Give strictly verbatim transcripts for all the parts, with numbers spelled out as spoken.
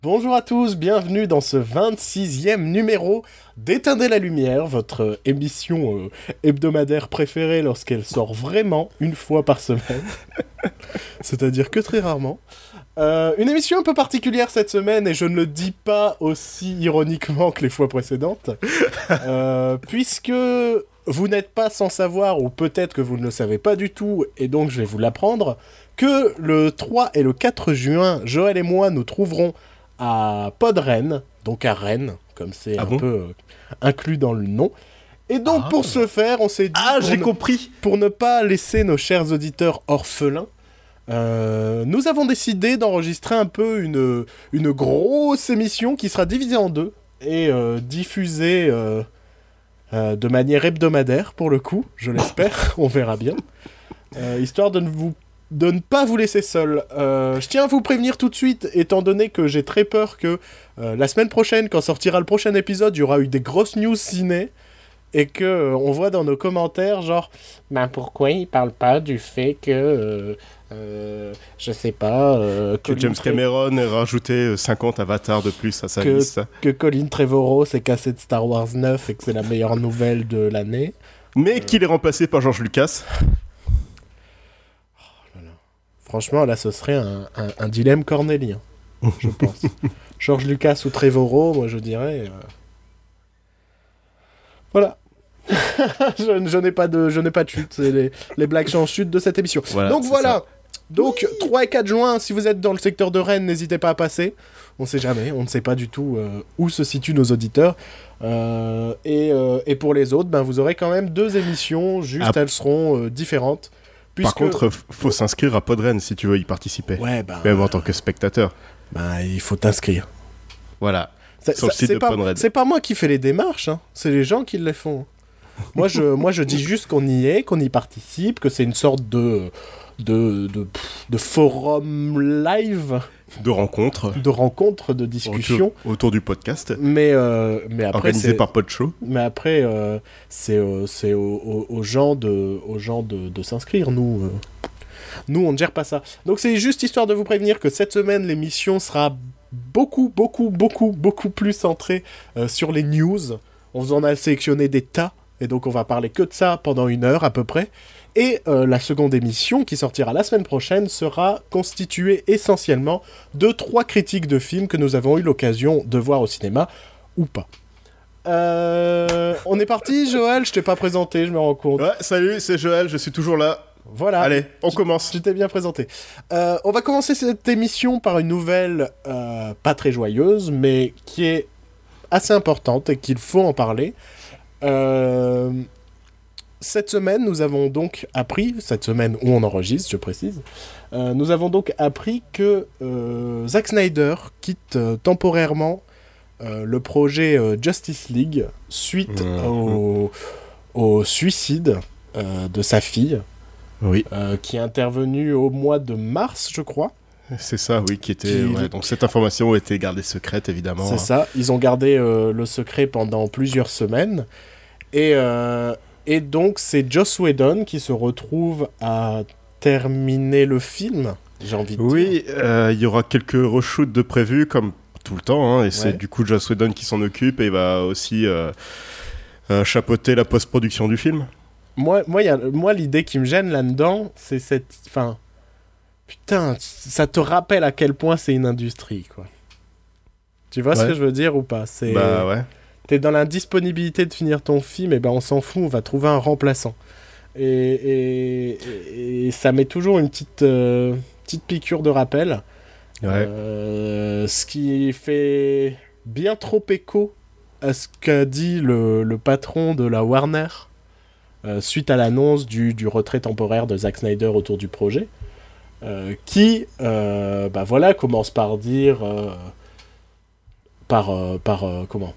Bonjour à tous, bienvenue dans ce vingt-sixième numéro d'Éteindre la lumière, votre émission euh, hebdomadaire préférée lorsqu'elle sort vraiment une fois par semaine, c'est-à-dire que très rarement. Euh, une émission un peu particulière cette semaine, et je ne le dis pas aussi ironiquement que les fois précédentes, euh, puisque vous n'êtes pas sans savoir, ou peut-être que vous ne le savez pas du tout, et donc je vais vous l'apprendre, que le trois et le quatre juin, Joël et moi nous trouverons à Podren, donc à Rennes, comme c'est Ah un bon peu euh, inclus dans le nom. Et donc Ah. pour ce faire, on s'est dit, Ah, pour, j'ai ne, compris. pour ne pas laisser nos chers auditeurs orphelins, euh, nous avons décidé d'enregistrer un peu une, une grosse émission qui sera divisée en deux et euh, diffusée euh, euh, de manière hebdomadaire pour le coup, je l'espère, on verra bien, euh, histoire de ne vous de ne pas vous laisser seul. Euh, je tiens à vous prévenir tout de suite, étant donné que j'ai très peur que euh, la semaine prochaine, quand sortira le prochain épisode, il y aura eu des grosses news ciné, et que euh, on voit dans nos commentaires, genre, ben pourquoi il parle pas du fait que, euh, euh, je sais pas... Euh, Que James Tre- Cameron ait rajouté cinquante avatars de plus à sa que, liste. que Colin Trevorrow s'est cassé de Star Wars neuf et que c'est la meilleure nouvelle de l'année. Mais qu'il est remplacé par George Lucas. Franchement, là, ce serait un, un, un dilemme cornélien, je pense. George Lucas ou Trevorrow, moi, je dirais... Euh... Voilà. je, je n'ai pas de, je n'ai pas de chute. C'est les, les blagues sans chute de cette émission. Voilà, Donc c'est voilà. ça. Donc trois et quatre juin, si vous êtes dans le secteur de Rennes, n'hésitez pas à passer. On sait jamais, on ne sait pas du tout euh, où se situent nos auditeurs. Euh, et, euh, et pour les autres, ben, vous aurez quand même deux émissions, juste Ah. elles seront euh, différentes. Par Puisque... contre, f- faut s'inscrire à Podren si tu veux y participer. ouais, ben, Même en tant que spectateur. ben, il faut t'inscrire. Voilà. C'est, Sur le ça- site c'est de pas, Podren. c'est pas moi qui fais les démarches, hein. C'est les gens qui les font. Moi je, moi, je dis juste qu'on y est, qu'on y participe, que c'est une sorte de, de, de, pff, de forum live, De rencontres. de rencontre, de discussion. Autour, autour du podcast. Mais, euh, mais après, organisé c'est, par Podshow. mais après euh, c'est, euh, c'est aux, aux- aux gens, de, aux gens de, de s'inscrire. Nous, euh, nous, on ne gère pas ça. Donc c'est juste histoire de vous prévenir que cette semaine, l'émission sera beaucoup, beaucoup, beaucoup, beaucoup plus centrée euh, sur les news. On vous en a sélectionné des tas. Et donc on va parler que de ça pendant une heure à peu près. Et euh, la seconde émission, qui sortira la semaine prochaine, sera constituée essentiellement de trois critiques de films que nous avons eu l'occasion de voir au cinéma, ou pas. Euh, on est parti, Joël, je t'ai pas présenté, je me rends compte. Ouais, salut, c'est Joël, je suis toujours là. Voilà. Allez, on Tu- commence. Tu t'es bien présenté. Euh, on va commencer cette émission par une nouvelle euh, pas très joyeuse, mais qui est assez importante et qu'il faut en parler. Euh, cette semaine, nous avons donc appris, cette semaine où on enregistre, je précise, euh, nous avons donc appris que euh, Zack Snyder quitte euh, temporairement euh, le projet euh, Justice League suite Mmh. au, au suicide euh, de sa fille, Oui, euh, qui est intervenu au mois de mars, je crois. c'est ça, oui, qui était... Qui- ouais, donc cette information a été gardée secrète, évidemment. C'est hein. ça, ils ont gardé euh, le secret pendant plusieurs semaines. Et, euh, et donc, c'est Joss Whedon qui se retrouve à terminer le film, j'ai envie de dire. Oui, euh, il y aura quelques reshoots de prévus, comme tout le temps, hein, et c'est Ouais. du coup Joss Whedon qui s'en occupe, et il va aussi euh, euh, chapeauter la post-production du film. Moi, moi, y a, moi, l'idée qui me gêne là-dedans, c'est cette... Enfin... Putain, ça te rappelle à quel point c'est une industrie, quoi. Tu vois ce Ouais. que je veux dire ou pas? C'est... Bah ouais. T'es dans l'indisponibilité de finir ton film, et ben on s'en fout, on va trouver un remplaçant. Et, et, et- et ça met toujours une petite, euh, petite piqûre de rappel. Ouais. Euh, ce qui fait bien trop écho à ce qu'a dit le, le patron de la Warner euh, suite à l'annonce du, du retrait temporaire de Zack Snyder autour du projet. Euh, qui, euh, bah voilà, commence par dire... euh, par... euh, par euh, comment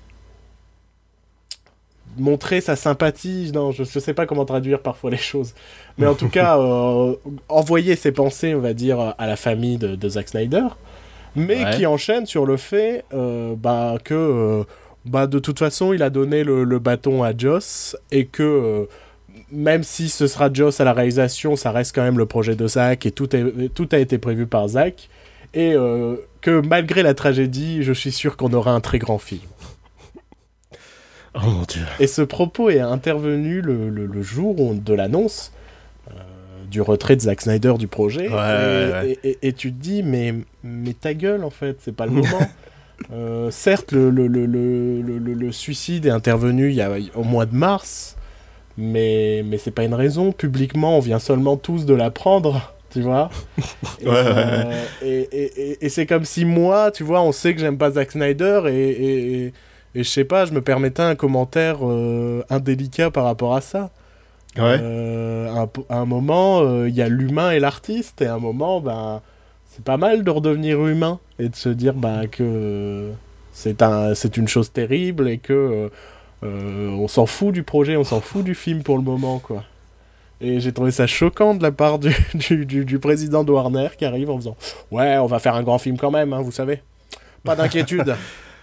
montrer sa sympathie, non, je, je sais pas comment traduire parfois les choses, mais en tout cas, euh, envoyer ses pensées, on va dire, à la famille de, de Zack Snyder, mais Ouais. qui enchaîne sur le fait euh, bah, que, euh, bah, de toute façon, il a donné le, le bâton à Joss, et que, euh, même si ce sera Joss à la réalisation, ça reste quand même le projet de Zack, et tout, est, tout a été prévu par Zack, et euh, que malgré la tragédie, je suis sûr qu'on aura un très grand film. Oh mon Dieu. Et ce propos est intervenu le, le, le jour de l'annonce euh, du retrait de Zack Snyder du projet. Ouais, et, ouais, ouais. Et, et, et tu te dis, mais, mais ta gueule, en fait, c'est pas le moment. euh, certes, le, le, le, le, le, le suicide est intervenu il y a, au mois de mars, mais, mais c'est pas une raison. Publiquement, on vient seulement tous de l'apprendre, tu vois. Et, Ouais, ouais, euh, ouais. et, et, et, et c'est comme si moi, tu vois, on sait que j'aime pas Zack Snyder et... et, et Et je sais pas, je me permettais un commentaire euh, indélicat par rapport à ça. Ouais. Euh, à, un, à un moment, il euh, y a l'humain et l'artiste, et à un moment, ben, c'est pas mal de redevenir humain et de se dire bah, que c'est un, c'est une chose terrible et que euh, on s'en fout du projet, on s'en fout du film pour le moment, quoi. Et j'ai trouvé ça choquant de la part du, du, du, du président de Warner qui arrive en faisant « Ouais, on va faire un grand film quand même, hein, vous savez. Pas d'inquiétude. »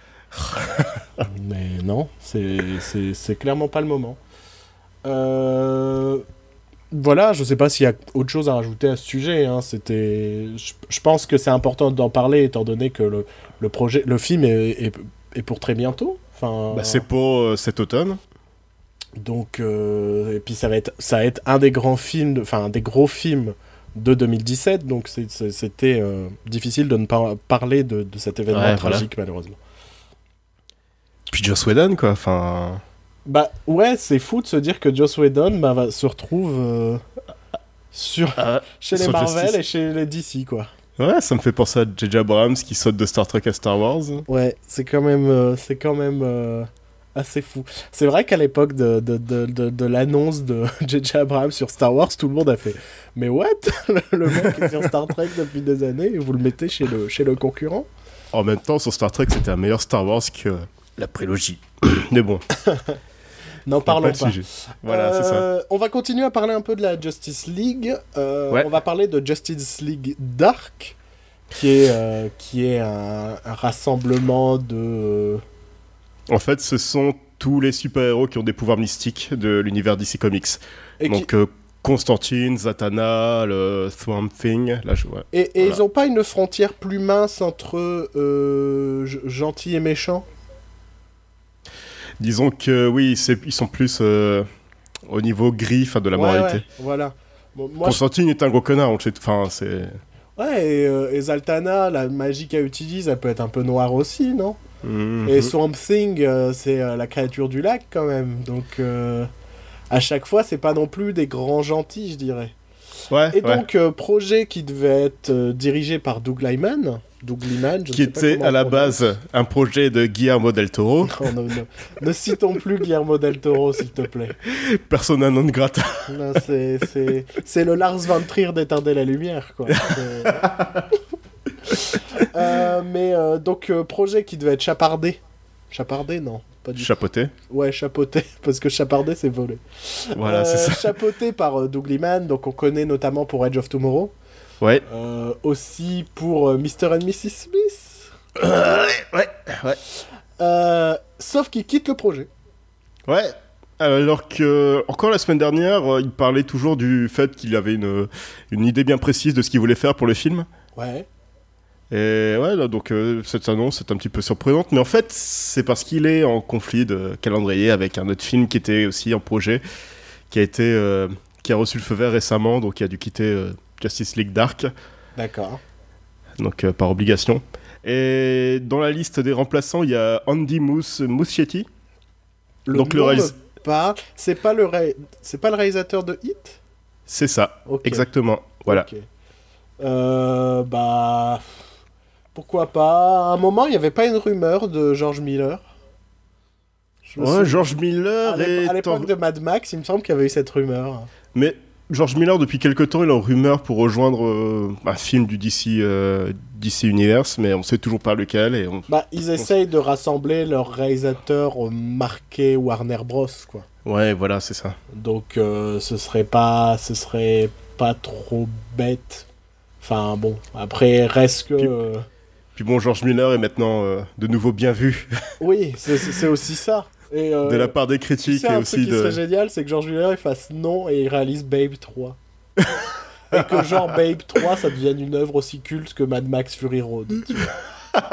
Mais non, c'est, c'est, c'est clairement pas le moment. Euh... Voilà, je sais pas s'il y a autre chose à rajouter à ce sujet. Hein. C'était... Je, je pense que c'est important d'en parler étant donné que le, le, projet, le film est, est, est pour très bientôt. Enfin... Bah, c'est pour euh, cet automne. Donc, euh... et puis ça va être, ça va être un des grands films, enfin un des gros films de deux mille dix-sept. Donc c'est, c'est, c'était euh, difficile de ne pas parler de, de cet événement Ouais, tragique, voilà. malheureusement. Puis Joss Whedon, quoi. Enfin. Bah ouais, c'est fou de se dire que Joss Whedon bah, va, se retrouve euh, sur, Ah, chez les sur Marvel Justice. et chez les D C, quoi. Ouais, ça me fait penser à J J Abrams qui saute de Star Trek à Star Wars. Ouais, c'est quand même, euh, c'est quand même euh, assez fou. C'est vrai qu'à l'époque de, de, de, de, de l'annonce de J J Abrams sur Star Wars, tout le monde a fait « Mais what ?» Le mec est sur Star Trek depuis des années et vous le mettez chez le, chez le concurrent. En même temps, sur Star Trek, c'était un meilleur Star Wars que la prélogie. Mais bon. N'en parlons pas. pas. Le sujet. Voilà, c'est ça. Euh, on va continuer à parler un peu de la Justice League. Euh, Ouais. On va parler de Justice League Dark, qui est, euh, qui est un, un rassemblement de... euh, En fait, ce sont tous les super-héros qui ont des pouvoirs mystiques de l'univers D C Comics. Et, Donc, qui- euh, Constantine, Zatanna, le Swamp Thing. Là, je vois. et, et voilà. ils n'ont pas une frontière plus mince entre euh, g- gentil et méchant. Disons que oui, c'est- ils sont plus euh, au niveau gris, enfin, de la Ouais, moralité. ouais, voilà. Bon, moi, je- Constantine est un gros connard, on le sait. Enfin, c'est. Ouais, et, euh, et Zatanna, la magie qu'elle utilise, elle peut être un peu noire aussi, non? Mhm. Et Swamp Thing, euh, c'est euh, la créature du lac quand même. Donc, euh, à chaque fois, c'est pas non plus des grands gentils, je dirais. Ouais, Et ouais. donc, euh, projet qui devait être euh, dirigé par Doug Liman. Doug Liman, je Qui ne sais pas était comment à on la prononce. base un projet de Guillermo del Toro, Non, non, non. Ne citons plus Guillermo del Toro, s'il te plaît. persona non grata. Non, c'est, c'est, c'est le Lars von Trier d'éteindre la lumière, quoi. C'est- Euh, mais euh, donc, euh, projet qui devait être chapardé. Chapardé, non, pas du tout. Chapeauté. Ouais, chapeauté, parce que chapardé, c'est volé. Voilà, Euh, c'est ça. Chapeauté par euh, Doug Liman, donc on connaît notamment pour Edge of Tomorrow. Ouais. Euh, aussi pour euh, mister and missus Smith. ouais, ouais. Euh, sauf qu'il quitte le projet. Ouais. Alors que, encore la semaine dernière, euh, il parlait toujours du fait qu'il avait une, une idée bien précise de ce qu'il voulait faire pour le film. Ouais. Et ouais, là, donc euh, cette annonce est un petit peu surprenante, mais en fait, c'est parce qu'il est en conflit de calendrier avec un autre film qui était aussi en projet, qui a été, euh, qui a reçu le feu vert récemment, donc il a dû quitter euh, Justice League Dark, D'accord. donc euh, par obligation. Et dans la liste des remplaçants, il y a Andy Mus- Muschietti. Le Donc, le nom réalis- me parle. C'est pas le ré... c'est pas le réalisateur de Hit. C'est ça, Ok. exactement. Voilà. Ok. Euh, bah pourquoi pas. À un moment, il n'y avait pas une rumeur de George Miller. Je me Ouais, souviens- George Miller À l'ép- est à l'époque en- de Mad Max, il me semble qu'il y avait eu cette rumeur. Mais George Miller, depuis quelque temps, il est en rumeur pour rejoindre euh, un film du D C, euh, D C Universe, mais on sait toujours pas lequel. Et on... Bah, ils essayent de rassembler leurs réalisateurs euh, marqués Warner Bros, quoi. Ouais, voilà, c'est ça. Donc, euh, ce serait pas, ce serait pas trop bête. Enfin, bon, après, reste que... Puis- euh, Puis bon, George Miller est maintenant euh, de nouveau bien vu Oui, c'est- c'est c'est aussi ça. Et, euh, de la part des tu critiques sais, et un aussi truc qui de... serait génial, c'est que George Miller, il fasse non et il réalise Babe trois. et que genre Babe trois, ça devienne une œuvre aussi culte que Mad Max Fury Road. Tu vois.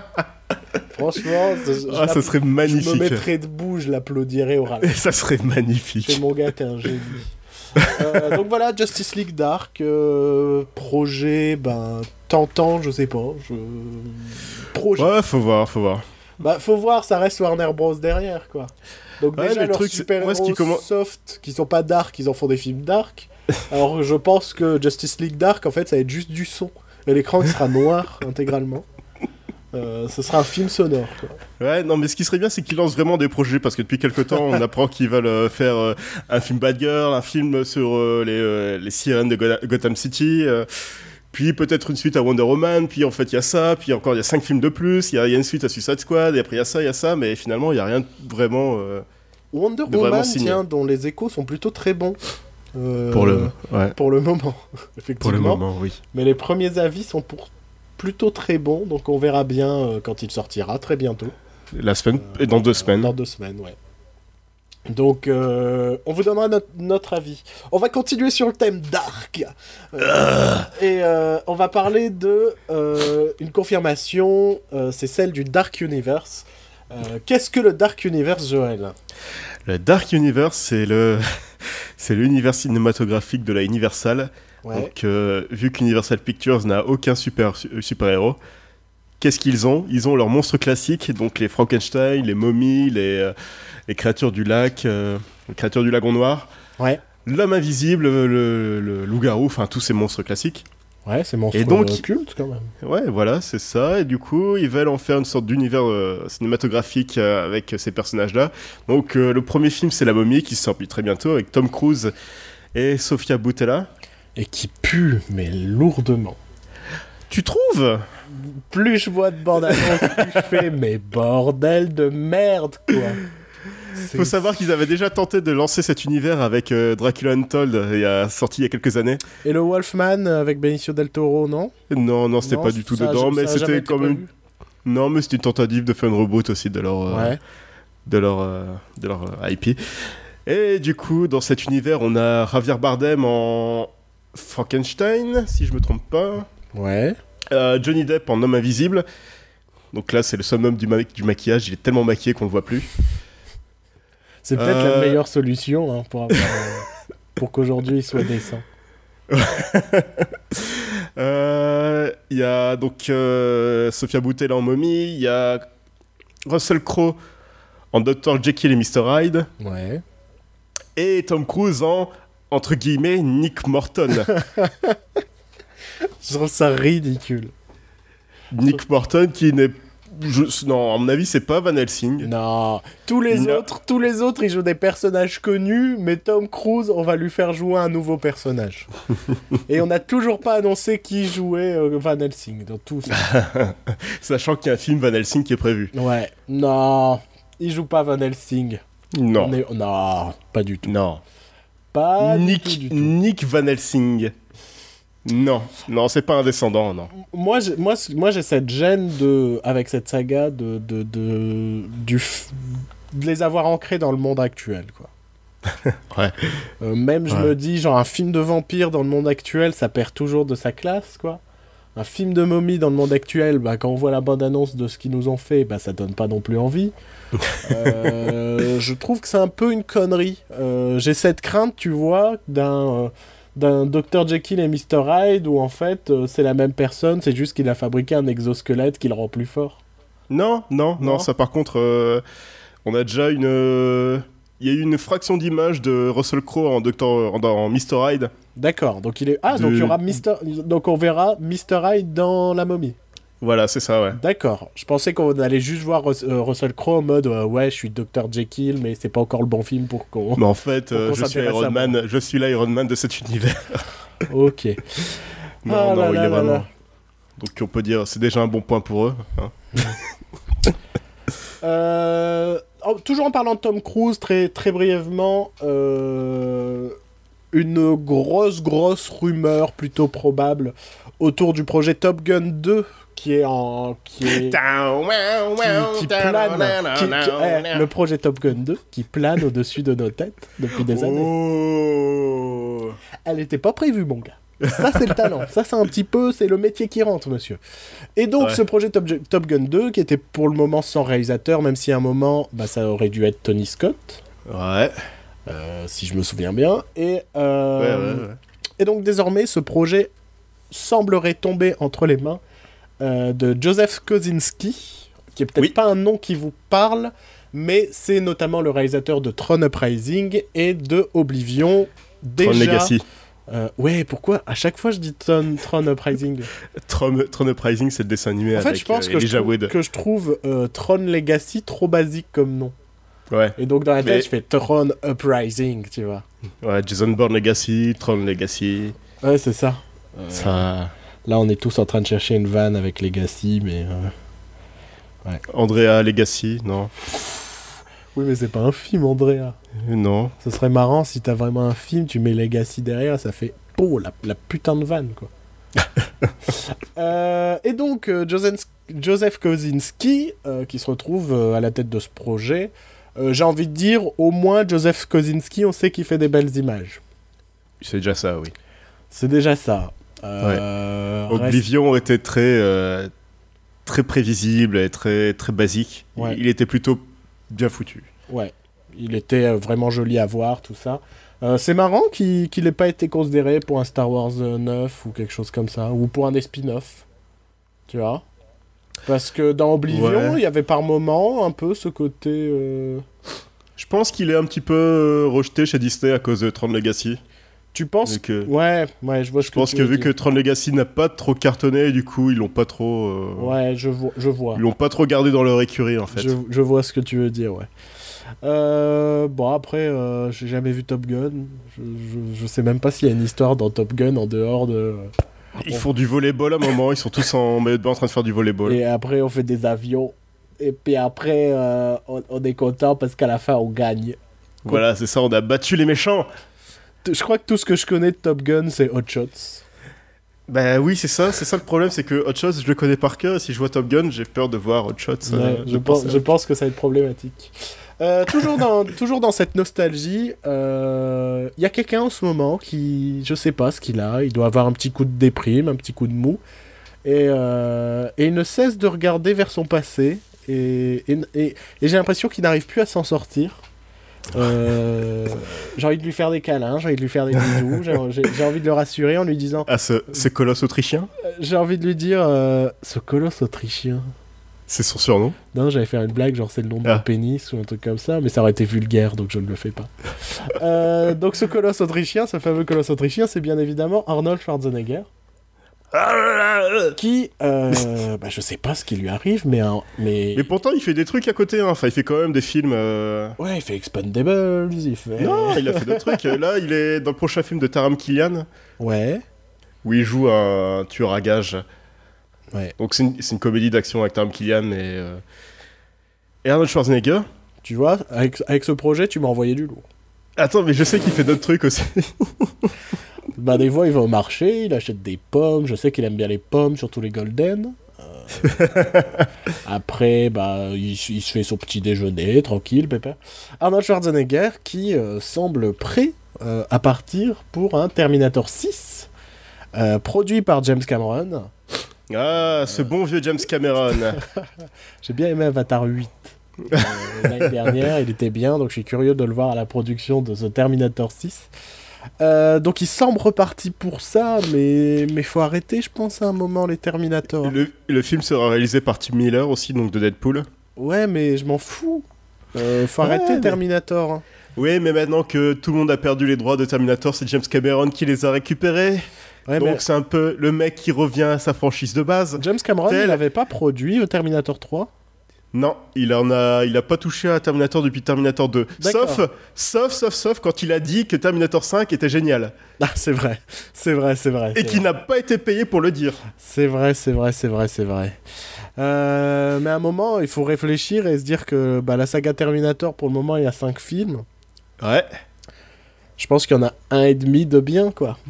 Franchement, je, ah, ça serait magnifique. Je me mettrais debout, je l'applaudirais oralement. Ça serait magnifique. C'est mon gars, t'es un génie. euh, donc voilà, Justice League Dark, euh, projet, ben, tentant, je sais pas. Je... Projet. Ouais, faut voir, faut voir. Bah, faut voir, ça reste Warner Bros derrière, quoi. Donc ouais, déjà, leurs truc, super-héros qui commence... soft, qui sont pas dark, ils en font des films dark. Alors je pense que Justice League Dark, en fait, ça va être juste du son. Et l'écran qui sera noir intégralement. Euh, ce sera un film sonore, quoi. Ouais, non, mais ce qui serait bien, c'est qu'ils lancent vraiment des projets, parce que depuis quelques temps, on apprend qu'ils veulent euh, faire euh, un film Bad Girl, un film sur euh, les, euh, les sirènes de Go- Gotham City, euh, puis peut-être une suite à Wonder Woman, puis en fait, il y a ça, puis encore, il y a cinq films de plus, il y, y a une suite à Suicide Squad, et après, il y a ça, il y a ça, mais finalement, il n'y a rien de vraiment... Euh, Wonder de Woman, vraiment signé. tiens, dont les échos sont plutôt très bons. Euh, pour, le, ouais. pour le moment, effectivement. Pour le moment, oui. Mais les premiers avis sont pour... plutôt très bons, donc on verra bien euh, quand il sortira, très bientôt. La semaine, Euh, et dans deux semaines. Dans deux semaines, ouais. Donc, euh, on vous donnera notre, notre avis. On va continuer sur le thème dark. Euh, et euh, on va parler de euh, une confirmation, euh, c'est celle du Dark Universe. Euh, qu'est-ce que le Dark Universe, Joël ? Le Dark Universe, c'est le... c'est l'univers cinématographique de la Universal. Ouais. Donc, euh, vu qu'Universal Pictures n'a aucun super, super-héros, qu'est-ce qu'ils ont ? Ils ont leurs monstres classiques, donc les Frankenstein, les momies, les, euh, les créatures du lac, euh, les créatures du lagon noir, Ouais. l'homme invisible, le, le, le loup-garou, enfin tous ces monstres classiques. Ouais, c'est monstre Et donc, culte quand même. Ouais, voilà, c'est ça. Et du coup, ils veulent en faire une sorte d'univers euh, cinématographique euh, avec ces personnages-là. Donc, euh, le premier film, c'est La Momie, qui sort très bientôt, avec Tom Cruise et Sofia Boutella. Et qui pue, mais lourdement. Tu trouves ? Plus je vois de bande-annonce, plus je fais, mais bordel de merde, quoi. Il faut savoir qu'ils avaient déjà tenté de lancer cet univers avec euh, Dracula Untold, il y a, sorti il y a quelques années. Et le Wolfman avec Benicio del Toro, non ? Non, non, c'était Non, pas du tout ça a- dedans, ça mais a jamais c'était été quand même... prévu. Non, mais c'était une tentative de faire une reboot aussi de leur, euh, Ouais. de leur, euh, de leur euh, I P. Et du coup, dans cet univers, on a Javier Bardem en Frankenstein, si je me trompe pas. Ouais. Euh, Johnny Depp en homme invisible. Donc là, c'est le summum du, ma- du maquillage. Il est tellement maquillé qu'on le voit plus. C'est peut-être Euh. la meilleure solution hein, pour, avoir, euh, pour qu'aujourd'hui il soit décent. Euh, Il y a donc euh, Sofia Boutella en momie. Il y a Russell Crowe en docteur Jekyll et mister Hyde. Ouais. Et Tom Cruise en, entre guillemets, Nick Morton. Je trouve ça ridicule. Nick Morton qui n'est... je- non, à mon avis, c'est pas Van Helsing. Non, tous les Il a- autres, tous les autres, ils jouent des personnages connus, mais Tom Cruise, on va lui faire jouer un nouveau personnage. Et on n'a toujours pas annoncé qui jouait euh, Van Helsing dans tout ça. Sachant qu'il y a un film Van Helsing qui est prévu. Ouais, non, il joue pas Van Helsing. Non. On est- Non, pas du tout. Non. Pas du Nick, tout, du tout. Nick Van Helsing. Non. Non, c'est pas un descendant, non. Moi, j'ai, moi, c- moi, j'ai cette gêne de, avec cette saga de, de, de, du f- de les avoir ancrés dans le monde actuel, quoi. Ouais. Euh, même, je Ouais. me dis, genre, un film de vampire dans le monde actuel, ça perd toujours de sa classe, quoi. Un film de momie dans le monde actuel, bah, quand on voit la bande-annonce de ce qu'ils nous ont fait, bah, ça donne pas non plus envie. Euh, je trouve que c'est un peu une connerie. Euh, j'ai cette crainte, tu vois, d'un... euh, d'un docteur Jekyll et mister Hyde où en fait euh, c'est la même personne, c'est juste qu'il a fabriqué un exosquelette qui le rend plus fort. Non, non, non, Non. ça par contre, euh, on a déjà une... euh, Il y a eu une fraction d'image de Russell Crowe en, docteur, en, en mister Hyde. D'accord, donc il est ah De- donc il y aura mister donc on verra mister Hyde dans la momie. Voilà, c'est ça, ouais. D'accord, je pensais qu'on allait juste voir Rus- euh, Russell Crowe en mode euh, ouais, je suis docteur Jekyll mais c'est pas encore le bon film pour qu'on. Mais en fait, euh, qu'on je suis s'intéresse à Iron moi. Man, je suis l'Iron Man de cet univers. OK. Non, Ah non, là il là est là vraiment... là. Donc on peut dire, c'est déjà un bon point pour eux. Hein. Euh, oh, toujours en parlant de Tom Cruise, très, très brièvement, euh, une grosse, grosse rumeur plutôt probable autour du projet Top Gun deux qui est en... qui est... qui, qui plane, qui- qui- eh, le projet Top Gun deux qui plane au-dessus de nos têtes depuis des années. Oh. Elle n'était pas prévue, mon gars. Ça, c'est le talent. Ça, c'est un petit peu, c'est le métier qui rentre, monsieur. Et donc, Ouais. ce projet Top, Top Gun deux, qui était pour le moment sans réalisateur, même si à un moment, bah, ça aurait dû être Tony Scott, Ouais. euh, si je me souviens bien. Et, euh, Ouais, ouais, ouais. et donc, désormais, ce projet semblerait tomber entre les mains euh, de Joseph Kosinski, qui est peut-être Oui. pas un nom qui vous parle, mais c'est notamment le réalisateur de Tron Uprising et de Oblivion. Déjà, Tron Legacy. Euh, ouais, pourquoi à chaque fois je dis Tron, Tron Uprising? Tron, Tron Uprising, c'est le dessin animé En fait, avec je pense euh, que, je Elijah trouve, Wood. que je trouve euh, Tron Legacy trop basique comme nom. Ouais. Et donc dans la tête, Mais- je fais Tron Uprising, tu vois. Ouais, Jason Bourne Legacy, Tron Legacy. Ouais, c'est ça. Euh, Ça. Là, on est tous en train de chercher une vanne avec Legacy, mais... euh, Andrea Legacy, non. Oui, mais c'est pas un film, Andrea. Euh, Non. Ce serait marrant si t'as vraiment un film, tu mets Legacy derrière, ça fait... Oh, la, la putain de vanne, quoi. Euh, et donc, euh, Joseph, Joseph Kosinski, euh, qui se retrouve euh, à la tête de ce projet, euh, j'ai envie de dire, au moins, Joseph Kosinski, on sait qu'il fait des belles images. C'est déjà ça, oui. C'est déjà ça. Euh, reste- Oblivion était très, euh, très prévisible et très, très basique. Ouais. Il était plutôt bien foutu. Ouais, il était euh, vraiment joli à voir, tout ça. Euh, c'est marrant qu'il n'ait pas été considéré pour un Star Wars euh, neuf ou quelque chose comme ça, ou pour un des spin-offs. Tu vois? Parce que dans Oblivion, Ouais. il y avait par moments un peu ce côté... euh, Je pense qu'il est un petit peu euh, rejeté chez Disney à cause de Tron Legacy. Tu penses... Vu que- Ouais, ouais, je vois ce Je que pense tu que veux vu dire. que Tron Legacy n'a pas trop cartonné, du coup, ils l'ont pas trop. euh, Ouais, je vois, je vois. Ils l'ont pas trop gardé dans leur écurie en fait. Je, je vois ce que tu veux dire, ouais. Euh, bon, après, euh, j'ai jamais vu Top Gun. Je, je, je sais même pas s'il y a une histoire dans Top Gun en dehors de... Ils font du volleyball à un moment, ils sont tous en maillot de bain en train de faire du volleyball. Et après, on fait des avions. Et puis après, euh, on, on est content parce qu'à la fin, on gagne. Voilà, c'est ça, on a battu les méchants. T- Je crois que tout ce que je connais de Top Gun, c'est Hot Shots. Bah oui, c'est ça, c'est ça le problème, c'est que Hot Shots, je le connais par cœur, et si je vois Top Gun, j'ai peur de voir Hot Shots. Ouais, euh, je, de pense, penser à- je pense que ça va être problématique. Euh, toujours, dans, toujours dans cette nostalgie, il y a quelqu'un en ce moment qui, je sais pas ce qu'il a, il doit avoir un petit coup de déprime, un petit coup de mou, et, euh, et il ne cesse de regarder vers son passé, et, et, et- et j'ai l'impression qu'il n'arrive plus à s'en sortir. Euh, j'ai envie de lui faire des câlins, j'ai envie de lui faire des bisous, j'ai j'ai- j'ai envie de le rassurer en lui disant, Ah, ce, ce colosse autrichien, j'ai envie de lui dire, euh, ce colosse autrichien. c'est son surnom. Non, j'allais faire une blague, genre c'est le nom de Ah. mon pénis ou un truc comme ça, mais ça aurait été vulgaire, donc je ne le fais pas. Euh, donc ce colosse autrichien, ce fameux colosse autrichien, c'est bien évidemment Arnold Schwarzenegger, qui, euh, bah, je sais pas ce qui lui arrive, mais... un- mais... Mais pourtant, il fait des trucs à côté, hein. Enfin, il fait quand même des films. euh, Ouais, il fait Expendables, il fait... Non, il a fait d'autres trucs. Là, il est dans le prochain film de Taram Killian, Ouais, où il joue un tueur à gages. ouais. Donc, c'est une, c'est une comédie d'action avec Taram Killian et, euh, et Arnold Schwarzenegger. Tu vois, avec, avec ce projet, tu m'as envoyé du lourd. Attends, mais je sais qu'il fait d'autres trucs aussi. Bah des fois, il va au marché, il achète des pommes, je sais qu'il aime bien les pommes, surtout les golden. Euh, Après, bah, il, il se fait son petit déjeuner, tranquille, pépère. Arnold Schwarzenegger qui euh, semble prêt euh, à partir pour un Terminator six, euh, produit par James Cameron. Ah, ce bon vieux James Cameron. J'ai bien aimé Avatar huit. Euh, l'année dernière, il était bien, donc je suis curieux de le voir à la production de ce Terminator six. Euh, donc il semble reparti pour ça, mais mais faut arrêter, je pense, à un moment les Terminators. le, le film sera réalisé par Tim Miller aussi, donc de Deadpool. Ouais, mais je m'en fous. Euh, faut Ouais, arrêter mais- Terminator. hein. Oui, mais maintenant que tout le monde a perdu les droits de Terminator, c'est James Cameron qui les a récupérés. Ouais, donc mais c'est un peu le mec qui revient à sa franchise de base. James Cameron, tel- il n'avait pas produit le Terminator trois. Non, il en a, il a pas touché à Terminator depuis Terminator deux. D'accord. Sauf, sauf, sauf, sauf quand il a dit que Terminator cinq était génial. Ah, c'est vrai, c'est vrai, c'est vrai. Et c'est qu'il vrai. n'a pas été payé pour le dire. C'est vrai, c'est vrai, c'est vrai, c'est vrai. Euh, mais à un moment, il faut réfléchir et se dire que bah, la saga Terminator, pour le moment, il y a cinq films. Ouais. Je pense qu'il y en a un et demi de bien, quoi.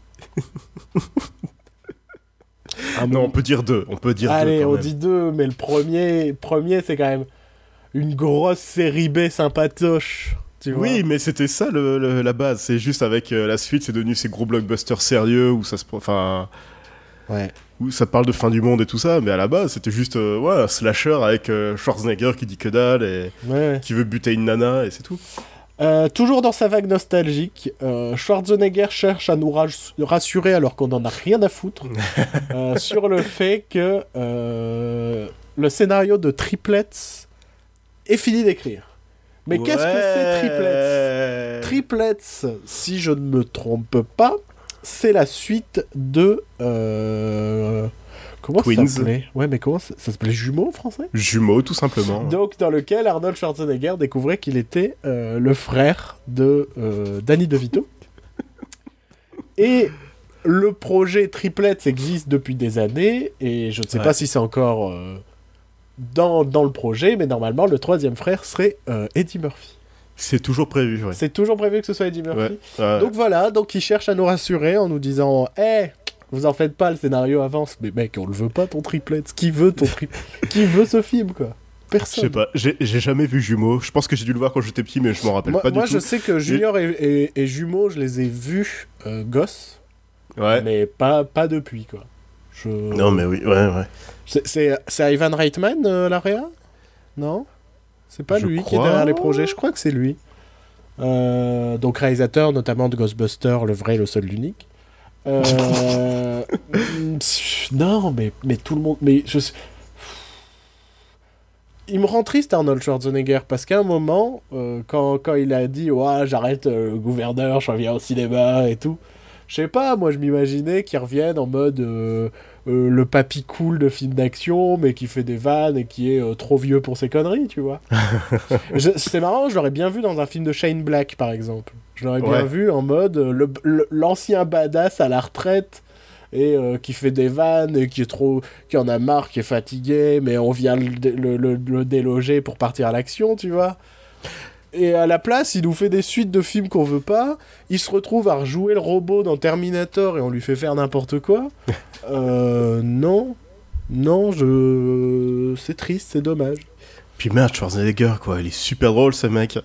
Un Non, moment- on peut dire deux. On peut dire Allez, deux. quand on même. dit deux, mais le premier, premier c'est quand même une grosse série B sympatoche. tu vois. Oui, mais c'était ça le, le- la base. C'est juste avec euh, la suite, c'est devenu ces gros blockbusters sérieux où ça se, enfin, Ouais. où ça parle de fin du monde et tout ça. Mais à la base, c'était juste euh, ouais, un slasher avec euh, Schwarzenegger qui dit que dalle et Ouais. qui veut buter une nana et c'est tout. Euh, toujours dans sa vague nostalgique, euh, Schwarzenegger cherche à nous ras- rassurer alors qu'on en a rien à foutre euh, sur le fait que euh, le scénario de Triplets est fini d'écrire. Mais qu'est-ce que c'est Triplets Triplets, si je ne me trompe pas, c'est la suite de... euh, Comment Twins. ça s'appelait Ouais, mais comment ça, ça s'appelait Jumeaux en français Jumeaux, tout simplement. Donc, dans lequel Arnold Schwarzenegger découvrait qu'il était euh, le frère de euh, Danny DeVito. Et le projet Triplets existe depuis des années, et je ne sais Ouais. pas si c'est encore euh, dans, dans le projet, mais normalement, le troisième frère serait euh, Eddie Murphy. C'est toujours prévu, ouais. C'est toujours prévu que ce soit Eddie Murphy. Ouais, ouais. Donc voilà, donc il cherche à nous rassurer en nous disant « Hé, vous en faites pas, le scénario avance. » Mais mec, on le veut pas, ton Triplets. Qui veut ton Triplets Qui veut ce film, quoi Je Personne. sais pas, j'ai j'ai jamais vu Jumeaux. Je pense que j'ai dû le voir quand j'étais petit, mais je m'en rappelle Moi, pas du moi tout. je sais que Junior et, et, et Jumeaux, je les ai vus euh, gosses, Ouais. mais pas, pas depuis, quoi. Je... Non, mais oui, ouais, ouais. C'est- C'est c'est Ivan Reitman, euh, la réa Non C'est pas Je lui qui est crois. derrière les projets, je crois que c'est lui. Euh, donc réalisateur notamment de Ghostbusters, le vrai, le seul, l'unique. Euh... pff, non, mais, mais tout le monde... Mais je sais... Il me rend triste Arnold Schwarzenegger parce qu'à un moment, euh, quand, quand il a dit ouais, j'arrête euh, le gouverneur, je reviens au cinéma et tout, je sais pas, moi je m'imaginais qu'il revienne en mode euh, euh, le papy cool de film d'action, mais qui fait des vannes et qui est euh, trop vieux pour ses conneries, tu vois. Je- C'est marrant, je l'aurais bien vu dans un film de Shane Black par exemple. Je l'aurais bien Ouais. vu en mode euh, le- le- l'ancien badass à la retraite et euh, qui fait des vannes et qui est trop qui en a marre, qui est fatigué, mais on vient le, dé- le, le- le déloger pour partir à l'action, tu vois. Et à la place, il nous fait des suites de films qu'on veut pas. Il se retrouve à rejouer le robot dans Terminator et on lui fait faire n'importe quoi. euh, non, non, je, c'est triste, c'est dommage. Puis merde, Schwarzenegger, quoi. Il est super drôle, ce mec.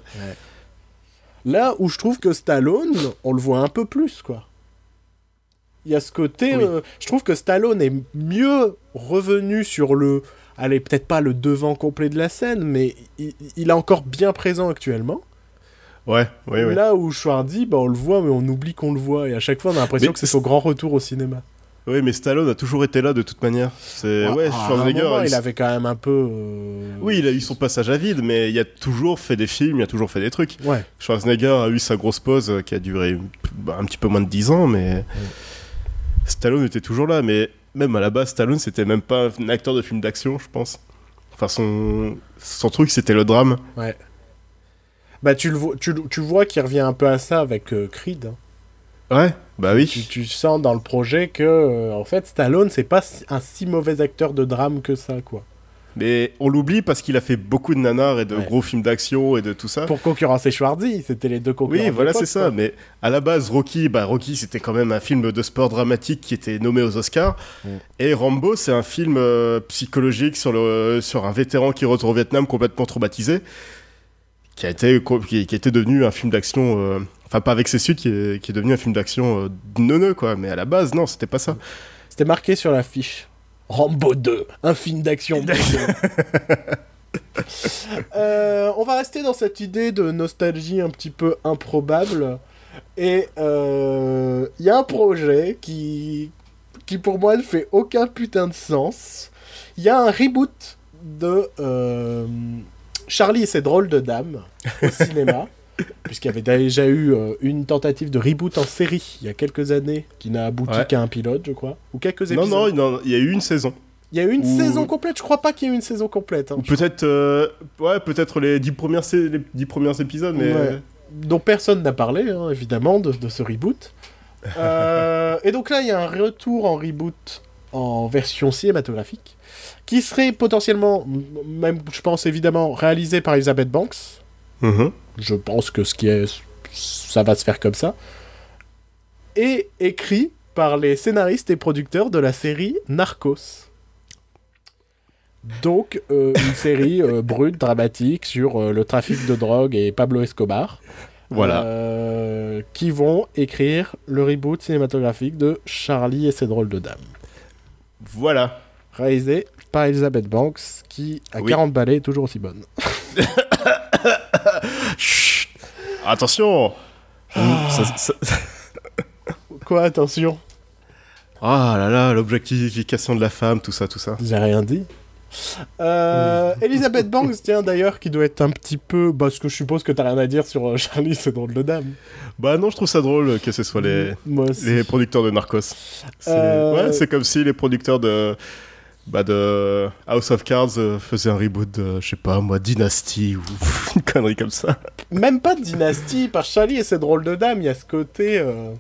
Là où je trouve que Stallone, on le voit un peu plus, quoi. Il y a ce côté... Oui. euh, je trouve que Stallone est mieux revenu sur le... Allez, peut-être pas le devant complet de la scène, mais il, il est encore bien présent actuellement. Ouais, oui, oui. Là où Schwarzy, bah, on le voit, mais on oublie qu'on le voit. Et à chaque fois, on a l'impression Mais que c'est son grand retour au cinéma. Oui, mais Stallone a toujours été là de toute manière. C'est Ah, ouais, à un Schwarzenegger. moment, il... il avait quand même un peu... euh, Oui, il a eu son passage à vide, mais il a toujours fait des films, il a toujours fait des trucs. Ouais. Schwarzenegger a eu sa grosse pause euh, qui a duré bah, un petit peu moins de dix ans, mais Stallone était toujours là. Mais même à la base, Stallone, c'était même pas un acteur de film d'action, je pense. Enfin, son, son truc, c'était le drame. Ouais. Bah, tu, le vois, tu, le- tu vois qu'il revient un peu à ça avec euh, Creed. hein. Ouais, bah oui. Tu, tu sens dans le projet que, euh, en fait, Stallone, c'est pas si- un si mauvais acteur de drame que ça, quoi. Mais on l'oublie parce qu'il a fait beaucoup de nanars et de Ouais. gros films d'action et de tout ça. Pour concurrencer Schwarzy, c'était les deux concurrents. Oui, de voilà, l'époque, c'est ça. quoi. Mais à la base, Rocky, bah, Rocky, c'était quand même un film de sport dramatique qui était nommé aux Oscars. Mm. Et Rambo, c'est un film euh, psychologique sur, le, sur un vétéran qui retourne au Vietnam complètement traumatisé, qui a été, qui, qui était devenu un film d'action. euh, Enfin, pas avec ses suites, qui est, qui est devenu un film d'action euh, neuneux, quoi. Mais à la base, non, c'était pas ça. C'était marqué sur l'affiche. Rambo deux, un film d'action. Euh, on va rester dans cette idée de nostalgie un petit peu improbable. Et il euh, y a un projet qui, qui pour moi ne fait aucun putain de sens. Il y a un reboot de euh, Charlie et ses drôles de dames au cinéma. Puisqu'il y avait déjà eu euh, une tentative de reboot en série il y a quelques années qui n'a abouti Ouais. qu'à un pilote, je crois. Ou quelques Non, épisodes. non, il n'en- il y a eu une saison. Il y a eu une Ou- saison complète. Je crois pas qu'il y ait eu une saison complète. hein. Ou peut-être euh, ouais, peut-être les dix premières sa- les dix premiers épisodes, mais Ouais. Dont personne n'a parlé, hein, évidemment, de, de ce reboot. Euh, et donc là, il y a un retour en reboot en version cinématographique, qui serait potentiellement, m- même, je pense évidemment, réalisé par Elizabeth Banks. Mhm. Je pense que ce qui est, ça va se faire comme ça. Et écrit par les scénaristes et producteurs de la série Narcos. Donc, euh, une série euh, brute, dramatique, sur euh, le trafic de drogue et Pablo Escobar. Voilà. Euh, qui vont écrire le reboot cinématographique de Charlie et ses drôles de dames. Voilà. Réalisé par Elizabeth Banks, qui, à Oui. quarante balais, est toujours aussi bonne. Chut. Attention. Ah. Ça- ça- Quoi, attention? Ah là là, l'objectification de la femme, tout ça, tout ça. J'ai rien dit. Euh, Elizabeth Banks, tiens, d'ailleurs, qui doit être un petit peu... Parce que je suppose que t'as rien à dire sur euh, Charlie, c'est drôle de dame. Bah non, je trouve ça drôle que ce soit les, Moi aussi. les producteurs de Narcos. C'est Euh, ouais, c'est comme si les producteurs de, bah de House of Cards euh, faisaient un reboot de, je sais pas moi, Dynasty ou une connerie comme ça. Même pas de dynastie, par Charlie et ses drôles de dames, il y a ce côté... Euh...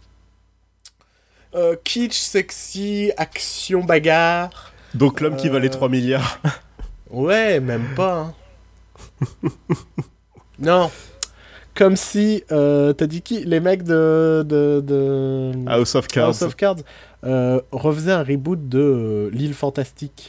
euh, kitsch, sexy, action, bagarre... Donc l'homme qui Euh, valait trois milliards. Ouais, même pas. Hein. Non. Comme si, euh, t'as dit qui? Les mecs de... de, de... House of Cards. House of Cards euh, refaisaient un reboot de euh, L'île fantastique.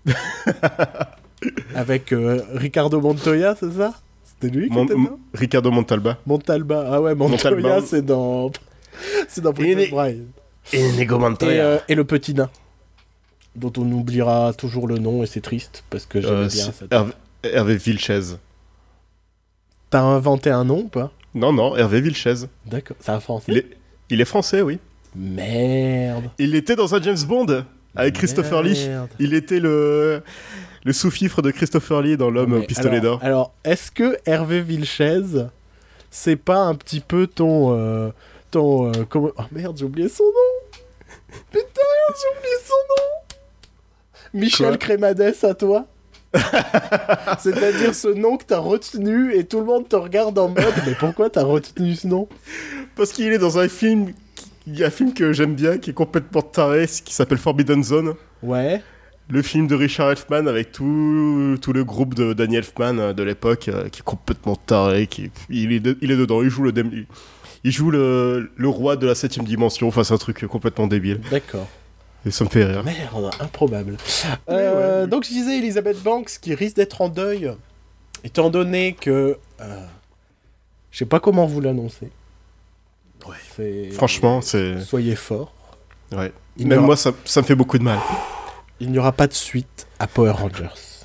Avec euh, Ricardo Montoya, c'est ça? C'était lui qui Mon- était M- dedans? Montalba. Montalba. Montalba. Ah ouais, Montoya, Montalba. c'est dans... c'est dans Princess Et- Bride. Inigo Et, euh, et le petit nain. Dont on oubliera toujours le nom, et c'est triste, parce que j'aimais Euh, bien c'est ça. Hervé, Hervé Vilches. T'as inventé un nom ou pas? Non, non, Hervé Vilches. D'accord, c'est un français. Il est, il est français, oui. Merde. Il était dans un James Bond avec Christopher Lee. Merde. Il était le, le sous-fifre de Christopher Lee dans L'homme Mais au pistolet alors, d'or. Alors, est-ce que Hervé Vilches, c'est pas un petit peu ton... euh, ton euh, comment... Oh merde, j'ai oublié son nom. Putain, j'ai oublié son nom. Michel Quoi Crémades, à toi. C'est-à-dire ce nom que t'as retenu et tout le monde te regarde en mode mais pourquoi t'as retenu ce nom? Parce qu'il est dans un film, il y a un film que j'aime bien, qui est complètement taré, qui s'appelle Forbidden Zone. Ouais. Le film de Richard Elfman avec tout, tout le groupe de Danny Elfman euh, de l'époque, euh, qui est complètement taré, qui, il, est de- il est dedans, il joue le, dé- il joue le, le roi de la septième dimension, enfin c'est un truc complètement débile. D'accord. Et ça me fait rire. Merde, improbable. Euh, ouais. Donc je disais Elizabeth Banks qui risque d'être en deuil, étant donné que... Euh, je sais pas comment vous l'annoncer. Ouais. C'est- Franchement, c'est... Soyez forts. Ouais. Il n'y Même aura- moi, ça, ça me fait beaucoup de mal. Il n'y aura pas de suite à Power Rangers.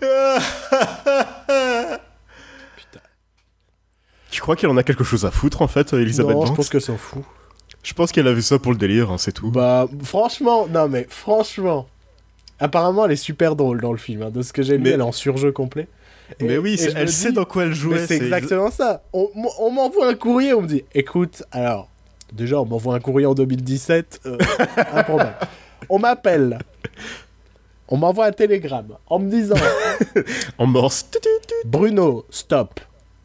Putain. Tu crois qu'elle en a quelque chose à foutre, en fait, Elisabeth non, je Banks pense qu'elle s'en fout. Je pense qu'elle a vu ça pour le délire, hein, c'est tout. Bah, franchement, non mais franchement, apparemment elle est super drôle dans le film. Hein. De ce que j'ai lu, Mais- elle est en surjeu complet. Et- Mais oui, et c'est- je me elle dis, sait dans quoi elle jouait. mais c'est exactement ça. On, on m'envoie un courrier, on me dit, écoute, alors, déjà on m'envoie un courrier en deux mille dix-sept, euh, improbable. On m'appelle, on m'envoie un télégramme en me disant, En morse. Bruno, stop.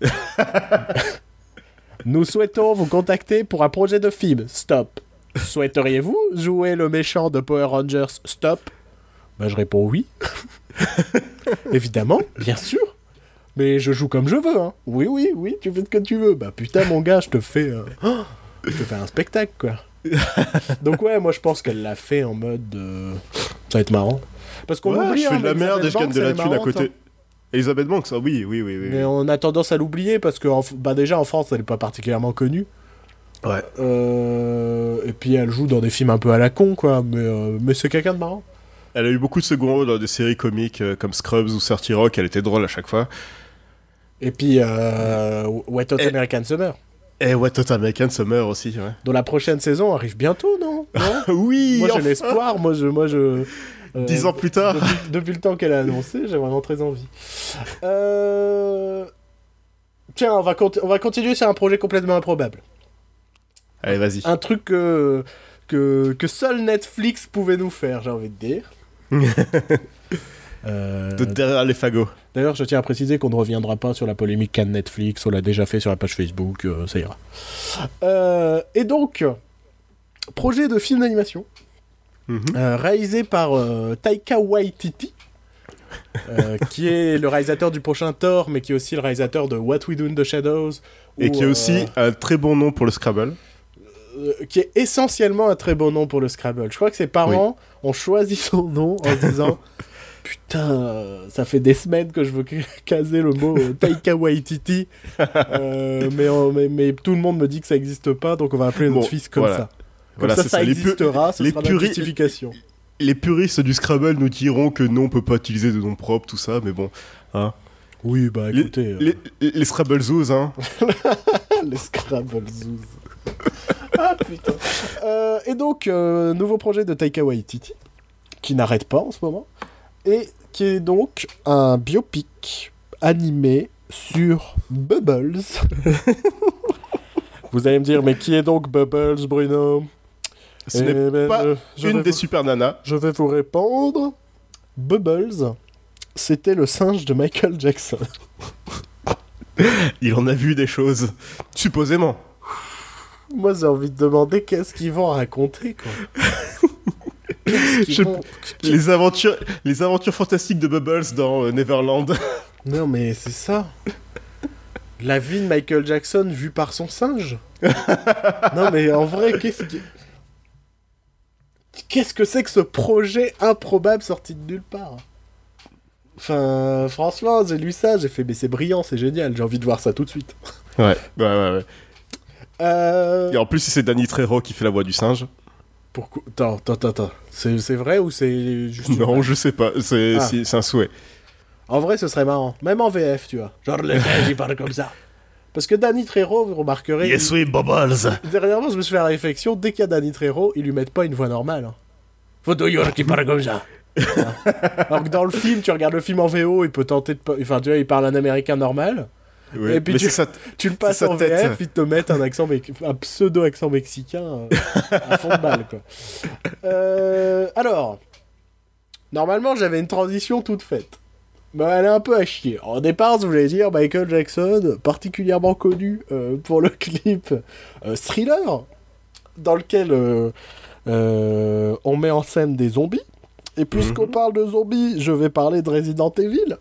Nous souhaitons vous contacter pour un projet de film. Stop. Souhaiteriez-vous jouer le méchant de Power Rangers? Stop. Bah, je réponds oui. Évidemment, bien sûr. Mais je joue comme je veux, hein. Oui, oui, oui, tu fais ce que tu veux. Bah putain, mon gars, je te fais... euh, oh, je te fais un spectacle, quoi. Donc ouais, moi je pense qu'elle l'a fait en mode... euh, Ça va être marrant. Parce qu'on Ouais, oublie, je fais hein, de la mais merde et Elizabeth je gagne Banks, de la elle est thune à marrante, côté. hein. Elisabeth Banks, ah oui, oui, oui, oui. Mais on a tendance à l'oublier parce que en f- bah déjà en France elle est pas particulièrement connue. Ouais. Euh, et puis elle joue dans des films un peu à la con quoi, mais, euh, mais c'est quelqu'un de marrant. Elle a eu beaucoup de second rôles dans des séries comiques euh, comme Scrubs ou thirty Rock, elle était drôle à chaque fois. Et puis euh, Wet Hot Et- American Summer, Et Wet Hot American Summer aussi, ouais. dont la prochaine saison arrive bientôt, non, non oui, Moi j'ai enfin, l'espoir, moi je... Moi, je euh, Dix ans plus tard. Depuis, depuis le temps qu'elle a annoncé, j'ai vraiment très envie. Euh... Tiens, on va, conti- on va continuer sur un projet complètement improbable. Allez, vas-y. Un truc que, que, que seul Netflix pouvait nous faire, j'ai envie de dire. Euh, De derrière les fagots. D'ailleurs, je tiens à préciser qu'on ne reviendra pas sur la polémique Cannes Netflix, on l'a déjà fait sur la page Facebook, euh, ça ira. Euh, et donc, projet de film d'animation, Mhm. euh, réalisé par euh, Taika Waititi, euh, qui est le réalisateur du prochain Thor, mais qui est aussi le réalisateur de What We Do in the Shadows. Et ou, qui est euh, aussi un très bon nom pour le Scrabble. euh, qui est essentiellement un très bon nom pour le Scrabble. Je crois que ses parents ont choisi son nom en se disant Putain, ça fait des semaines que je veux caser le mot Taika Waititi, euh, mais, euh, mais, mais tout le monde me dit que ça n'existe pas, donc on va appeler notre Bon, fils comme voilà. ça. Comme Voilà, ça, c'est ça ça. Les existera, ce les sera puri- la justification. Les puristes du Scrabble nous diront que non, on peut pas utiliser de nom propre, tout ça, mais bon. Hein. Oui, bah Les, écoutez... euh, les, les, les Scrabble Zoos, hein. les Scrabble Zoos. Ah putain. Euh, et donc, euh, nouveau projet de Taika Waititi, qui n'arrête pas en ce moment, et qui est donc un biopic animé sur Bubbles. Vous allez me dire, mais qui est donc Bubbles, Bruno? Ce Eh n'est ben, pas je- je une vais des vous- super nanas. Je vais vous répondre. Bubbles, c'était le singe de Michael Jackson. Il en a vu des choses. Supposément. Moi, j'ai envie de demander qu'est-ce qu'ils vont raconter, quoi. Qu'est-ce qu'ils Je- vont... Les aventures, les aventures fantastiques de Bubbles dans euh, Neverland. Non, mais c'est ça. La vie de Michael Jackson vue par son singe. Non, mais en vrai, qu'est-ce que... Qu'est-ce que c'est que ce projet improbable sorti de nulle part? Enfin, franchement, j'ai lu ça, j'ai fait, mais c'est brillant, c'est génial, j'ai envie de voir ça tout de suite. Ouais, ouais, ouais. ouais. Euh... Et en plus, si c'est Danny Trejo qui fait la voix du singe. Pourquoi... Attends, attends, attends. C'est, c'est vrai ou c'est juste... Non, je sais pas. C'est Ah. c'est- c'est un souhait. En vrai, ce serait marrant. Même en V F, tu vois. Genre, le singe, il parle comme ça. Parce que Danny Trejo, vous remarquerez... Yes, il- oui, Bubbles. Dernièrement, je me suis fait la réflexion, dès qu'il y a Danny Trejo, ils lui mettent pas une voix normale. Hein. Faut New York qui parle comme ça. Alors que dans le film, tu regardes le film en V O, il peut tenter de... pa- Enfin, tu vois, il parle un américain normal. Ouais, Et puis mais tu- c'est ça. Tu le passes C'est sa en V F, tête. ils te mettent un accent, mec- un pseudo-accent mexicain euh, à fond de balle, quoi. Euh, alors, normalement, j'avais une transition toute faite. Mais elle est un peu à chier. Alors, au départ, je voulais dire Michael Jackson, particulièrement connu euh, pour le clip euh, Thriller, dans lequel euh, euh, on met en scène des zombies. Et puisqu'on Mhm. parle de zombies, je vais parler de Resident Evil.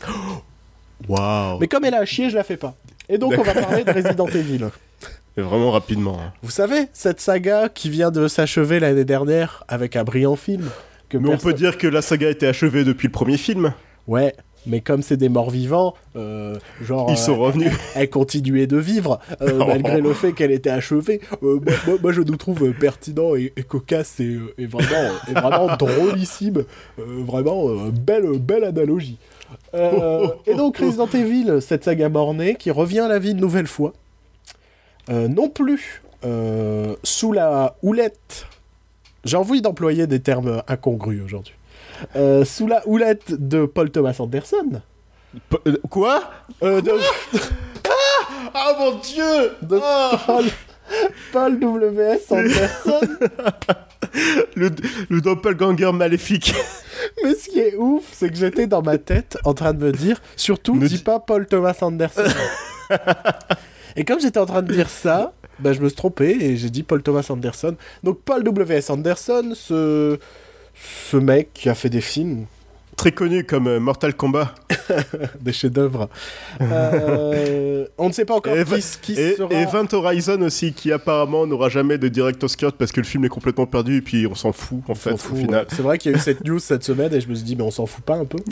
Waouh. Mais comme elle est à chier, je la fais pas. Et donc, on va parler de Resident Evil. Mais vraiment rapidement. hein. Vous savez, cette saga qui vient de s'achever l'année dernière avec un brillant film. Que Mais on perso- peut dire que la saga a été achevée depuis le premier film. Ouais, mais comme c'est des morts vivants, euh, genre. Ils sont euh, revenus. elle continuait de vivre, euh, Oh. malgré le fait qu'elle était achevée. Euh, moi, moi- moi, je nous trouve euh, pertinent et, et cocasse et, euh, et vraiment, euh, et vraiment drôlissime. Euh, vraiment, euh, belle, belle analogie. Euh, et donc, Resident Evil, cette saga mornée qui revient à la vie une nouvelle fois. Euh, non plus euh, sous la houlette. J'ai envie d'employer des termes incongrus aujourd'hui. Euh, sous la houlette de Paul Thomas Anderson. P- euh, Quoi Euh, de, Ah mon dieu de Ah Paul, Paul W S Anderson. le, le doppelganger maléfique. Mais ce qui est ouf, c'est que j'étais dans ma tête en train de me dire, surtout, Ne dis dis- pas Paul Thomas Anderson. Et comme j'étais en train de dire ça, bah, je me suis trompé et j'ai dit Paul Thomas Anderson. Donc Paul W S Anderson, ce, ce mec qui a fait des films, Très connu comme euh, Mortal Kombat. des chefs-d'œuvre. Euh, on ne sait pas encore Et, qui, qui et, sera... et Event Horizon aussi, qui apparemment n'aura jamais de director's cut parce que le film est complètement perdu et puis on s'en fout en On fait s'en fout, au final. ouais. C'est vrai qu'il y a eu cette news cette semaine et je me suis dit, mais on s'en fout pas un peu.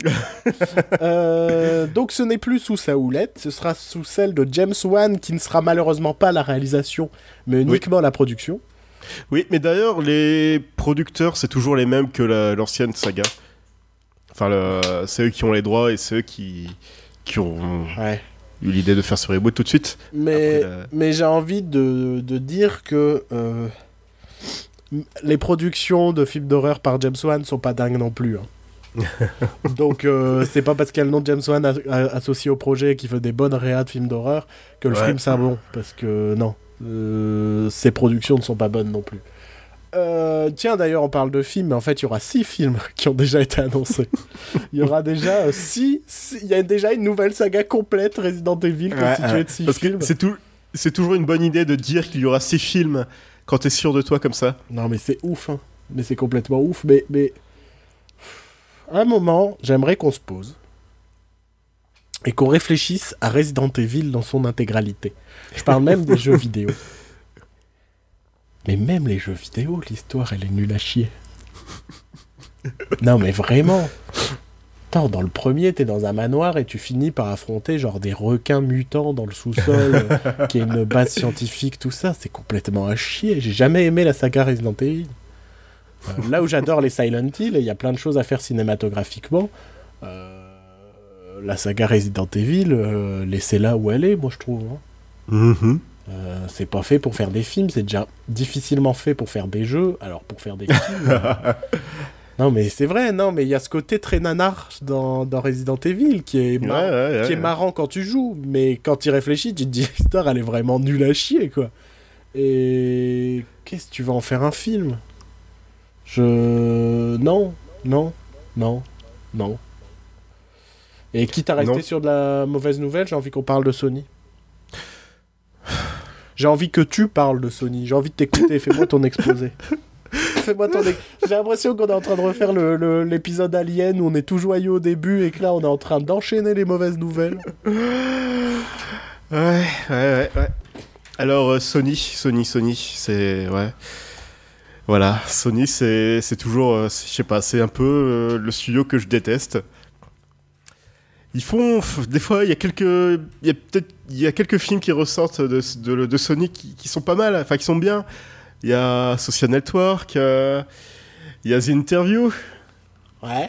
Euh, donc ce n'est plus sous sa houlette, ce sera sous celle de James Wan, qui ne sera malheureusement pas la réalisation, mais uniquement la production. Oui, mais d'ailleurs, les producteurs, c'est toujours les mêmes que la- l'ancienne saga. Enfin, le- c'est eux qui ont les droits et c'est eux qui, qui ont Ouais. eu l'idée de faire ce reboot tout de suite. Mais, Après, la- mais j'ai envie de, de dire que euh, m- les productions de films d'horreur par James Wan sont pas dingues non plus. hein. Donc euh, c'est pas parce qu'il y a le nom de James Wan a- a- associé au projet qui fait des bonnes réas de films d'horreur que le Ouais. film sera bon. Parce que non, euh, ces productions ne sont pas bonnes non plus. Euh, tiens, d'ailleurs, on parle de films, mais en fait, il y aura six films qui ont déjà été annoncés. Il y aura déjà euh, six, six- Il y a déjà une nouvelle saga complète Resident Evil constituée Ouais, de six parce films. que c'est tout, c'est toujours une bonne idée de dire qu'il y aura six films quand t'es sûr de toi comme ça. Non, mais c'est ouf, hein. Mais c'est complètement ouf. Mais, mais... À un moment, j'aimerais qu'on se pose et qu'on réfléchisse à Resident Evil dans son intégralité. Je parle même des jeux vidéo. Mais même les jeux vidéo, l'histoire, elle est nulle à chier. Non, mais vraiment. attends, dans le premier, t'es dans un manoir et tu finis par affronter genre des requins mutants dans le sous-sol, euh, qui est une base scientifique, tout ça, c'est complètement à chier. J'ai jamais aimé la saga Resident Evil. Euh, là où j'adore les Silent Hill, et il y a plein de choses à faire cinématographiquement, euh, la saga Resident Evil, euh, laissez-la où elle est, moi je trouve. Hein. Mm-hmm. Euh, c'est pas fait pour faire des films, c'est déjà difficilement fait pour faire des jeux, alors pour faire des films... euh... Non mais c'est vrai, non mais il y a ce côté très nanar dans, dans Resident Evil qui est, mar- Ouais, ouais, ouais, qui est ouais. marrant quand tu joues, mais quand tu y réfléchis, tu te dis l'histoire elle est vraiment nulle à chier quoi. Et qu'est-ce que tu vas en faire un film ? Je... Non, non, non, non. Et quitte à rester Non. sur de la mauvaise nouvelle, j'ai envie qu'on parle de Sony. J'ai envie que tu parles de Sony. J'ai envie de t'écouter. Fais-moi ton exposé. Fais-moi ton ex- J'ai l'impression qu'on est en train de refaire le, le- l'épisode Alien où on est tout joyeux au début et que là on est en train d'enchaîner les mauvaises nouvelles. Ouais, ouais, ouais, ouais. Alors, euh, Sony, Sony, Sony, c'est... Ouais. Voilà, Sony, c'est, c'est toujours... euh, c'est- je sais pas, c'est un peu euh, le studio que je déteste. Ils font... f- Des fois, il y a quelques... Il y a peut-être... Il y a quelques films qui ressortent de, de, de Sony qui, qui sont pas mal, enfin, qui sont bien. Il y a Social Network, euh, il y a The Interview. Ouais.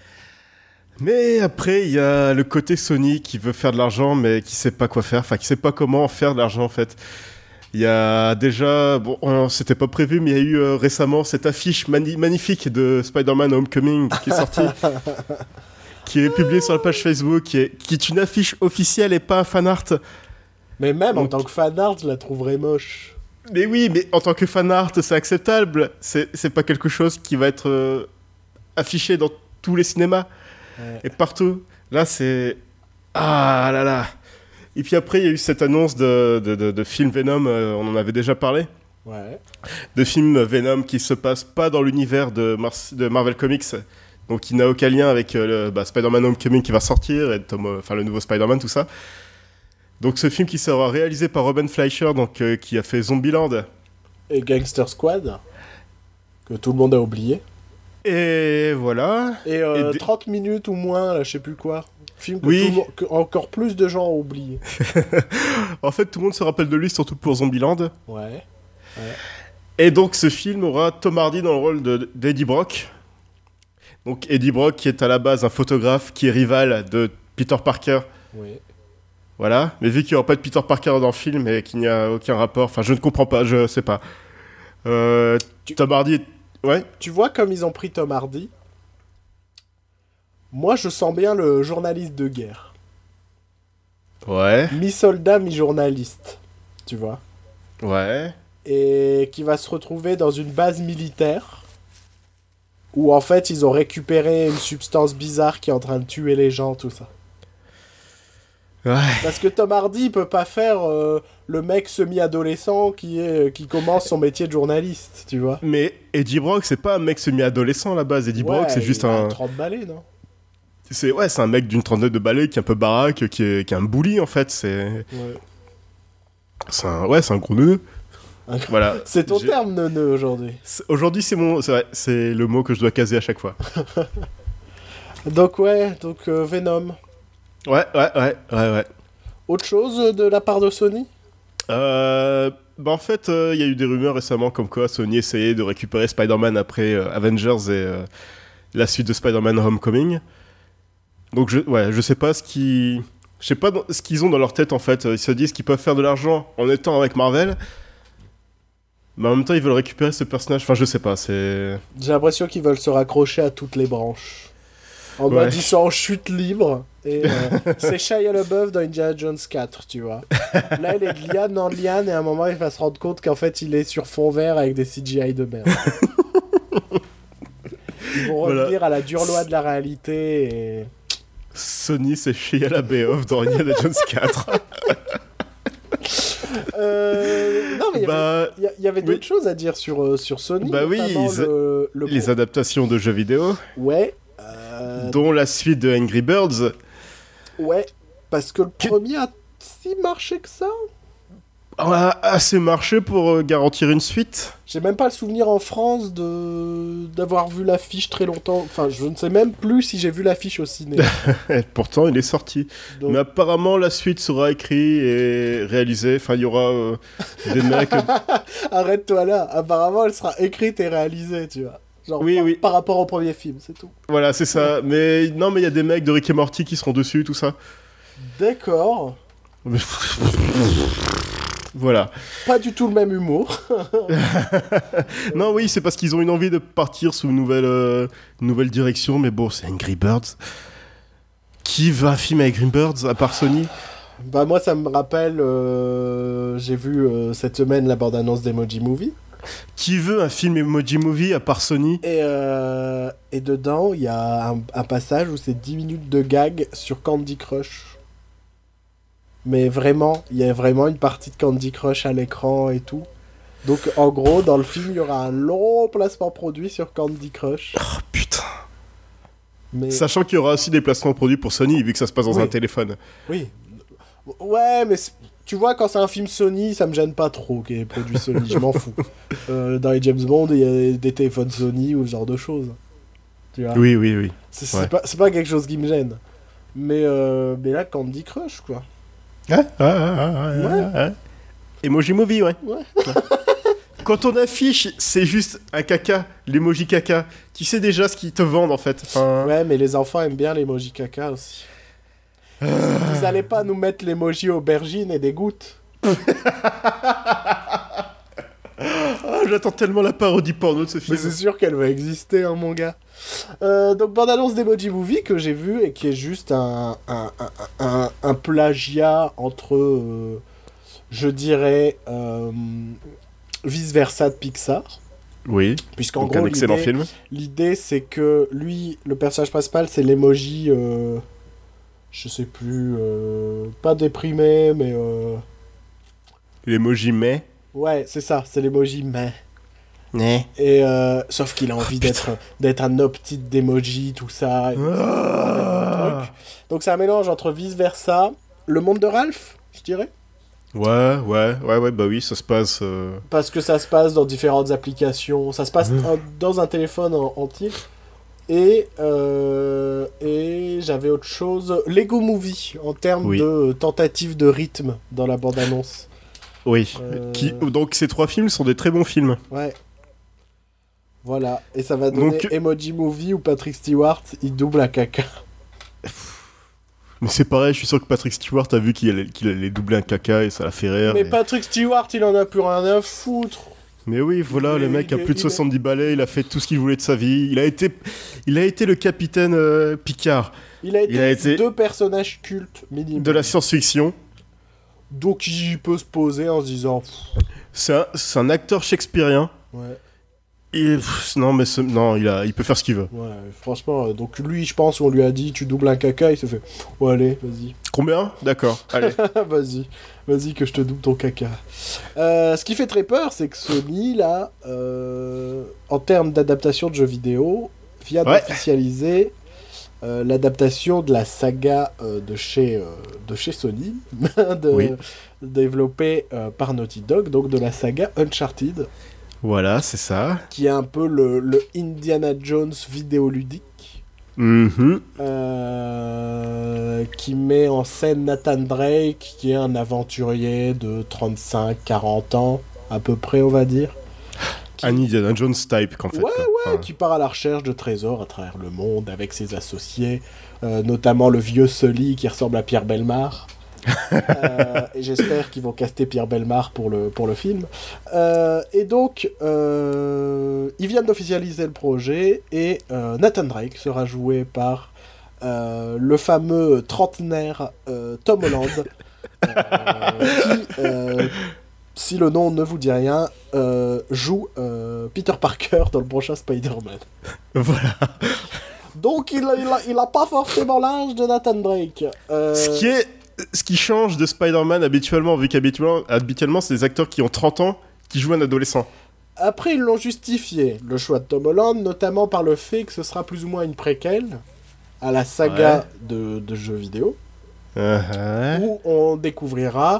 Mais après, il y a le côté Sony qui veut faire de l'argent, mais qui sait pas quoi faire, enfin, qui sait pas comment faire de l'argent, en fait. Il y a déjà, bon, on- c'était pas prévu, mais il y a eu euh, récemment cette affiche mani- magnifique de Spider-Man Homecoming qui est sortie, qui est publiée sur la page Facebook, qui est, qui est une affiche officielle et pas un fan art. Mais même en Donc- tant que fan art, je la trouverais moche. Mais oui, mais en tant que fan art, c'est acceptable. C'est, c'est pas quelque chose qui va être euh, affiché dans tous les cinémas. Ouais. Et partout. Là, c'est... Ah là là. Et puis après, il y a eu cette annonce de, de, de, de film Venom, euh, on en avait déjà parlé. Ouais. De film Venom qui se passe pas dans l'univers de, Mar- de Marvel Comics. Donc qui n'a aucun lien avec euh, le, bah, Spider-Man Homecoming qui va sortir, et Tom, euh, enfin, le nouveau Spider-Man, tout ça. Donc ce film qui sera réalisé par Robin Fleischer, donc, euh, qui a fait Zombieland. Et Gangster Squad, que tout le monde a oublié. Et voilà. Et, euh, Et des- trente minutes ou moins, là, je sais plus quoi. Film que, Oui. tout le monde- que encore plus de gens ont oublié. En fait, tout le monde se rappelle de lui, surtout pour Zombieland. Ouais. Et donc ce film aura Tom Hardy dans le rôle de, d'Eddie Brock. Donc Eddie Brock qui est à la base un photographe qui est rival de Peter Parker. Ouais. Voilà. Mais vu qu'il n'y aura pas de Peter Parker dans le film et qu'il n'y a aucun rapport, enfin je ne comprends pas, je sais pas. Euh, Tu- Tom Hardy est... Ouais. Tu vois comme ils ont pris Tom Hardy. Moi, je sens bien le journaliste de guerre. Ouais. Mi-soldat, mi-journaliste. Tu vois. Ouais. Et qui va se retrouver dans une base militaire où en fait ils ont récupéré une substance bizarre qui est en train de tuer les gens, tout ça. Ouais. Parce que Tom Hardy il peut pas faire euh, le mec semi-adolescent qui, est, qui commence son métier de journaliste, tu vois. Mais Eddie Brock, c'est pas un mec semi-adolescent à la base. Eddie Brock, Ouais, c'est juste il a un... trente balais, non? C'est, ouais, c'est un mec d'une trentaine de balais qui est un peu baraque, qui est, qui est un bully en fait. C'est, Ouais. c'est un... Ouais, c'est un gros neuneu. Voilà. C'est ton J'ai- terme, neuneu, aujourd'hui. C'est- Aujourd'hui, c'est mon, c'est vrai, c'est le mot que je dois caser à chaque fois. Donc ouais, donc euh, Venom. Ouais, ouais, ouais, ouais, ouais. Autre chose de la part de Sony? Euh, bah en fait, il euh, y a eu des rumeurs récemment comme quoi Sony essayait de récupérer Spider-Man après euh, Avengers et euh, la suite de Spider-Man Homecoming. Donc je, ouais, je sais pas ce qui, je sais pas dans- ce qu'ils ont dans leur tête en fait. Ils se disent qu'ils peuvent faire de l'argent en étant avec Marvel, mais en même temps ils veulent récupérer ce personnage. Enfin, je sais pas. C'est J'ai l'impression qu'ils veulent se raccrocher à toutes les branches. En Ouais. mode, ils sont en chute libre. Et euh, c'est Shia LaBeouf dans Indiana Jones quatre, tu vois. Là, il est de liane en liane, et à un moment, il va se rendre compte qu'en fait, il est sur fond vert avec des C G I de merde. Ils vont Voilà. revenir à la dure loi de la réalité. Et... Sony, c'est Shia LaBeouf dans Indiana Jones quatre. Euh, non, mais il y avait- Bah, il y, a- il y avait oui. d'autres choses à dire sur, euh, sur Sony. Bah oui, notamment ils- le, le les adaptations de jeux vidéo, Ouais. euh, dont la suite de Angry Birds. Ouais. Parce que le Que- premier a si marché que ça. a assez marché pour euh, garantir une suite. J'ai même pas le souvenir en France de d'avoir vu l'affiche très longtemps. Enfin, je ne sais même plus si j'ai vu l'affiche au ciné. Et pourtant, il est sorti. Donc... Mais apparemment, la suite sera écrite et réalisée. Enfin, il y aura euh, des mecs... Arrête-toi là. Apparemment, elle sera écrite et réalisée, tu vois. Genre oui, par, oui. par rapport au premier film, c'est tout. Voilà, c'est ça. Mais non, mais il y a des mecs de Rick et Morty qui seront dessus, tout ça. D'accord. Voilà. Pas du tout le même humour. Non, oui, c'est parce qu'ils ont une envie de partir sous une nouvelle, euh, une nouvelle direction, mais bon, c'est Angry Birds. Qui va filmer Angry Birds à part Sony ? Bah moi, ça me rappelle, euh, j'ai vu euh, cette semaine la bande-annonce d'Emoji Movie. Qui veut un film Emoji Movie à part Sony ? Et, euh, et dedans, il y a un, un passage où c'est dix minutes de gag sur Candy Crush. Mais vraiment, il y a vraiment une partie de Candy Crush à l'écran et tout. Donc en gros, dans le film, il y aura un long placement produit sur Candy Crush. Oh putain. Mais... Sachant qu'il y aura aussi des placements produits pour Sony, vu que ça se passe dans oui. un téléphone. Oui. Ouais, mais tu vois, quand c'est un film Sony, ça me gêne pas trop qu'il y ait des produits Sony, je m'en fous. Euh, dans les James Bond, il y a des téléphones Sony ou ce genre de choses. Tu vois ? Oui, oui, oui. C'est, c'est, ouais. pas, c'est pas quelque chose qui me gêne. Mais, euh, mais là, Candy Crush, quoi. Ouais, ouais, ouais, ouais, ouais. ouais. Emoji Movie, ouais. Ouais. Quand on affiche, c'est juste un caca, l'emoji caca. Tu sais déjà ce qu'ils te vendent, en fait. Enfin... Ouais, mais les enfants aiment bien l'emoji caca aussi. Ils, ils allaient pas nous mettre l'emoji aubergine et des gouttes. Oh, j'attends tellement la parodie porno de ce film. Mais c'est sûr qu'elle va exister, hein, mon gars. Euh, donc, bande-annonce d'Emoji Movie que j'ai vu et qui est juste un, un, un, un, un plagiat entre, euh, je dirais, euh, vice-versa de Pixar. Oui, puisqu'en donc gros, un excellent l'idée, film. L'idée, c'est que lui, le personnage principal, c'est l'emoji, euh, je sais plus, euh, pas déprimé, mais... Euh... L'emoji mais. Ouais, c'est ça, c'est l'emoji mais. Mais. Et euh, sauf qu'il a envie oh, d'être, d'être un optique d'emoji, tout ça. Et ah. truc. Donc c'est un mélange entre vice-versa, le monde de Ralph, je dirais. Ouais, ouais, ouais, ouais, bah oui, ça se passe... Euh... Parce que ça se passe dans différentes applications, ça se passe mmh. en, dans un téléphone en, entier. Et, euh, et j'avais autre chose, Lego Movie, en termes oui. de tentative de rythme dans la bande-annonce. Oui, euh... Qui, donc ces trois films sont des très bons films. Ouais. Voilà, et ça va donner donc... Emoji Movie où Patrick Stewart, il double à caca. Mais c'est pareil, je suis sûr que Patrick Stewart a vu qu'il allait, qu'il allait doubler un caca et ça l'a fait rire. Mais et... Patrick Stewart, il en a plus rien à foutre. Mais oui, voilà, il le est, mec a plus de soixante-dix est... balais, il a fait tout ce qu'il voulait de sa vie. Il a été, il a été le capitaine euh, Picard. Il a été, il a été deux personnages cultes minimum. De la science-fiction. Donc il peut se poser en se disant... C'est un, c'est un acteur shakespearien. Ouais. Et, pff, non, mais ce, non, il, a, il peut faire ce qu'il veut. Ouais, franchement, donc lui, je pense, on lui a dit, tu doubles un caca, il se fait, ouais, allez, vas-y. Combien ? D'accord, allez. vas-y, vas-y que je te double ton caca. Euh, ce qui fait très peur, c'est que Sony, là, euh, en termes d'adaptation de jeux vidéo, vient ouais. d'officialiser euh, l'adaptation de la saga euh, de, chez, euh, de chez Sony, de, oui. développée euh, par Naughty Dog, donc de la saga Uncharted. Voilà, c'est ça. Qui est un peu le, le Indiana Jones vidéoludique. Mm-hmm. Euh, qui met en scène Nathan Drake, qui est un aventurier de trente-cinq à quarante ans, à peu près, on va dire. Qui... Un Indiana Jones type, qu'en fait. Ouais, ouais, enfin... qui part à la recherche de trésors à travers le monde avec ses associés, euh, notamment le vieux Sully qui ressemble à Pierre Bellemare. euh, et j'espère qu'ils vont caster Pierre Bellemare pour le, pour le film. Euh, et donc, euh, ils viennent d'officialiser le projet et euh, Nathan Drake sera joué par euh, le fameux trentenaire euh, Tom Holland, euh, qui, euh, si le nom ne vous dit rien, euh, joue euh, Peter Parker dans le prochain Spider-Man. Voilà. Donc, il a, il a, il a pas forcément l'âge de Nathan Drake. Euh... Ce qui est... Ce qui change de Spider-Man habituellement, vu qu'habituellement, habituellement, c'est des acteurs qui ont trente ans qui jouent un adolescent. Après, ils l'ont justifié, le choix de Tom Holland, notamment par le fait que ce sera plus ou moins une préquelle à la saga ouais. de, de jeux vidéo, uh-huh. où on découvrira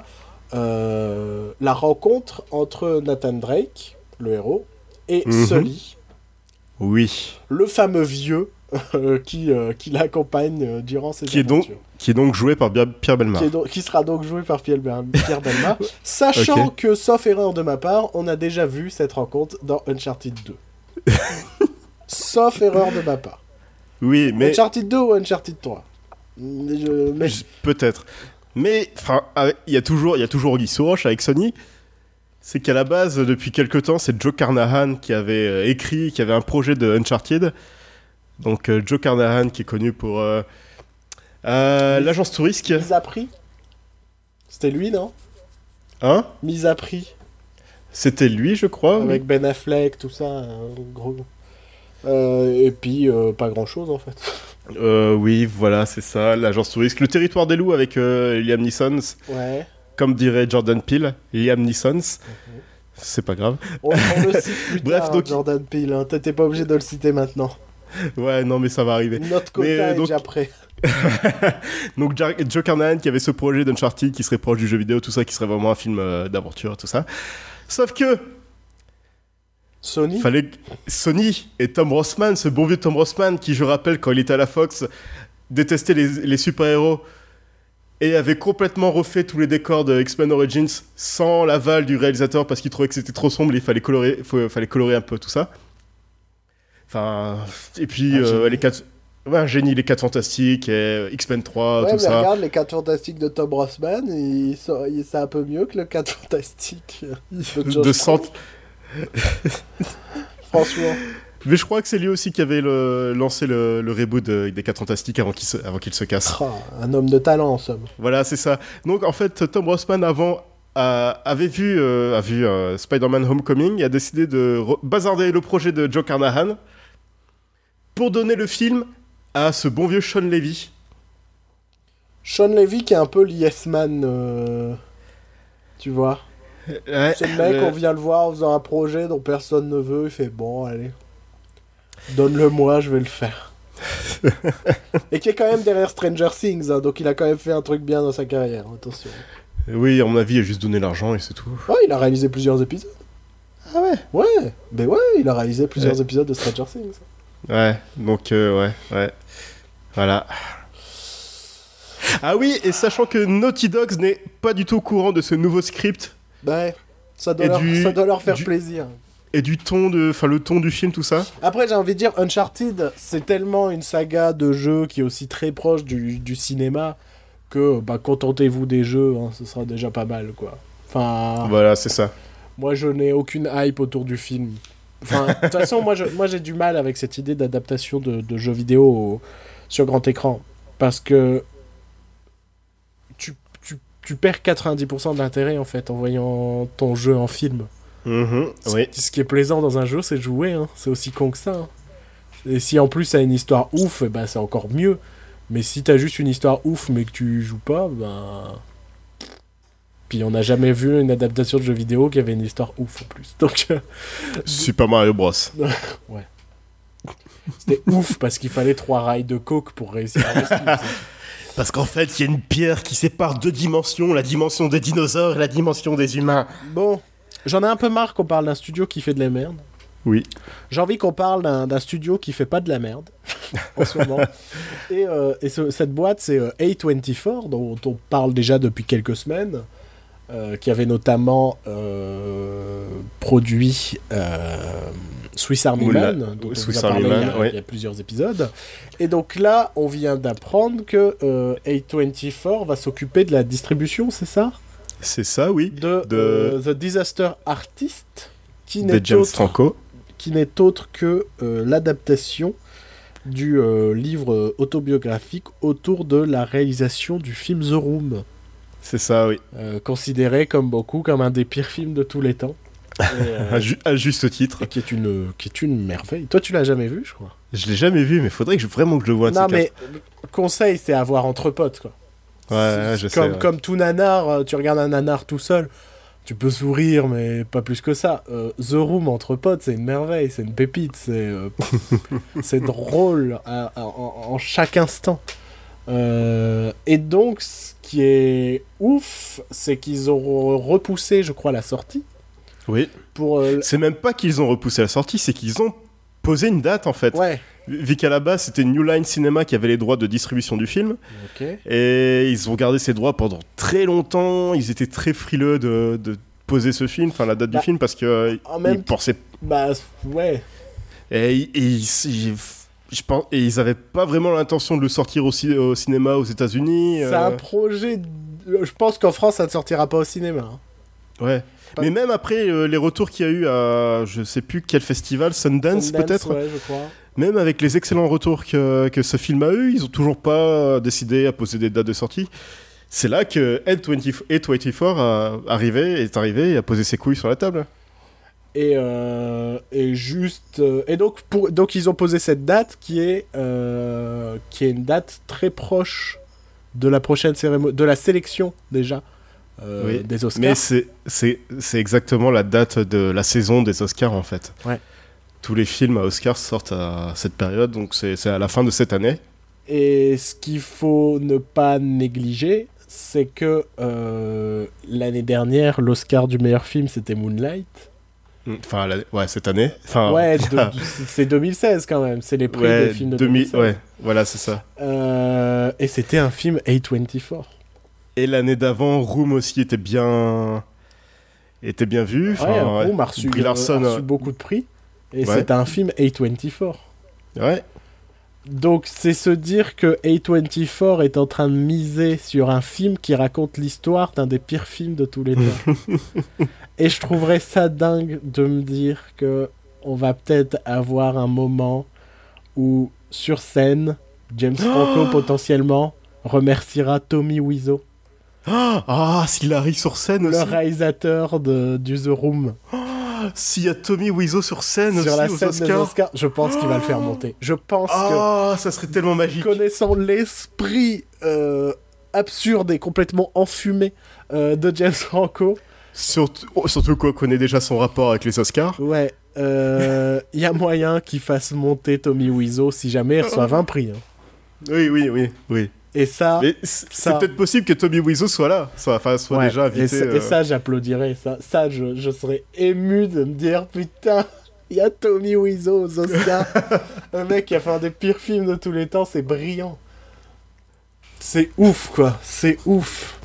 euh, la rencontre entre Nathan Drake, le héros, et Mhm. Sully, Oui. le fameux vieux euh, qui, euh, qui l'accompagne euh, durant ses Qui est donc, aventures. qui est donc joué par Bia- Pierre Bellemare. Qui, est donc- qui sera donc joué par Pierre, Bel- Pierre Bellemare, sachant Ok. que, sauf erreur de ma part, on a déjà vu cette rencontre dans Uncharted deux. Sauf erreur de ma part. Oui, mais... Uncharted deux ou Uncharted trois. Mais je- mais- Je- Peut-être. Mais enfin, avec- il y a toujours, il y a toujours Guy Soros avec Sony. C'est qu'à la base, depuis quelque temps, c'est Joe Carnahan qui avait euh, écrit, qui avait un projet de Uncharted. Donc euh, Joe Carnahan qui est connu pour euh, euh, Mise- l'agence Tourisque. Mise à prix. C'était lui, non? Hein? Mise à prix. C'était lui, je crois. Avec Ben Affleck, tout ça. euh, gros. Euh, et puis, euh, pas grand chose en fait. Euh, oui, voilà, c'est ça, l'agence Tourisque. Le territoire des loups avec euh, Liam Neeson, Ouais. comme dirait Jordan Peele, Liam Neeson. C'est pas grave. On, on le cite plus Bref, tard, donc- Jordan Peele. Hein. T'es pas obligé de le citer maintenant. Ouais, non, mais ça va arriver. Notre quota Mais, euh, est donc- déjà prêt. Donc Ja- Joe Carnahan qui avait ce projet d'Uncharted qui serait proche du jeu vidéo, tout ça, qui serait vraiment un film euh, d'aventure, tout ça. Sauf que Sony. fallait que Sony et Tom Rossman, ce bon vieux Tom Rossman qui, je rappelle, quand il était à la Fox, détestait les, les super-héros et avait complètement refait tous les décors de X-Men Origins sans l'aval du réalisateur parce qu'il trouvait que c'était trop sombre, il fallait colorer, faut- fallait colorer un peu tout ça. Enfin, et puis Un euh, génie. les quatre, ouais, un génie, les quatre fantastiques, et euh, X-Men trois, Ouais, tout mais ça. regarde les quatre fantastiques de Tom Rossman, il, so- il- c'est un peu mieux que le quatre fantastiques de Josh de Trank, cent- franchement. Mais je crois que c'est lui aussi qui avait le- lancé le, le reboot de- des quatre fantastiques avant qu'il se, avant qu'il se casse. Ah, un homme de talent en somme. Voilà, c'est ça. Donc en fait, Tom Rossman avant a- avait vu, euh, a vu euh, Spider-Man Homecoming et a décidé de re- bazarder le projet de Joe Carnahan pour donner le film à ce bon vieux Sean Levy. Sean Levy qui est un peu l'Yes Man, euh, tu vois. Ouais, C'est le mec, le- on vient le voir en faisant un projet dont personne ne veut, il fait bon, allez, donne-le moi, je vais le faire. Et qui est quand même derrière Stranger Things, hein, donc il a quand même fait un truc bien dans sa carrière, attention. Oui, à mon avis, il a juste donné l'argent et c'est tout. Ouais, il a réalisé plusieurs épisodes. Ah ouais. Ouais, mais ouais, il a réalisé plusieurs Ouais. épisodes de Stranger Things. Ouais, donc euh, ouais, ouais. Voilà. Ah oui, et sachant que Naughty Dog n'est pas du tout au courant de ce nouveau script Ouais, ça doit, Et leur, du- ça doit leur faire du- plaisir. et du ton de, enfin le ton du film, tout ça. Après, j'ai envie de dire, Uncharted, c'est tellement une saga de jeux qui est aussi très proche du, du cinéma que, bah, contentez-vous des jeux, hein, ce sera déjà pas mal, quoi. Enfin, Voilà, c'est ça. moi, je n'ai aucune hype autour du film. Enfin, de toute façon, moi, je- moi, j'ai du mal avec cette idée d'adaptation de, de jeux vidéo au- sur grand écran. Parce que tu, tu, tu perds quatre-vingt-dix pour cent de l'intérêt, en fait, en voyant ton jeu en film. Mhm, oui. Ce qui est plaisant dans un jeu, c'est de jouer. Hein. C'est aussi con que ça. Hein. Et si en plus ça a une histoire ouf, eh ben, c'est encore mieux. Mais si t'as juste une histoire ouf mais que tu joues pas, ben. Puis on n'a jamais vu une adaptation de jeu vidéo qui avait une histoire ouf en plus. Donc euh, Super Mario Bros. c'était ouf parce qu'il fallait trois rails de coke pour réussir à rester. Parce qu'en fait, il y a une pierre qui sépare deux dimensions, la dimension des dinosaures et la dimension des humains. Bon, j'en ai un peu marre qu'on parle d'un studio qui fait de la merde. Oui. J'ai envie qu'on parle d'un d'un studio qui fait pas de la merde en ce moment. Et, euh, et ce- cette boîte, c'est euh, A vingt-quatre, dont on parle déjà depuis quelques semaines, euh, qui avait notamment euh, produit euh, Swiss Army Oula, Man, dont on Swiss vous a Army parlé il y a- Man, ouais. il y a plusieurs épisodes. Et donc là, on vient d'apprendre que euh, A vingt-quatre va s'occuper de la distribution, c'est ça? C'est ça, oui. De, De- euh, The Disaster Artist, qui De n'est James autre Franco. qui n'est autre que euh, l'adaptation du euh, livre euh, autobiographique autour de la réalisation du film The Room, C'est ça, oui. euh, considéré comme beaucoup comme un des pires films de tous les temps, et, euh, À, ju- à juste titre. et qui est une qui est une merveille. Toi, tu l'as jamais vu, je crois. Je l'ai jamais vu, mais faudrait que je, vraiment que je le voie. un de Non, ces mais le conseil, c'est à voir entre potes, quoi. quatre. Ouais, C'est- ouais, je sais. comme, ouais. comme tout nanar, euh, tu regardes un nanar tout seul, tu peux sourire, mais pas plus que ça. Euh, The Room entre potes, c'est une merveille, c'est une pépite, c'est euh, c'est drôle à- à- en, en chaque instant. Euh, et donc, ce qui est ouf, c'est qu'ils ont repoussé, je crois, la sortie. Oui. Pour, euh, C'est même pas qu'ils ont repoussé la sortie, c'est qu'ils ont posé une date en fait. Ouais. Vu qu'à la base c'était New Line Cinema qui avait les droits de distribution du film. Ok. Et ils ont gardé ces droits pendant très longtemps. Ils étaient très frileux de, de poser ce film, enfin la date Bah, du film, parce que euh, en même ils pensaient. Bah, ouais. Et, et ils, ils- je pense, et ils avaient pas vraiment l'intention de le sortir au, ci- au cinéma aux États-Unis. C'est euh, un projet. de- Je pense qu'en France, ça ne sortira pas au cinéma. hein. Ouais. Pas- Mais même après euh, les retours qu'il y a eu à je sais plus quel festival, Sundance, Sundance, peut-être. Ouais, je crois. Même avec les excellents retours que, que ce film a eu, ils ont toujours pas décidé à poser des dates de sortie. C'est là que A vingt-quatre a arrivé, est arrivé et a posé ses couilles sur la table. Et, euh, et juste. euh, et donc, pour, donc, ils ont posé cette date qui est, euh, qui est une date très proche de la prochaine cérémonie. De la sélection, déjà. euh, Oui, des Oscars. Mais c'est, c'est, c'est exactement la date de la saison des Oscars en fait. Ouais. Tous les films à Oscars sortent à cette période, donc c'est, c'est à la fin de cette année. Et ce qu'il faut ne pas négliger, c'est que euh, l'année dernière, l'Oscar du meilleur film, c'était Moonlight. Enfin, la- ouais, cette année. Enfin, Ouais, de- de- c'est deux mille seize quand même. C'est les prix ouais, des films de deux mille deux mille seize. ouais, voilà, c'est ça. Euh, et c'était un film A vingt-quatre. Et l'année d'avant, Room aussi était bien, était bien vu. Ouais, Enfin, Room a reçu, Brie euh, Larson, a reçu euh, beaucoup de prix. Et Ouais. c'est un film A vingt-quatre. ouais. Donc c'est se dire que A vingt-quatre est en train de miser sur un film qui raconte l'histoire d'un des pires films de tous les temps. Et je trouverais ça dingue de me dire que on va peut-être avoir un moment où, sur scène, James Franco potentiellement remerciera Tommy Wiseau, Ah, s'il arrive sur scène le aussi. réalisateur de, du The Room. S'il y a Tommy Wiseau sur scène Sur aussi la aux scène des Oscars. Oscars, je pense qu'il va le faire monter. Je pense que, Ah, ça serait tellement magique. connaissant l'esprit euh, absurde et complètement enfumé euh, de James Franco, Surtout, oh, surtout qu'on connaît déjà son rapport avec les Oscars. ouais, il euh, y a moyen qu'il fasse monter Tommy Wiseau si jamais il reçoit vingt prix. hein. Oui, oui, oui, oui. Et ça, Mais c'est ça- c'est peut-être possible que Tommy Wiseau soit là, soit, enfin, soit ouais, déjà invité. et, ça- et euh, ça, j'applaudirais. Ça, ça je, je serais ému de me dire putain, il y a Tommy Wiseau aux Oscars. Un mec qui a fait un des pires films de tous les temps, c'est brillant. C'est ouf, quoi. C'est ouf.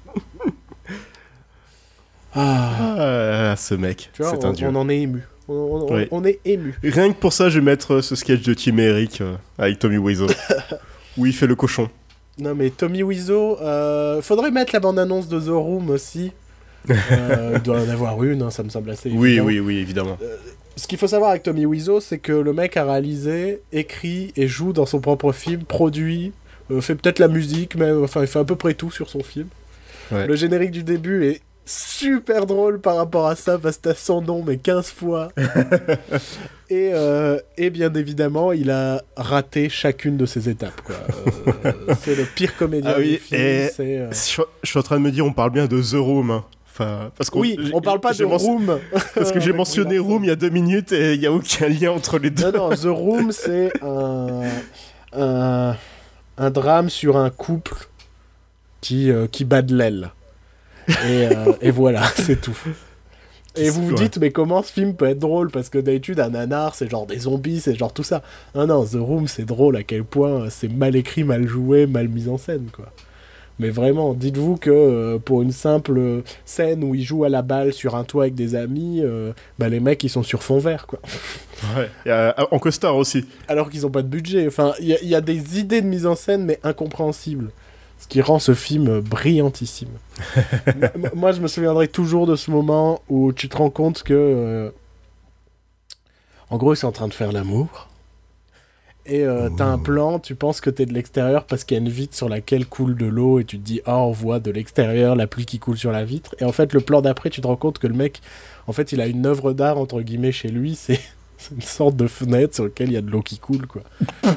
Ah, Ah, ce mec, tu vois, c'est on, un dieu. on en est ému. On, on- Oui. on est ému. Rien que pour ça, je vais mettre euh, ce sketch de Tim et Eric euh, avec Tommy Wiseau, où il fait le cochon. Non mais Tommy Wiseau, euh, faudrait mettre la bande-annonce de The Room aussi. Euh, il doit en avoir une, hein, ça me semble assez Oui, évident. oui, oui, évidemment. Ce qu'il faut savoir avec Tommy Wiseau, c'est que le mec a réalisé, écrit et joue dans son propre film, produit, euh, fait peut-être la musique, mais enfin il fait à peu près tout sur son film. Ouais. Le générique du début est super drôle par rapport à ça, parce que t'as son nom mais quinze fois. et, euh, et bien évidemment, il a raté chacune de ces étapes. Quoi. Euh, c'est le pire comédien Ah oui, du film. et- c'est, euh, Je, je suis en train de me dire, on parle bien de The Room. hein. Enfin, parce qu'on, Oui, j'ai- on parle pas de j'ai men- Room. Parce que j'ai Avec mentionné Brie Larson. Room il y a deux minutes et il n'y a aucun lien entre les deux. Non, non, The Room, c'est un, un, un drame sur un couple qui, euh, qui bat de l'aile. Et, euh, et voilà, c'est tout. Et vous vous Ouais. dites, mais comment ce film peut être drôle? Parce que d'habitude, un nanar, c'est genre des zombies, c'est genre tout ça. Non, non, The Room, c'est drôle à quel point c'est mal écrit, mal joué, mal mis en scène, quoi. Mais vraiment, dites-vous que euh, pour une simple scène où ils jouent à la balle sur un toit avec des amis, euh, bah les mecs, ils sont sur fond vert, quoi. Ouais. Et, euh, en costard aussi. Alors qu'ils ont pas de budget. Enfin, il y, a- il y a des idées de mise en scène, mais incompréhensibles. Ce qui rend ce film brillantissime. M- Moi, je me souviendrai toujours de ce moment où tu te rends compte que... euh, En gros, ils sont en train de faire l'amour. Et euh, t'as un plan, tu penses que t'es de l'extérieur parce qu'il y a une vitre sur laquelle coule de l'eau et tu te dis « Ah, on voit de l'extérieur la pluie qui coule sur la vitre. » Et en fait, le plan d'après, tu te rends compte que le mec, en fait, il a une œuvre d'art, entre guillemets, chez lui. C'est c'est une sorte de fenêtre sur laquelle il y a de l'eau qui coule, quoi.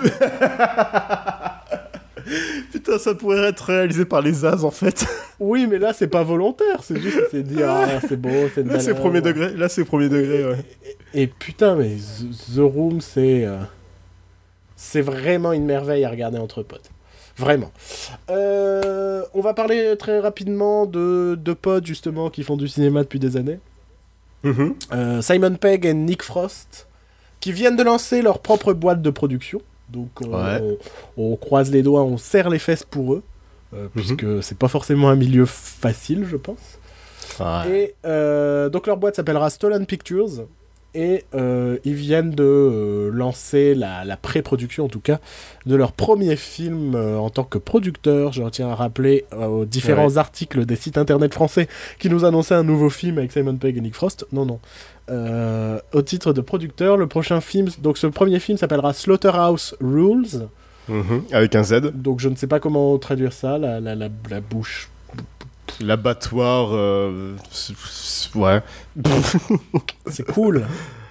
Putain, ça pourrait être réalisé par les As en fait. Oui, mais là, c'est pas volontaire. C'est juste, c'est dire, ah, c'est beau, c'est une Là, belle c'est œuvre. premier degré. Là, c'est premier degré, ouais. Et, et putain, mais The The Room, c'est... euh, c'est vraiment une merveille à regarder entre potes. Vraiment. Euh, on va parler très rapidement de deux potes, justement, qui font du cinéma depuis des années. Mm-hmm. Euh, Simon Pegg et Nick Frost, qui viennent de lancer leur propre boîte de production. Donc, euh, Ouais. on, on croise les doigts, on serre les fesses pour eux. Euh, Mm-hmm. puisque c'est pas forcément un milieu facile, je pense. Ouais. Et euh, donc leur boîte s'appellera Stolen Pictures. Et euh, ils viennent de euh, lancer la, la pré-production, en tout cas, de leur premier film euh, en tant que producteur. Je tiens à rappeler euh, aux différents Ouais. articles des sites internet français qui nous annonçaient un nouveau film avec Simon Pegg et Nick Frost. Non, non. Euh, au titre de producteur, le prochain film... Donc ce premier film s'appellera Slaughterhouse Rules. Mm-hmm. Avec un Z. Donc je ne sais pas comment traduire ça, la, la, la, la bouche... L'abattoir. Euh... c'est- c'est- Ouais. C'est cool.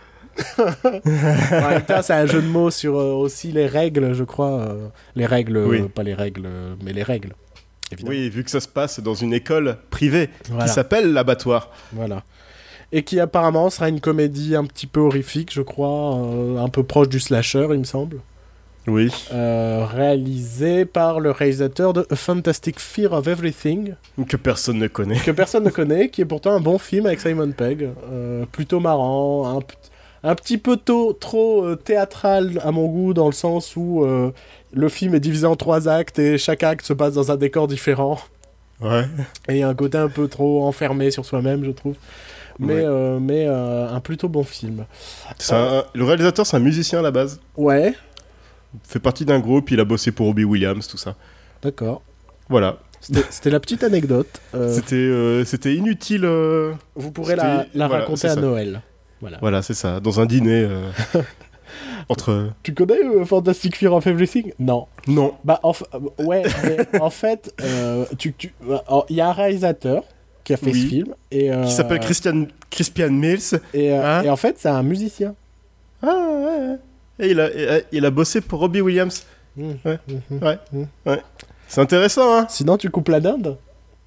En même temps, c'est un jeu de mots sur euh, aussi les règles, je crois. euh, les règles, Oui. euh, pas les règles, euh, mais les règles. Évidemment. Oui, vu que ça se passe dans une école privée Voilà. qui s'appelle l'abattoir. Voilà. Et qui apparemment sera une comédie un petit peu horrifique, je crois, euh, un peu proche du slasher, il me semble. Oui. Euh, réalisé par le réalisateur de A Fantastic Fear of Everything, Que personne ne connaît. que personne ne connaît, qui est pourtant un bon film avec Simon Pegg. Euh, plutôt marrant, un, p- un petit peu tôt, trop euh, théâtral à mon goût, dans le sens où euh, le film est divisé en trois actes et chaque acte se passe dans un décor différent. Ouais. Et il y a un côté un peu trop enfermé sur soi-même, je trouve. Mais, Ouais. euh, mais euh, un plutôt bon film. C'est un- Le réalisateur, c'est un musicien à la base. Ouais, Il fait partie d'un groupe, il a bossé pour Robbie Williams, tout ça. d'accord. Voilà. C'était c'était la petite anecdote. Euh, C'était euh, c'était inutile. euh, vous pourrez la, c'était- la voilà, raconter c'est à ça. Noël. Voilà. Voilà, c'est ça. Dans un dîner. euh, entre. Tu connais euh, Fantastic Fear of Everything? Non. Non. Bah, en, fa- euh, ouais, mais en fait, euh, tu, tu, euh, alors, il y a un réalisateur qui a fait Oui. ce film. Et, euh, Qui s'appelle Christian... Crispian Mills. Et, euh, Hein et en fait, c'est un musicien. Ah ouais, ouais. Et il a, et- il a bossé pour Robbie Williams. Mmh. Ouais. Mhm. Ouais. Mmh. Ouais. C'est intéressant, hein. Sinon, tu coupes la dinde.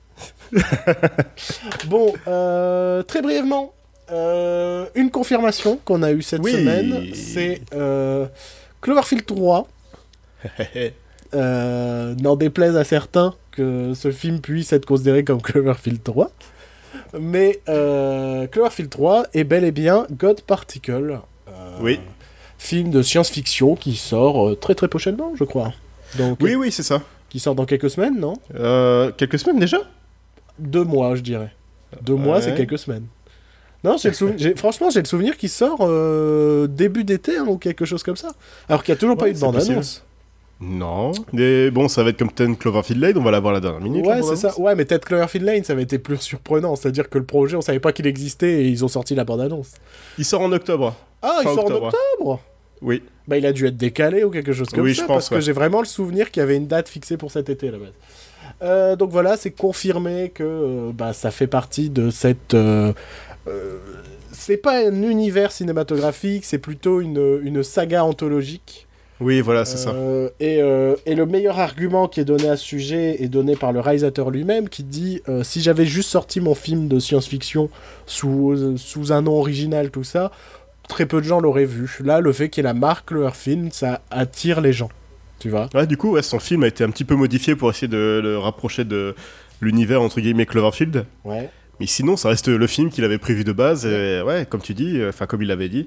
Bon, euh, très brièvement, euh, une confirmation qu'on a eue cette Oui. semaine, c'est euh, Cloverfield trois. Euh, n'en déplaise à certains que ce film puisse être considéré comme Cloverfield trois. Mais euh, Cloverfield trois est bel et bien God Particle. Euh, Oui. Film de science-fiction qui sort euh, très très prochainement, je crois. Donc, Oui, oui, c'est ça. Qui sort dans quelques semaines, non? Euh, quelques semaines déjà. Deux mois, je dirais. Deux mois, Ouais. c'est quelques semaines. Non, j'ai le souven- j'ai- franchement, j'ai le souvenir qu'il sort euh, début d'été hein, ou quelque chose comme ça. Alors qu'il n'y a toujours pas Ouais, eu de c'est bande-annonce. Non. Mais bon, ça va être comme ten Cloverfield Lane, on va l'avoir la dernière minute. Ouais, la c'est ça. bande-annonce. Ouais, mais peut-être Cloverfield Lane, ça avait été plus surprenant. C'est-à-dire que le projet, on savait pas qu'il existait et ils ont sorti la bande-annonce. Il sort en octobre. Ah, il Fin sort en octobre. octobre. Oui. Bah, il a dû être décalé ou quelque chose comme Oui, ça. je pense, parce que ouais. j'ai vraiment le souvenir qu'il y avait une date fixée pour cet été à la base. Euh, donc voilà, c'est confirmé que euh, bah, ça fait partie de cette. euh, euh, c'est pas un univers cinématographique, c'est plutôt une, une saga anthologique. Oui, voilà, c'est ça. Euh, et, euh, et le meilleur argument qui est donné à ce sujet est donné par le réalisateur lui-même qui dit euh, si j'avais juste sorti mon film de science-fiction sous, euh, sous un nom original, tout ça, très peu de gens l'auraient vu. Là, le fait qu'il y ait la marque leur film, ça attire les gens. Tu vois? Ouais, du coup, ouais, son film a été un petit peu modifié pour essayer de le rapprocher de l'univers entre guillemets Cloverfield. Ouais. Mais sinon, ça reste le film qu'il avait prévu de base. Et ouais, comme tu dis, enfin comme il l'avait dit,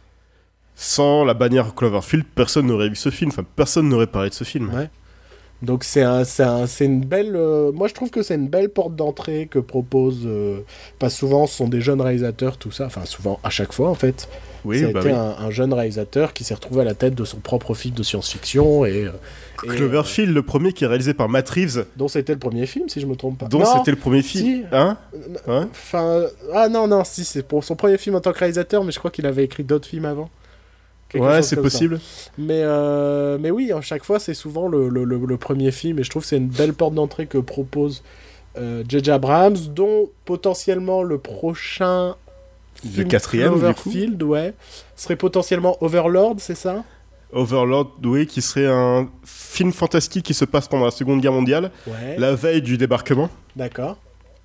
sans la bannière Cloverfield, personne n'aurait vu ce film. Enfin, personne n'aurait parlé de ce film. Ouais. Donc c'est un, c'est un- c'est une belle... euh, moi je trouve que c'est une belle porte d'entrée que propose... euh, pas souvent, ce sont des jeunes réalisateurs, tout ça. Enfin souvent, à chaque fois en fait. Oui, ça a bah été oui. un, un jeune réalisateur qui s'est retrouvé à la tête de son propre film de science-fiction et... euh, et, Cloverfield, le premier qui est réalisé par Matt Reeves, euh, dont c'était le premier film, si je me trompe pas. dont Non, c'était le premier film. si. Hein Hein Enfin... euh, ah non, non, si, c'est pour son premier film en tant que réalisateur, mais je crois qu'il avait écrit d'autres films avant. Quelque Ouais, chose c'est comme ça. possible. Mais, euh, mais oui, à chaque fois, c'est souvent le, le, le, le premier film, et je trouve que c'est une belle porte d'entrée que propose euh, J J. Abrams, dont potentiellement le prochain Le film quatrième, du coup. Cloverfield, ouais, serait potentiellement Overlord, c'est ça? Overlord, oui, qui serait un film fantastique qui se passe pendant la Seconde Guerre mondiale, Ouais, la veille du débarquement. d'accord.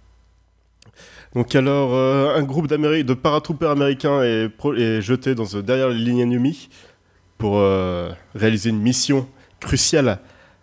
Donc alors, euh, un groupe d'Améri- de paratroopers américains est, pro- est jeté dans, euh, derrière les lignes ennemies pour euh, réaliser une mission cruciale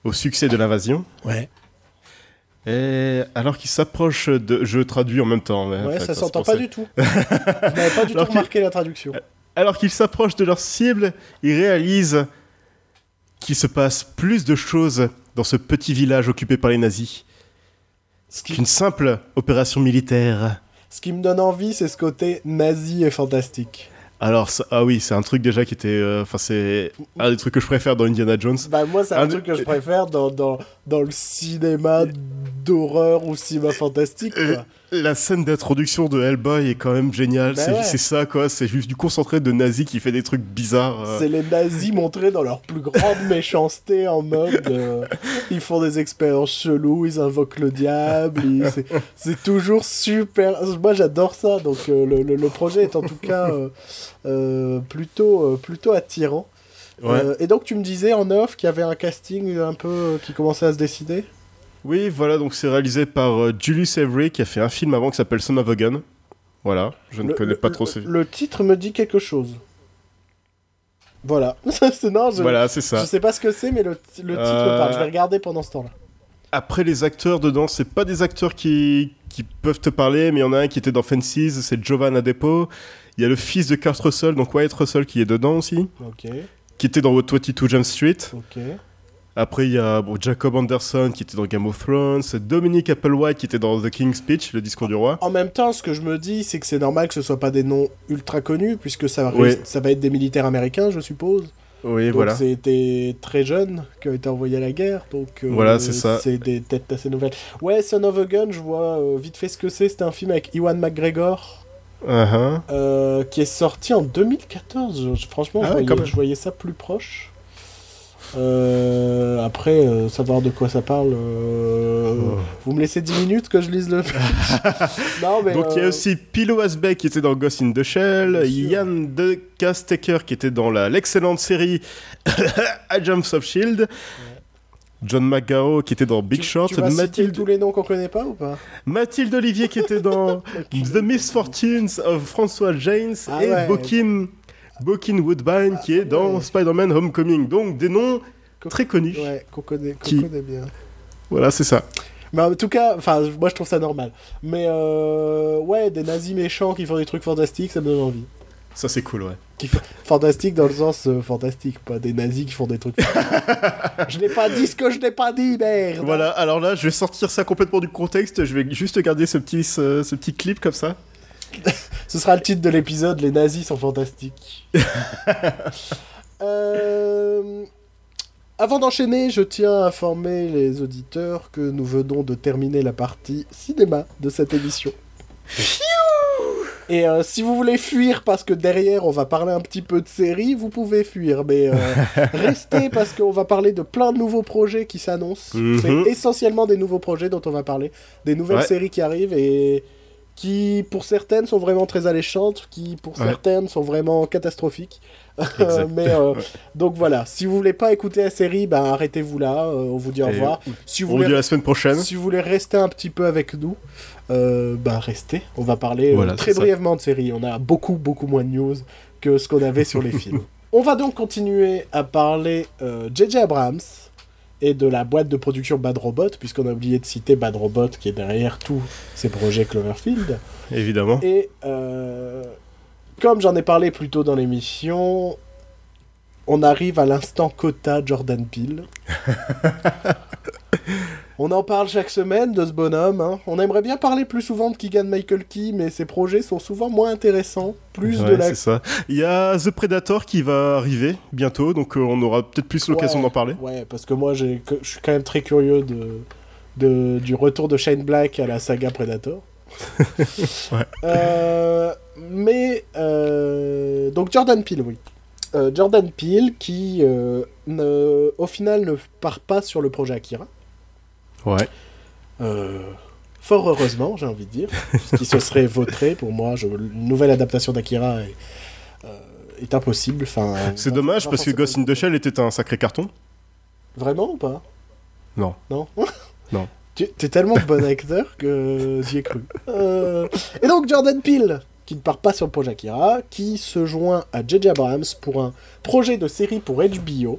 au succès de l'invasion. Ouais. Et alors qu'il s'approche de... Je traduis en même temps. Mais Ouais, en fait, ça hein, s'entend c'est pas pour du tout. Je n'avais pas du tout Alors qu'il- remarqué la traduction. Alors qu'ils s'approchent de leur cible, ils réalisent qu'il se passe plus de choses dans ce petit village occupé par les nazis Ce qui, qu'une simple opération militaire. ce qui me donne envie, c'est ce côté nazi et fantastique. Alors, ça- ah oui, c'est un truc déjà qui était... Enfin, c'est un des trucs que je préfère dans Indiana Jones. Bah, moi, c'est un Un truc de- que je préfère dans, dans, dans le cinéma d'horreur ou cinéma fantastique, Euh, quoi. La scène d'introduction de Hellboy est quand même géniale. Bah c'est ouais. c'est ça, quoi. C'est juste du concentré de nazis qui fait des trucs bizarres. euh. C'est les nazis montrés dans leur plus grande méchanceté en mode euh, ils font des expériences cheloues, ils invoquent le diable, ils- c'est, c'est toujours super. Moi j'adore ça, donc euh, le, le, le projet est en tout cas euh, euh, plutôt, euh, plutôt attirant. Ouais. Euh, et donc tu me disais en off qu'il y avait un casting un peu euh, qui commençait à se décider. Oui, voilà, donc c'est réalisé par euh, Julius Avery qui a fait un film avant qui s'appelle Son of a Gun. Voilà, je ne Le- connais le- pas trop le, ces... le titre me dit quelque chose. Voilà. c'est, non, je, Voilà, c'est je ça. sais pas ce que c'est, mais le, le titre Euh, me parle. Je vais regarder pendant ce temps-là. Après, les acteurs dedans, c'est pas des acteurs qui... qui peuvent te parler, mais il y en a un qui était dans Fences, c'est Jovan Adepo. Il y a le fils de Kurt Russell, donc Wyatt Russell, qui est dedans aussi, Ok, qui était dans vingt-deux Jump Street. ok. Après, il y a bon, Jacob Anderson, qui était dans Game of Thrones, Dominic Applewhite, qui était dans The King's Speech, le discours du roi. En même temps, ce que je me dis, c'est que c'est normal que ce soit pas des noms ultra connus, puisque ça, va- Oui. ça va être des militaires américains, je suppose. Oui, Donc voilà. c'était très jeunes qui ont été envoyés à la guerre, donc euh, Voilà, c'est ça. c'est des têtes assez nouvelles. Ouais, Son of a Gun, je vois euh, vite fait ce que c'est. C'était un film avec Ewan McGregor, Uh-huh. euh, qui est sorti en deux mille quatorze. Je- je- franchement, Ah je, ouais, quand voyais, même. je voyais ça plus proche. Euh, après, euh, savoir de quoi ça parle. euh, Oh. Vous me laissez dix minutes que je lise le. non, mais. Donc il y a euh, aussi Pilo Asbeck qui était dans Ghost in the Shell, Bien sûr. Ian de Castecker qui était dans la- l'excellente série Agents of Shield, John McGarrow qui était dans Big tu, Short, tu vas citer Mathilde, tous les noms qu'on connaît pas ou pas? Mathilde Olivier qui était dans The Misfortunes of François James Ah et ouais. Bokin, Bokin Woodbine qui est dans ouais. Spider-Man Homecoming. Donc des noms Co- très connus. Ouais, qu'on connaît, qu'on Qui- connaît bien. Voilà, c'est ça. Mais en tout cas, enfin, moi je trouve ça normal. Mais euh, ouais, des nazis méchants qui font des trucs fantastiques, ça me donne envie. Ça c'est cool, ouais. Qui f- Fantastique dans le sens euh, fantastique, pas des nazis qui font des trucs. Je n'ai pas dit ce que je n'ai pas dit, merde. Voilà, alors là, je vais sortir ça complètement du contexte. Je vais juste garder ce petit, ce, ce petit clip comme ça. Ce sera le titre de l'épisode, les nazis sont fantastiques. euh... Avant d'enchaîner, je tiens à informer les auditeurs que nous venons de terminer la partie cinéma de cette émission. Et euh, si vous voulez fuir parce que derrière on va parler un petit peu de séries, vous pouvez fuir. Mais euh, restez parce qu'on va parler de plein de nouveaux projets qui s'annoncent. Mhm. C'est essentiellement des nouveaux projets dont on va parler. Des nouvelles Ouais. séries qui arrivent et qui pour certaines sont vraiment très alléchantes, qui pour Ouais. certaines sont vraiment catastrophiques. Exact. mais euh, Ouais. donc voilà, si vous voulez pas écouter la série, ben arrêtez-vous là, euh, on vous dit au Et revoir. Si vous On vous voulez dit à la semaine prochaine. si vous voulez rester un petit peu avec nous, euh, bah restez. On va parler euh, Voilà, très c'est ça. brièvement de séries. On a beaucoup, beaucoup moins de news que ce qu'on avait sur les films. On va donc continuer à parler euh, J J Abrams et de la boîte de production Bad Robot, puisqu'on a oublié de citer Bad Robot qui est derrière tous ces projets Cloverfield. Évidemment. Et euh, comme j'en ai parlé plus tôt dans l'émission, on arrive à l'instant quota Jordan Peele. On en parle chaque semaine de ce bonhomme. Hein. On aimerait bien parler plus souvent de Keegan Michael Key, mais ses projets sont souvent moins intéressants. Plus Ouais, de la... c'est ça. Il y a The Predator qui va arriver bientôt, donc euh, on aura peut-être plus l'occasion Ouais, d'en parler. Ouais, parce que moi, j'ai... je suis quand même très curieux de... De... du retour de Shane Black à la saga Predator. Ouais. Euh, Mais... euh, Donc Jordan Peele, oui. Euh, Jordan Peele qui, euh, ne... au final, ne part pas sur le projet Akira. Ouais. Euh, fort heureusement, j'ai envie de dire, ce qui se serait vautré pour moi. Je, une nouvelle adaptation d'Akira est, euh, est impossible. Enfin, C'est pas- dommage pas parce que forcément- Ghost in the Shell était un sacré carton. Vraiment ou pas? Non. Non. Non. Tu es tellement bon acteur que j'y ai cru. Euh, Et donc Jordan Peele, qui ne part pas sur le projet Akira, qui se joint à J J Abrams pour un projet de série pour H B O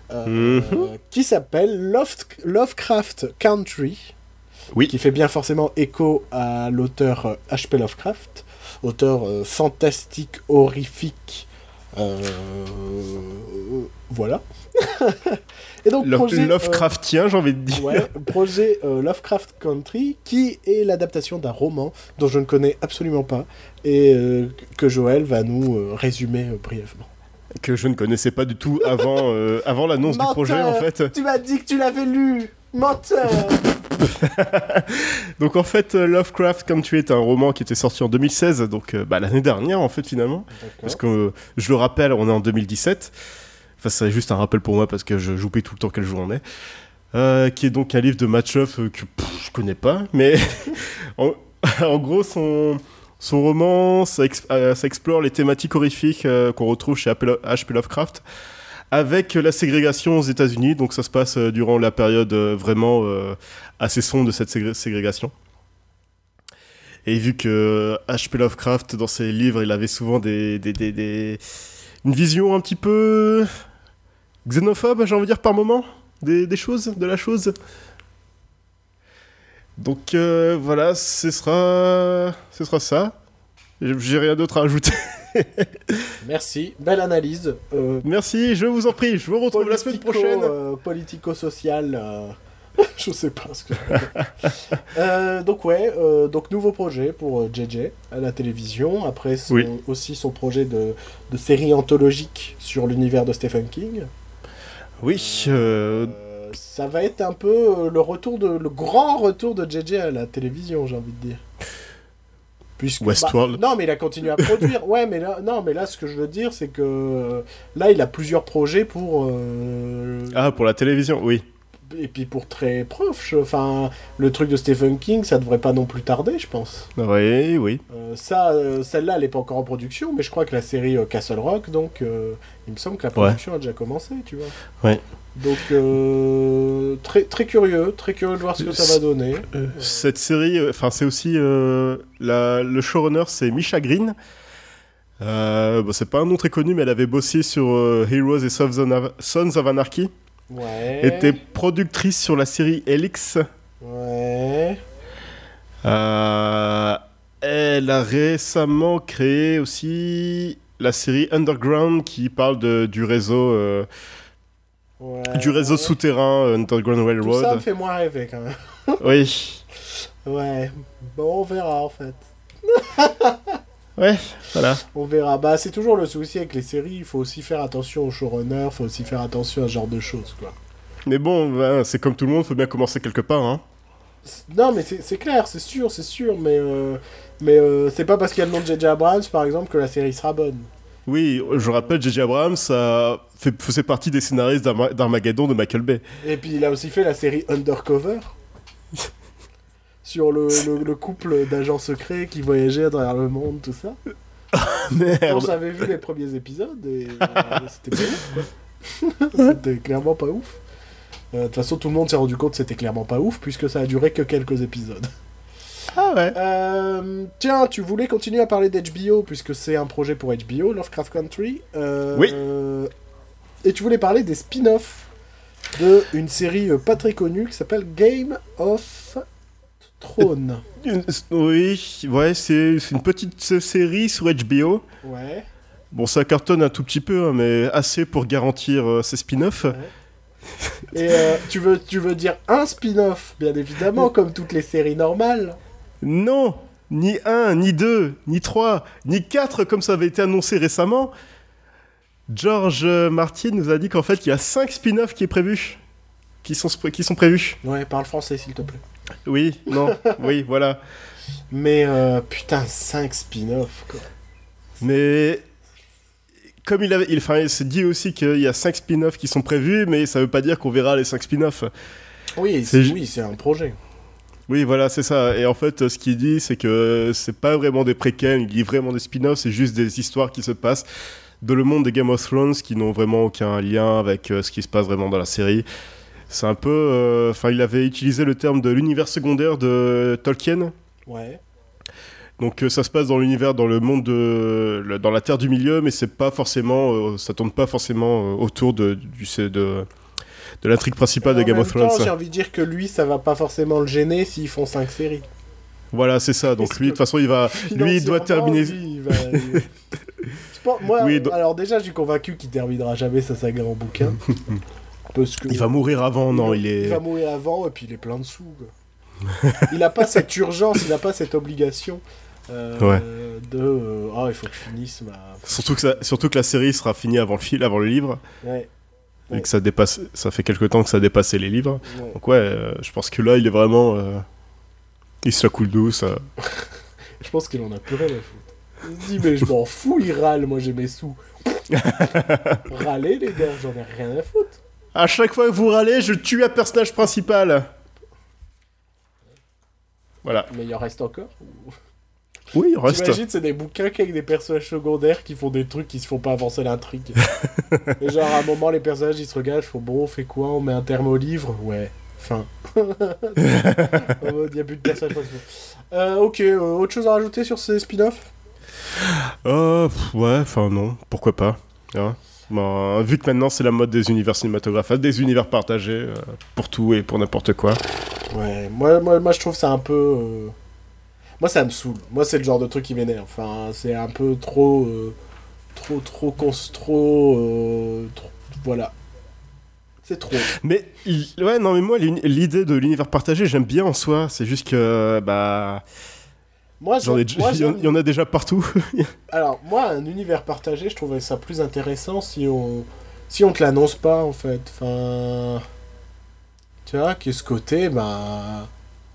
euh, mm-hmm. qui s'appelle Love- Lovecraft Country, oui. qui fait bien forcément écho à l'auteur H P Lovecraft, auteur euh, fantastique, horrifique, euh, voilà. Et donc, Lo- projet, Lovecraftien, euh, j'ai envie de dire. Ouais, projet euh, Lovecraft Country, qui est l'adaptation d'un roman dont je ne connais absolument pas, et euh, que Joël va nous euh, résumer euh, brièvement. Que je ne connaissais pas du tout avant, euh, avant l'annonce du projet, en fait. Tu m'as dit que tu l'avais lu. Menteur. Donc en fait, Lovecraft Country est un roman qui était sorti en deux mille seize, donc euh, bah, l'année dernière en fait finalement. D'accord. Parce que euh, je le rappelle, on est en deux mille dix-sept. Enfin c'est juste un rappel pour moi parce que je j'oublie tout le temps quel jour on est. Euh, qui est donc un livre de Matt Ruff euh, que pff, je connais pas, mais en, en gros son son roman ça, ex, euh, ça explore les thématiques horrifiques euh, qu'on retrouve chez H P Lovecraft. Avec la ségrégation aux États-Unis, donc ça se passe euh, durant la période euh, vraiment euh, assez sombre de cette ségré- ségrégation. Et vu que H P Lovecraft, dans ses livres, il avait souvent des, des, des, des... une vision un petit peu xénophobe, j'ai envie de dire, par moment, des, des choses, de la chose. Donc euh, voilà, ce sera... ce sera ça. J'ai rien d'autre à ajouter. Merci, belle analyse. Euh, Merci, je vous en prie, je vous retrouve la semaine prochaine. Euh, politico-social, euh, je sais pas ce que. euh, donc ouais, euh, donc nouveau projet pour euh, J J à la télévision. Après son, oui. aussi son projet de, de série anthologique sur l'univers de Stephen King. Oui. Euh... Euh, ça va être un peu le retour de le grand retour de J J à la télévision, j'ai envie de dire. Puisque, Westworld. Bah, non, mais il a continué à produire. Ouais, mais là, non, mais là, ce que je veux dire, c'est que euh, là, il a plusieurs projets pour. Euh, ah, pour la télévision, oui. Et puis pour très proche. Enfin, le truc de Stephen King, ça devrait pas non plus tarder, je pense. Oui, oui. Euh, ça, euh, celle-là, elle est pas encore en production, mais je crois que la série euh, Castle Rock, donc, euh, il me semble que la production ouais. a déjà commencé, tu vois. Ouais. Donc, euh, très, très curieux, très curieux de voir ce que ça va donner. Euh, cette série, enfin, euh, c'est aussi euh, la, le showrunner, c'est Misha Green. Euh, bon, c'est pas un nom très connu, mais elle avait bossé sur euh, Heroes et Sons of Anarchy. Ouais. Était productrice sur la série Helix. Ouais. Euh, elle a récemment créé aussi la série Underground qui parle de, du réseau. Euh, Ouais, du réseau ouais. souterrain Underground Railroad. Tout ça me fait moins rêver quand même. Oui. Ouais. Bon, on verra en fait. Ouais, voilà. On verra. Bah, c'est toujours le souci avec les séries. Il faut aussi faire attention aux showrunners. Il faut aussi faire attention à ce genre de choses, quoi. Mais bon, bah, c'est comme tout le monde. Il faut bien commencer quelque part, hein. Non, mais c'est, c'est clair, c'est sûr, c'est sûr. Mais, euh, mais euh, c'est pas parce qu'il y a le nom de J J Abrams, par exemple, que la série sera bonne. Oui, je rappelle, J J Abrams ça fait, faisait partie des scénaristes d'Arma- d'Armageddon de Michael Bay. Et puis il a aussi fait la série Undercover sur le, le, le couple d'agents secrets qui voyageaient à travers le monde, tout ça. Merde. J'avais vu les premiers épisodes et euh, c'était pas ouf, quoi. C'était clairement pas ouf. De euh, toute façon, tout le monde s'est rendu compte que c'était clairement pas ouf puisque ça a duré que quelques épisodes. Ah ouais. Euh, tiens, tu voulais continuer à parler d'H B O puisque c'est un projet pour H B O, Lovecraft Country. Euh, oui. Et tu voulais parler des spin-offs de une série pas très connue qui s'appelle Game of Thrones. Oui, ouais, c'est, c'est une petite série sur H B O. Ouais. Bon, ça cartonne un tout petit peu, hein, mais assez pour garantir euh, ses spin-offs. Ouais. Et euh, tu, veux, tu veux dire un spin-off, bien évidemment, comme toutes les séries normales. Non, ni un, ni deux, ni trois, ni quatre, comme ça avait été annoncé récemment. George Martin nous a dit qu'en fait, il y a cinq spin-offs qui, est prévu, qui, sont, qui sont prévus. Ouais, parle français, s'il te plaît. Oui, non, oui, voilà. Mais, euh, putain, cinq spin-offs, quoi. Mais... Comme il, avait, il, enfin, il s'est dit aussi qu'il y a cinq spin-offs qui sont prévus, mais ça veut pas dire qu'on verra les cinq spin-offs. Oui, c'est, c'est, oui, c'est un projet. Oui, voilà, c'est ça. Et en fait, ce qu'il dit, c'est que c'est pas vraiment des préquels, il dit vraiment des spin-offs, c'est juste des histoires qui se passent dans le monde des Game of Thrones qui n'ont vraiment aucun lien avec euh, ce qui se passe vraiment dans la série. C'est un peu... Enfin, euh, il avait utilisé le terme de l'univers secondaire de Tolkien. Ouais. Donc euh, ça se passe dans l'univers, dans le monde de, le, dans la Terre du Milieu, mais c'est pas forcément, euh, ça tourne pas forcément euh, autour de, du, de, de l'intrigue principale de Game of Thrones. En même temps, j'ai envie de dire que lui, ça va pas forcément le gêner s'ils font cinq séries. Voilà, c'est ça. Donc lui, de toute façon, il va, lui, il doit terminer. Lui, il va... pense, moi, oui, do... alors déjà, je suis convaincu qu'il terminera jamais sa saga en bouquin. Parce que... Il va mourir avant, il non, va, il est... Il va mourir avant, et puis il est plein de sous, quoi. Il n'a pas cette urgence, il n'a pas cette obligation euh, ouais. de... Euh, oh, il faut que je finisse ma... Surtout que, ça, surtout que la série sera finie avant le film, avant le livre. Ouais. Et ouais. que ça dépasse... Ça fait quelque temps que ça a dépassé les livres. Ouais. Donc ouais, euh, je pense que là, il est vraiment... Euh... Il se la coule douce. Ça... je pense qu'il en a plus rien à foutre. Il se dit, mais je m'en fous, il râle, moi j'ai mes sous. Râler, les gars, j'en ai rien à foutre. À chaque fois que vous râlez, je tue un personnage principal. Voilà. Mais il en reste encore ou... Oui, il en reste. T'imagines, c'est des bouquins avec des personnages secondaires qui font des trucs qui se font pas avancer l'intrigue. Et genre, à un moment, les personnages, ils se regardent, ils font, bon, on fait quoi? On met un terme au livre? Ouais. Fin. Il n'y a plus de personnages principaux. Euh, ok, euh, autre chose à rajouter sur ces spin-offs? Euh, pff, ouais, enfin non, pourquoi pas. Hein. Bon, vu que maintenant c'est la mode des univers cinématographiques, des univers partagés euh, pour tout et pour n'importe quoi. Ouais, moi, moi, moi je trouve ça un peu... Euh... Moi ça me saoule. Moi c'est le genre de truc qui m'énerve. Enfin, c'est un peu trop... Euh, trop, trop, cons... trop, euh, trop... Voilà. C'est trop. Mais, ouais, non mais moi l'idée de l'univers partagé j'aime bien en soi, c'est juste que, bah... Moi, J'en ai, moi, il y en a déjà partout. Alors, moi, un univers partagé, je trouverais ça plus intéressant si on, si on te l'annonce pas, en fait. Enfin, tu vois, que ce côté, bah,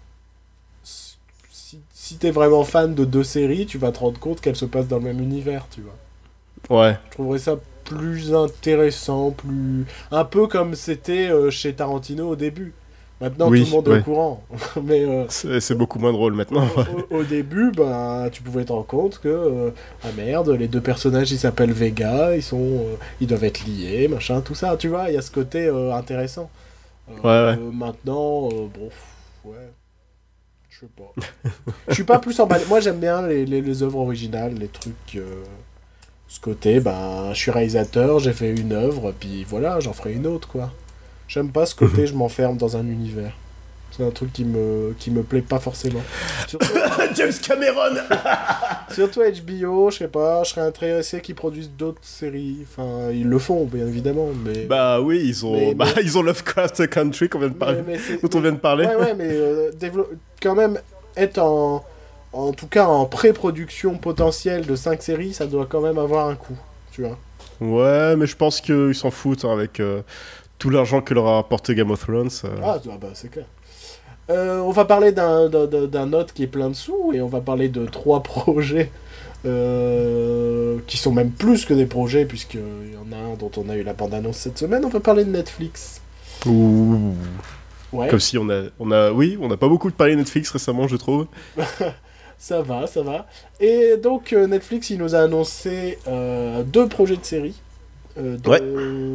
si, si t'es vraiment fan de deux séries, tu vas te rendre compte qu'elles se passent dans le même univers, tu vois. Ouais. Je trouverais ça plus intéressant, plus, un peu comme c'était euh, chez Tarantino au début. Maintenant, oui, tout le monde ouais. est au courant. Mais euh, c'est, c'est beaucoup moins drôle maintenant. Au, au début, bah, tu pouvais te rendre compte que euh, ah merde, les deux personnages ils s'appellent Vega, ils sont, euh, ils doivent être liés, machin, tout ça. Tu vois, il y a ce côté euh, intéressant. Euh, ouais, ouais. Euh, maintenant, euh, bon, ouais, je sais pas. Je suis pas plus emballé. Moi, j'aime bien les, les, les œuvres originales, les trucs. Euh, ce côté, bah, je suis réalisateur, j'ai fait une œuvre, puis voilà, j'en ferai une autre, quoi. J'aime pas ce côté, je m'enferme dans un univers. C'est un truc qui me, qui me plaît pas forcément. Surtout... James Cameron. Surtout H B O, je sais pas, je serais intéressé qu'ils produisent d'autres séries. Enfin, ils le font, bien évidemment, mais... Bah oui, ils ont, mais, bah, mais... ils ont Lovecraft Country qu'on vient de parler, mais, mais dont on vient de parler. Ouais, ouais, mais euh, dévelop... quand même, être en... En tout cas, en pré-production potentielle de cinq séries, ça doit quand même avoir un coût, tu vois. Ouais, mais je pense qu'ils s'en foutent hein, avec... Euh... tout l'argent que leur a apporté Game of Thrones. Euh... Ah, bah c'est clair. Euh, on va parler d'un, d'un, d'un autre qui est plein de sous, et on va parler de trois projets euh, qui sont même plus que des projets, puisqu'il y en a un dont on a eu la bande-annonce cette semaine. On va parler de Netflix. Ouh. Ouais. Comme si on a, on a... Oui, on n'a pas beaucoup parlé de Netflix récemment, je trouve. Ça va, ça va. Et donc, euh, Netflix, il nous a annoncé euh, deux projets de série. Euh, de... Ouais.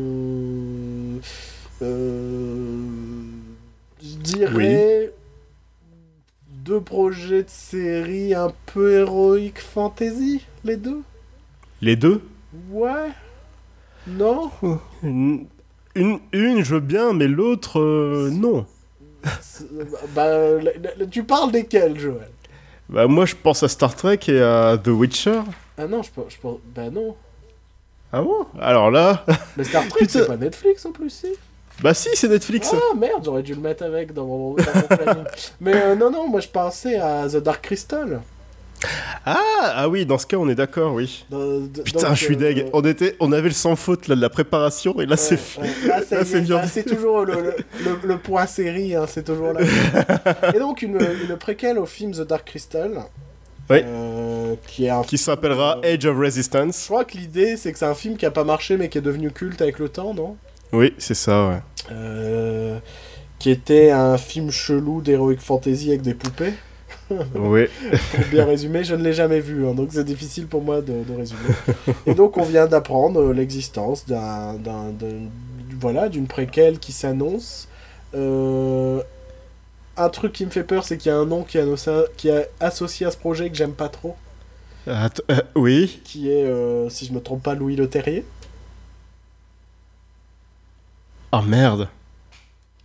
Euh, je dirais oui. Deux projets de série un peu héroïque fantasy, les deux. Les deux? Ouais. Non. Une, une, une je veux bien, mais l'autre, euh, non. Bah, tu parles desquels, Joël? Bah moi, je pense à Star Trek et à The Witcher. Ah non, je pense... Je pense bah non. Ah bon? Alors là... Mais Star Trek, c'est pas Netflix en plus, si? Bah si, c'est Netflix. Ah merde, j'aurais dû le mettre avec dans mon, dans mon planning. Mais euh, non, non, moi je pensais à The Dark Crystal. Ah, ah oui, dans ce cas, on est d'accord, oui. De, de, Putain, donc, je suis deg. Euh... On, était, on avait le sans faute là, de la préparation, et là, ouais, c'est ouais. Là, ça là, c'est, là, c'est toujours le, le, le, le point série, hein, c'est toujours là. Et donc, une, une préquelle au film The Dark Crystal. Oui. Euh, qui, est un qui s'appellera euh... Age of Resistance. Je crois que l'idée, c'est que c'est un film qui a pas marché, mais qui est devenu culte avec le temps, non? Oui, c'est ça, ouais. Euh, qui était un film chelou d'heroic fantasy avec des poupées. Oui. Pour bien résumer, je ne l'ai jamais vu, hein, donc c'est difficile pour moi de, de résumer. Et donc on vient d'apprendre l'existence d'un, d'un, d'un, voilà, d'une préquelle qui s'annonce. Euh, un truc qui me fait peur, c'est qu'il y a un nom qui est, annoncé, qui est associé à ce projet que j'aime pas trop. Att- euh, oui. Qui est, euh, si je me trompe pas, Louis Leterrier. Oh merde.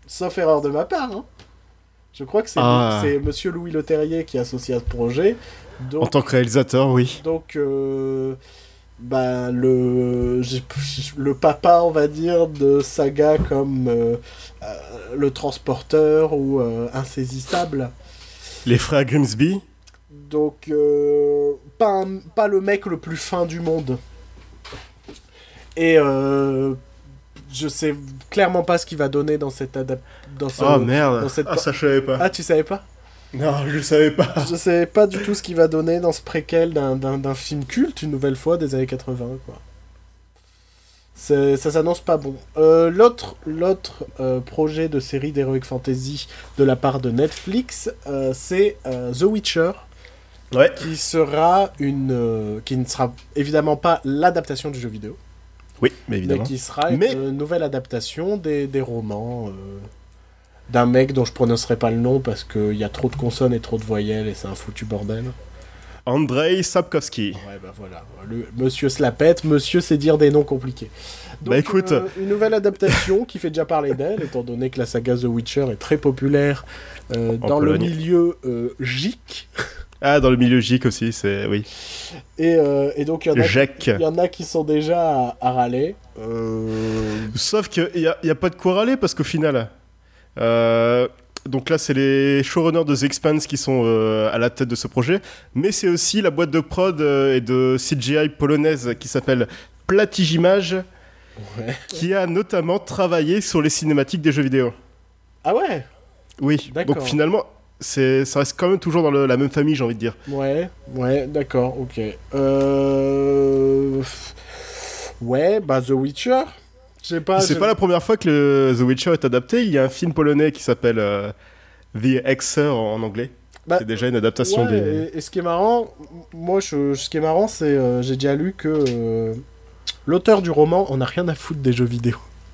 sauf erreur de ma part. Hein. Je crois que c'est, ah. c'est Monsieur Louis Leterrier qui est associé à ce projet. Donc, en tant que réalisateur, oui. Donc, euh, bah, le, le papa, on va dire, de sagas comme euh, euh, Le Transporteur ou euh, Insaisissable. Les frères Grimsby. Donc, euh, pas, un, pas le mec le plus fin du monde. Et euh, je sais clairement pas ce qu'il va donner dans cette adaptation. Oh merde, dans cette... ah ça je savais pas. Ah tu savais pas? Non, je savais pas. Je savais pas du tout ce qu'il va donner dans ce préquel d'un, d'un, d'un film culte, une nouvelle fois, des années quatre-vingts, quoi. C'est, ça s'annonce pas bon. Euh, l'autre l'autre euh, projet de série d'Heroic Fantasy de la part de Netflix, euh, c'est euh, The Witcher. Ouais. Qui sera une... Euh, qui ne sera évidemment pas l'adaptation du jeu vidéo. Oui, mais évidemment. Mais qui sera mais... une nouvelle adaptation des, des romans euh, d'un mec dont je prononcerai pas le nom parce qu'il y a trop de consonnes et trop de voyelles et c'est un foutu bordel. Andrei Sapkowski. Ouais, bah voilà. Le, monsieur se la pète, monsieur sait dire des noms compliqués. Donc, bah écoute... Euh, une nouvelle adaptation qui fait déjà parler d'elle, étant donné que la saga The Witcher est très populaire euh, dans Pologne. Le milieu euh, geek. Ah, dans le milieu geek aussi, c'est... oui. Et, euh, et donc, il y, y en a qui sont déjà à, à râler. Euh... Sauf qu'il n'y a, y a pas de quoi râler, parce qu'au final... Euh, donc là, c'est les showrunners de The Expanse qui sont euh, à la tête de ce projet, mais c'est aussi la boîte de prod euh, et de C G I polonaise qui s'appelle Platigimage, ouais. Qui a notamment travaillé sur les cinématiques des jeux vidéo. Ah ouais? Oui, d'accord. Donc finalement... C'est, ça reste quand même toujours dans le, la même famille, j'ai envie de dire. Ouais, ouais, d'accord, ok. Euh... Ouais, bah The Witcher, je sais pas... C'est je... pas la première fois que le The Witcher est adapté, il y a un film polonais qui s'appelle euh, The Hexer en anglais. Bah, c'est déjà une adaptation ouais, des... Et, et ce qui est marrant, moi, je, ce qui est marrant, c'est euh, j'ai déjà lu que euh, l'auteur du roman en a rien à foutre des jeux vidéo.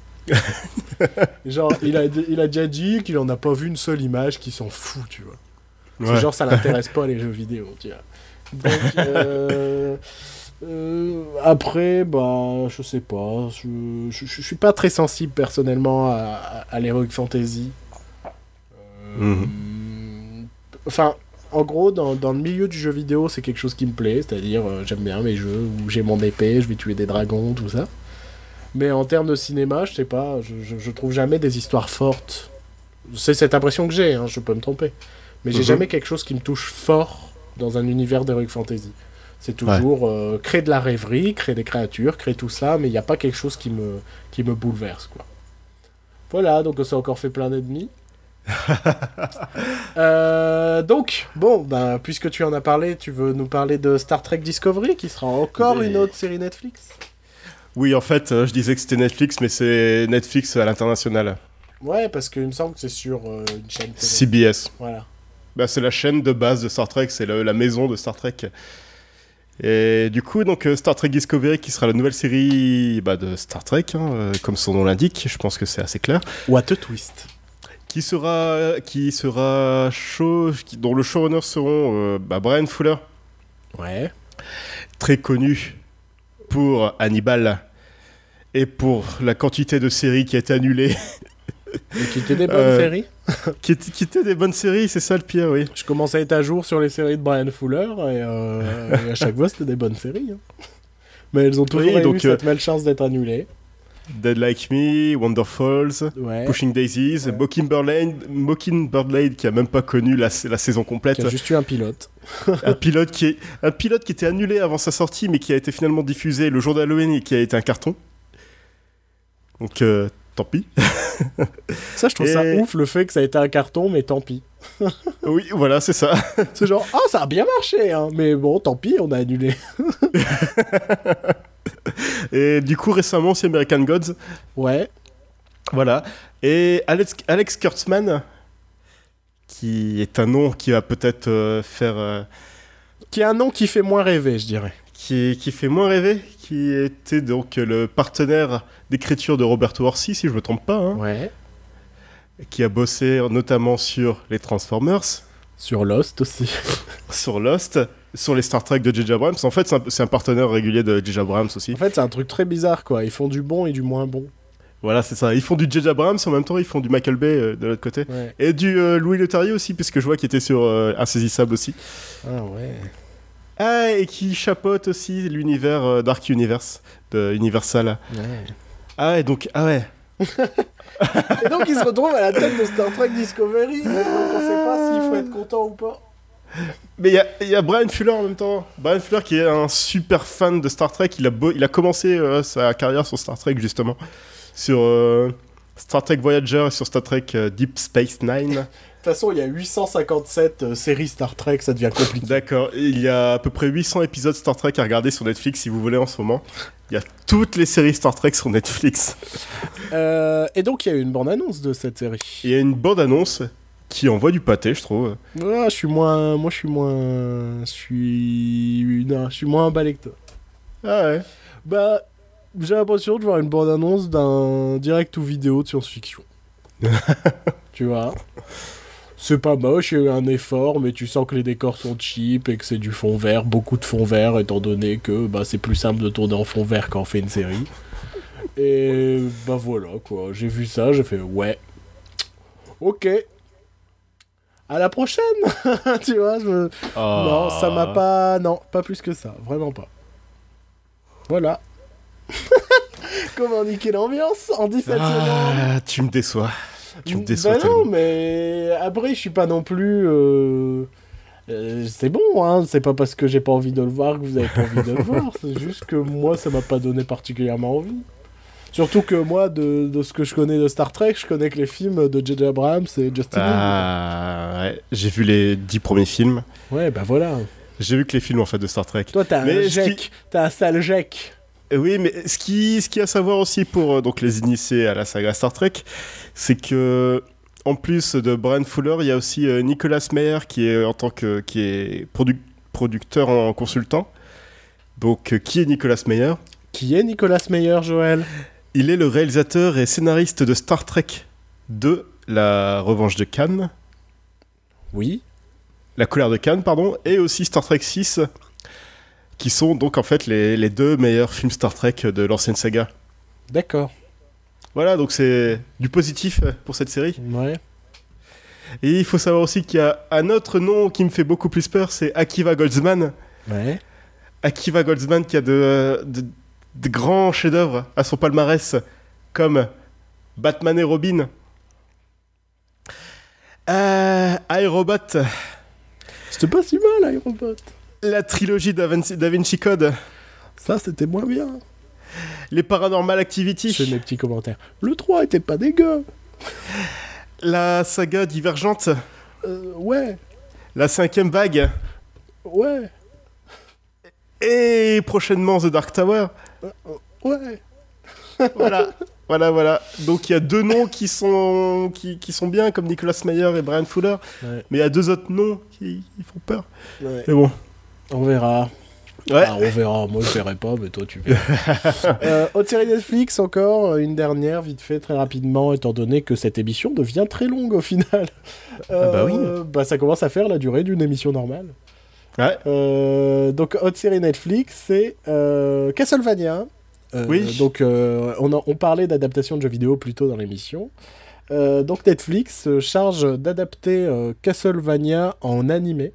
Genre, il a, il a déjà dit qu'il en a pas vu une seule image, qu'il s'en fout, tu vois. Ouais. C'est genre, ça l'intéresse pas les jeux vidéo, tu vois. Donc, euh, euh, après, bah, je sais pas. Je, je, je suis pas très sensible personnellement à, à, à l'Heroic Fantasy. Euh, mm-hmm. Enfin, en gros, dans, dans le milieu du jeu vidéo, c'est quelque chose qui me plaît. C'est-à-dire, euh, j'aime bien mes jeux où j'ai mon épée, je vais tuer des dragons, tout ça. Mais en termes de cinéma, je sais pas, je, je, je trouve jamais des histoires fortes. C'est cette impression que j'ai, hein, je peux me tromper. Mais j'ai mm-hmm. jamais quelque chose qui me touche fort dans un univers d'Heroic Fantasy. C'est toujours ouais. euh, créer de la rêverie, créer des créatures, créer tout ça, mais il n'y a pas quelque chose qui me, qui me bouleverse, quoi. Voilà, donc ça a encore fait plein d'ennemis. euh, donc, bon, bah, puisque tu en as parlé, tu veux nous parler de Star Trek Discovery, qui sera encore mais... une autre série Netflix? Oui, en fait, euh, je disais que c'était Netflix, mais c'est Netflix à l'international. Ouais, parce qu'il me semble que c'est sur euh, une chaîne télé. C B S. Voilà. Bah, c'est la chaîne de base de Star Trek, c'est le, la maison de Star Trek. Et du coup, donc, euh, Star Trek Discovery, qui sera la nouvelle série bah, de Star Trek, hein, euh, comme son nom l'indique, je pense que c'est assez clair. What a twist. Qui sera, qui sera show, qui, dont le showrunner seront euh, bah, Brian Fuller. Ouais. Très connu pour Hannibal et pour la quantité de séries qui a été annulée. Et qui étaient des bonnes euh, séries qui, étaient, qui étaient des bonnes séries, c'est ça le pire, oui. Je commence à être à jour sur les séries de Brian Fuller et, euh, et à chaque fois c'était des bonnes séries. Hein. Mais elles ont toujours oui, donc, eu euh, cette malchance d'être annulées. Dead Like Me, Wonderfalls, ouais. Pushing Daisies, ouais. Mockingbird Lane, Mockingbird Lane qui a même pas connu la, la saison complète. Qui a juste eu un pilote. un, pilote qui est, un pilote qui était annulé avant sa sortie, mais qui a été finalement diffusé le jour d'Halloween et qui a été un carton. Donc, euh, tant pis. Ça, je trouve et... ça ouf, le fait que ça a été un carton, mais tant pis. Oui, voilà, c'est ça. C'est genre, ah, oh, ça a bien marché, hein, mais bon, tant pis, on a annulé. Et du coup, récemment, c'est American Gods. Ouais. Voilà. Et Alex, Alex Kurtzman, qui est un nom qui va peut-être euh, faire... Euh... Qui est un nom qui fait moins rêver, je dirais. Qui, qui fait moins rêver, qui était donc le partenaire d'écriture de Robert Orci, si je ne me trompe pas. Hein, ouais. Qui a bossé notamment sur les Transformers. Sur Lost aussi. Sur Lost, sur les Star Trek de J J Abrams. En fait, c'est un, c'est un partenaire régulier de J J Abrams aussi. En fait, c'est un truc très bizarre, quoi. Ils font du bon et du moins bon. Voilà, c'est ça. Ils font du J J Abrams, en même temps, ils font du Michael Bay euh, de l'autre côté. Ouais. Et du euh, Louis Leterrier aussi, puisque je vois qu'il était sur euh, Insaisissable aussi. Ah ouais. Ah, et qui chapeaute aussi l'univers euh, Dark Universe de Universal. Ouais. Ah ouais, donc, ah ouais. Et donc il se retrouve à la tête de Star Trek Discovery. Donc on sait pas s'il faut être content ou pas. Mais il y a, y a Brian Fuller en même temps. Brian Fuller qui est un super fan de Star Trek. Il a, beau, il a commencé euh, sa carrière sur Star Trek justement. Sur euh, Star Trek Voyager et sur Star Trek euh, Deep Space Nine. De toute façon, il y a huit cent cinquante-sept euh, séries Star Trek, ça devient compliqué. D'accord. Il y a à peu près huit cents épisodes Star Trek à regarder sur Netflix si vous voulez en ce moment. Il y a toutes les séries Star Trek sur Netflix. Euh, et donc il y a eu une bande-annonce de cette série. Il y a une bande-annonce qui envoie du pâté, je trouve. Ah, je suis moins, moi je suis moins, je suis, non, je suis moins emballé que toi. Ah ouais. Bah, j'ai l'impression de voir une bande-annonce d'un direct ou vidéo de science-fiction. Tu vois. C'est pas moche, il y a eu un effort, mais tu sens que les décors sont cheap et que c'est du fond vert, beaucoup de fond vert, étant donné que bah, c'est plus simple de tourner en fond vert quand on fait une série. Et bah voilà quoi, j'ai vu ça, j'ai fait ouais, ok, à la prochaine. Tu vois, je me... Oh. Non, ça m'a pas, non, pas plus que ça, vraiment pas. Voilà. Comment niquer l'ambiance en dix-sept secondes. Ah, tu me déçois. Tu me déçois Bah tellement. non, mais après, je suis pas non plus. Euh... euh, c'est bon, hein. C'est pas parce que j'ai pas envie de le voir que vous avez pas envie de le voir. C'est juste que moi, ça m'a pas donné particulièrement envie. Surtout que moi, de, de ce que je connais de Star Trek, je connais que les films de J J Abrams et Justin Lin. Ah, ouais. J'ai vu les dix premiers films. Ouais, bah voilà. J'ai vu que les films en fait de Star Trek. Toi, t'as Mais un ce qui- Jek. T'as un sale Jek. Euh, Oui, mais ce qui, ce qui est à savoir aussi pour euh, donc les initiés à la saga Star Trek, c'est que en plus de Brian Fuller, il y a aussi euh, Nicolas Meyer qui est en tant que qui est produ- producteur en consultant. Donc euh, qui est Nicolas Meyer? Qui est Nicolas Meyer, Joël? Il est le réalisateur et scénariste de Star Trek deux, La Revanche de Khan, Oui. La Colère de Khan, pardon, et aussi Star Trek six, qui sont donc en fait les, les deux meilleurs films Star Trek de l'ancienne saga. D'accord. Voilà, donc c'est du positif pour cette série. Ouais. Et il faut savoir aussi qu'il y a un autre nom qui me fait beaucoup plus peur, c'est Akiva Goldsman. Ouais. Akiva Goldsman qui a de, de, de grands chefs-d'œuvre à son palmarès, comme Batman et Robin, euh, iRobot, C'était pas si mal, iRobot. la trilogie Da Vinci, Da Vinci Code, Ça, c'était moins bien. les Paranormal Activity, C'est mes petits commentaires. Le trois était pas dégueu. la saga Divergente, Euh, ouais. la cinquième vague, Ouais. et prochainement The Dark Tower. Ouais. Voilà, voilà, voilà. Donc il y a deux noms qui sont, qui, qui sont bien, comme Nicolas Meyer et Brian Fuller, Ouais. mais il y a deux autres noms qui, qui font peur. Ouais. Mais bon. On verra. Ouais. Ah, on verra. Moi, je verrai pas, mais toi, tu verras. euh, autre série Netflix, encore, une dernière, vite fait, très rapidement, étant donné que cette émission devient très longue au final. Ah bah oui. Euh, bah, ça commence à faire la durée d'une émission normale. Ouais. Euh, donc, autre série Netflix, c'est euh, Castlevania. Euh, Oui. Donc, euh, on, en- on parlait d'adaptation de jeux vidéo plus tôt dans l'émission. Euh, donc, Netflix se charge d'adapter euh, Castlevania en animé.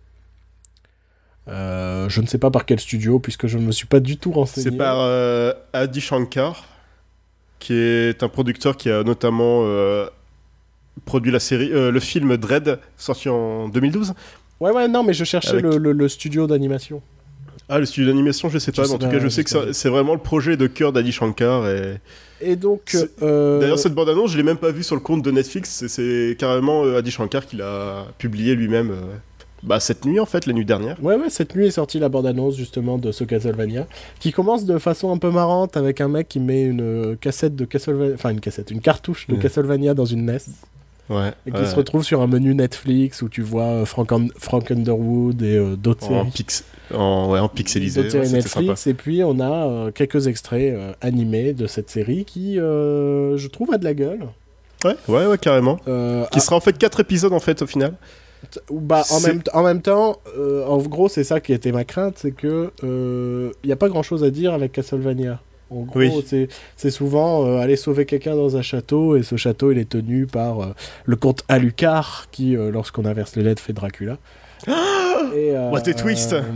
Euh, je ne sais pas par quel studio, puisque je ne me suis pas du tout renseigné. C'est par euh, Adi Shankar, qui est un producteur qui a notamment euh, produit la série, euh, le film Dread, sorti en deux mille douze. Ouais, ouais, non, mais je cherchais Avec- le, le- le studio d'animation. Ah, le studio d'animation, je sais pas, Je mais en sais tout pas, cas, je je sais que sais pas. ça- c'est vraiment le projet de cœur d'Adi Shankar. Et... Et donc... C'est- euh, D'ailleurs, cette bande-annonce, je l'ai même pas vue sur le compte de Netflix, c'est- c'est carrément euh, Adi Shankar qui l'a publié lui-même. euh, Bah, cette nuit, en fait, la nuit dernière. Ouais, ouais, cette nuit est sortie la bande-annonce, justement, de ce Castlevania, qui commence de façon un peu marrante, avec un mec qui met une cassette de Castlevania... Enfin, une cassette, une cartouche de Ouais. Castlevania dans une N E S, Ouais. et qui ouais. se retrouve sur un menu Netflix, où tu vois euh, Frank, Un- Frank Underwood et euh, d'autres En, séries. pix... en, ouais, en pixelisé. D'autres séries Ouais, c'était sympa. Netflix, et puis on a euh, quelques extraits euh, animés de cette série qui, euh, je trouve, a de la gueule. Ouais, ouais, ouais, carrément. Euh, Qui sera en fait quatre épisodes, en fait, au final. Bah, en C'est- même, en même temps, euh, en gros, c'est ça qui était ma crainte, c'est que il n'y a pas grand-chose à dire avec Castlevania. En gros, Oui. c'est, c'est souvent euh, aller sauver quelqu'un dans un château, et ce château, il est tenu par euh, le comte Alucard, qui, euh, lorsqu'on inverse les lettres, fait Dracula. et, euh, What a twist. euh,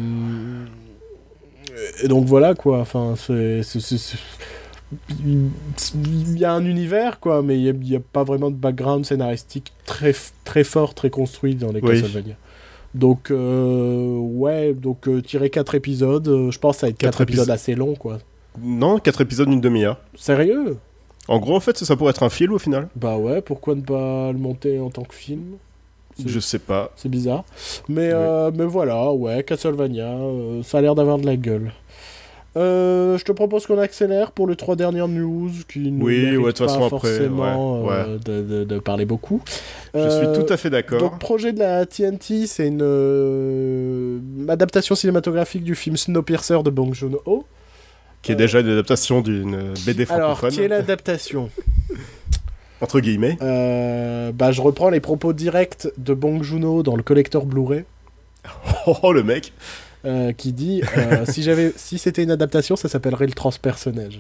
Et donc voilà, quoi. Enfin, c'est... c'est, c'est, c'est... Il y a un univers, quoi, mais il n'y a, a pas vraiment de background scénaristique très, très fort, très construit dans les Oui. Castlevania. Donc, euh, ouais, donc euh, tirer quatre épisodes, euh, je pense que ça va être quatre épisodes assez longs, quoi. Non, quatre épisodes d'une demi-heure. Sérieux? En gros, en fait, ça, ça pourrait être un film au final. Bah ouais, pourquoi ne pas le monter en tant que film? C'est- Je sais pas. C'est bizarre. Mais, euh, mais voilà, ouais, Castlevania, euh, ça a l'air d'avoir de la gueule. Euh, je te propose qu'on accélère pour les trois dernières news qui ne Oui, méritent ouais, de toute pas façon, après, forcément ouais, euh, De, de, de parler beaucoup. Je Euh, suis tout à fait d'accord. Donc, projet de la T N T, c'est une euh, adaptation cinématographique du film Snowpiercer de Bong Joon-ho. Qui est euh, déjà une adaptation d'une B D Alors, francophone. qui est l'adaptation? Entre guillemets. Euh, bah, je reprends les propos directs de Bong Joon-ho dans le collector Blu-ray. Oh, le mec. Euh, qui dit euh, si j'avais si c'était une adaptation, ça s'appellerait le transpersonnage.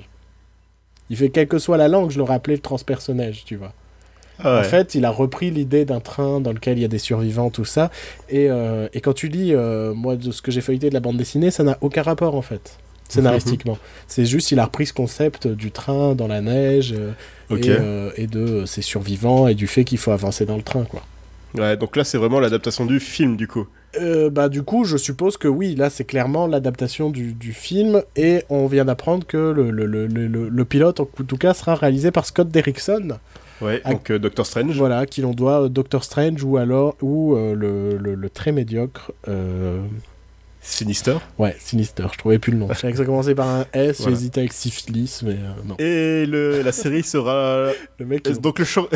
Il fait quelle que soit la langue, je l'aurais appelé le transpersonnage, tu vois. Ah ouais. En fait, il a repris l'idée d'un train dans lequel il y a des survivants, tout ça. Et, euh, et quand tu lis, euh, moi, de ce que j'ai feuilleté de la bande dessinée, ça n'a aucun rapport, en fait, scénaristiquement. C'est juste, il a repris ce concept du train dans la neige, euh, Ok. et, euh, et de euh, ces survivants, et du fait qu'il faut avancer dans le train, quoi. Ouais, donc là, c'est vraiment l'adaptation du film, du coup. Euh, bah du coup, je suppose que oui, là c'est clairement l'adaptation du, du film, et on vient d'apprendre que le, le, le, le, le pilote, en tout cas, sera réalisé par Scott Derrickson, Ouais, Ah. donc euh, Doctor Strange. voilà, qui l'on doit euh, Doctor Strange, ou alors, ou euh, le, le, le très médiocre, euh... Sinister. ouais, Sinister, je trouvais plus le nom. Je savais que ça commençait par un S, Voilà. j'hésitais avec Syphilis, mais euh, non. Et le, la série sera... Le mec, Euh, il- Donc le, show...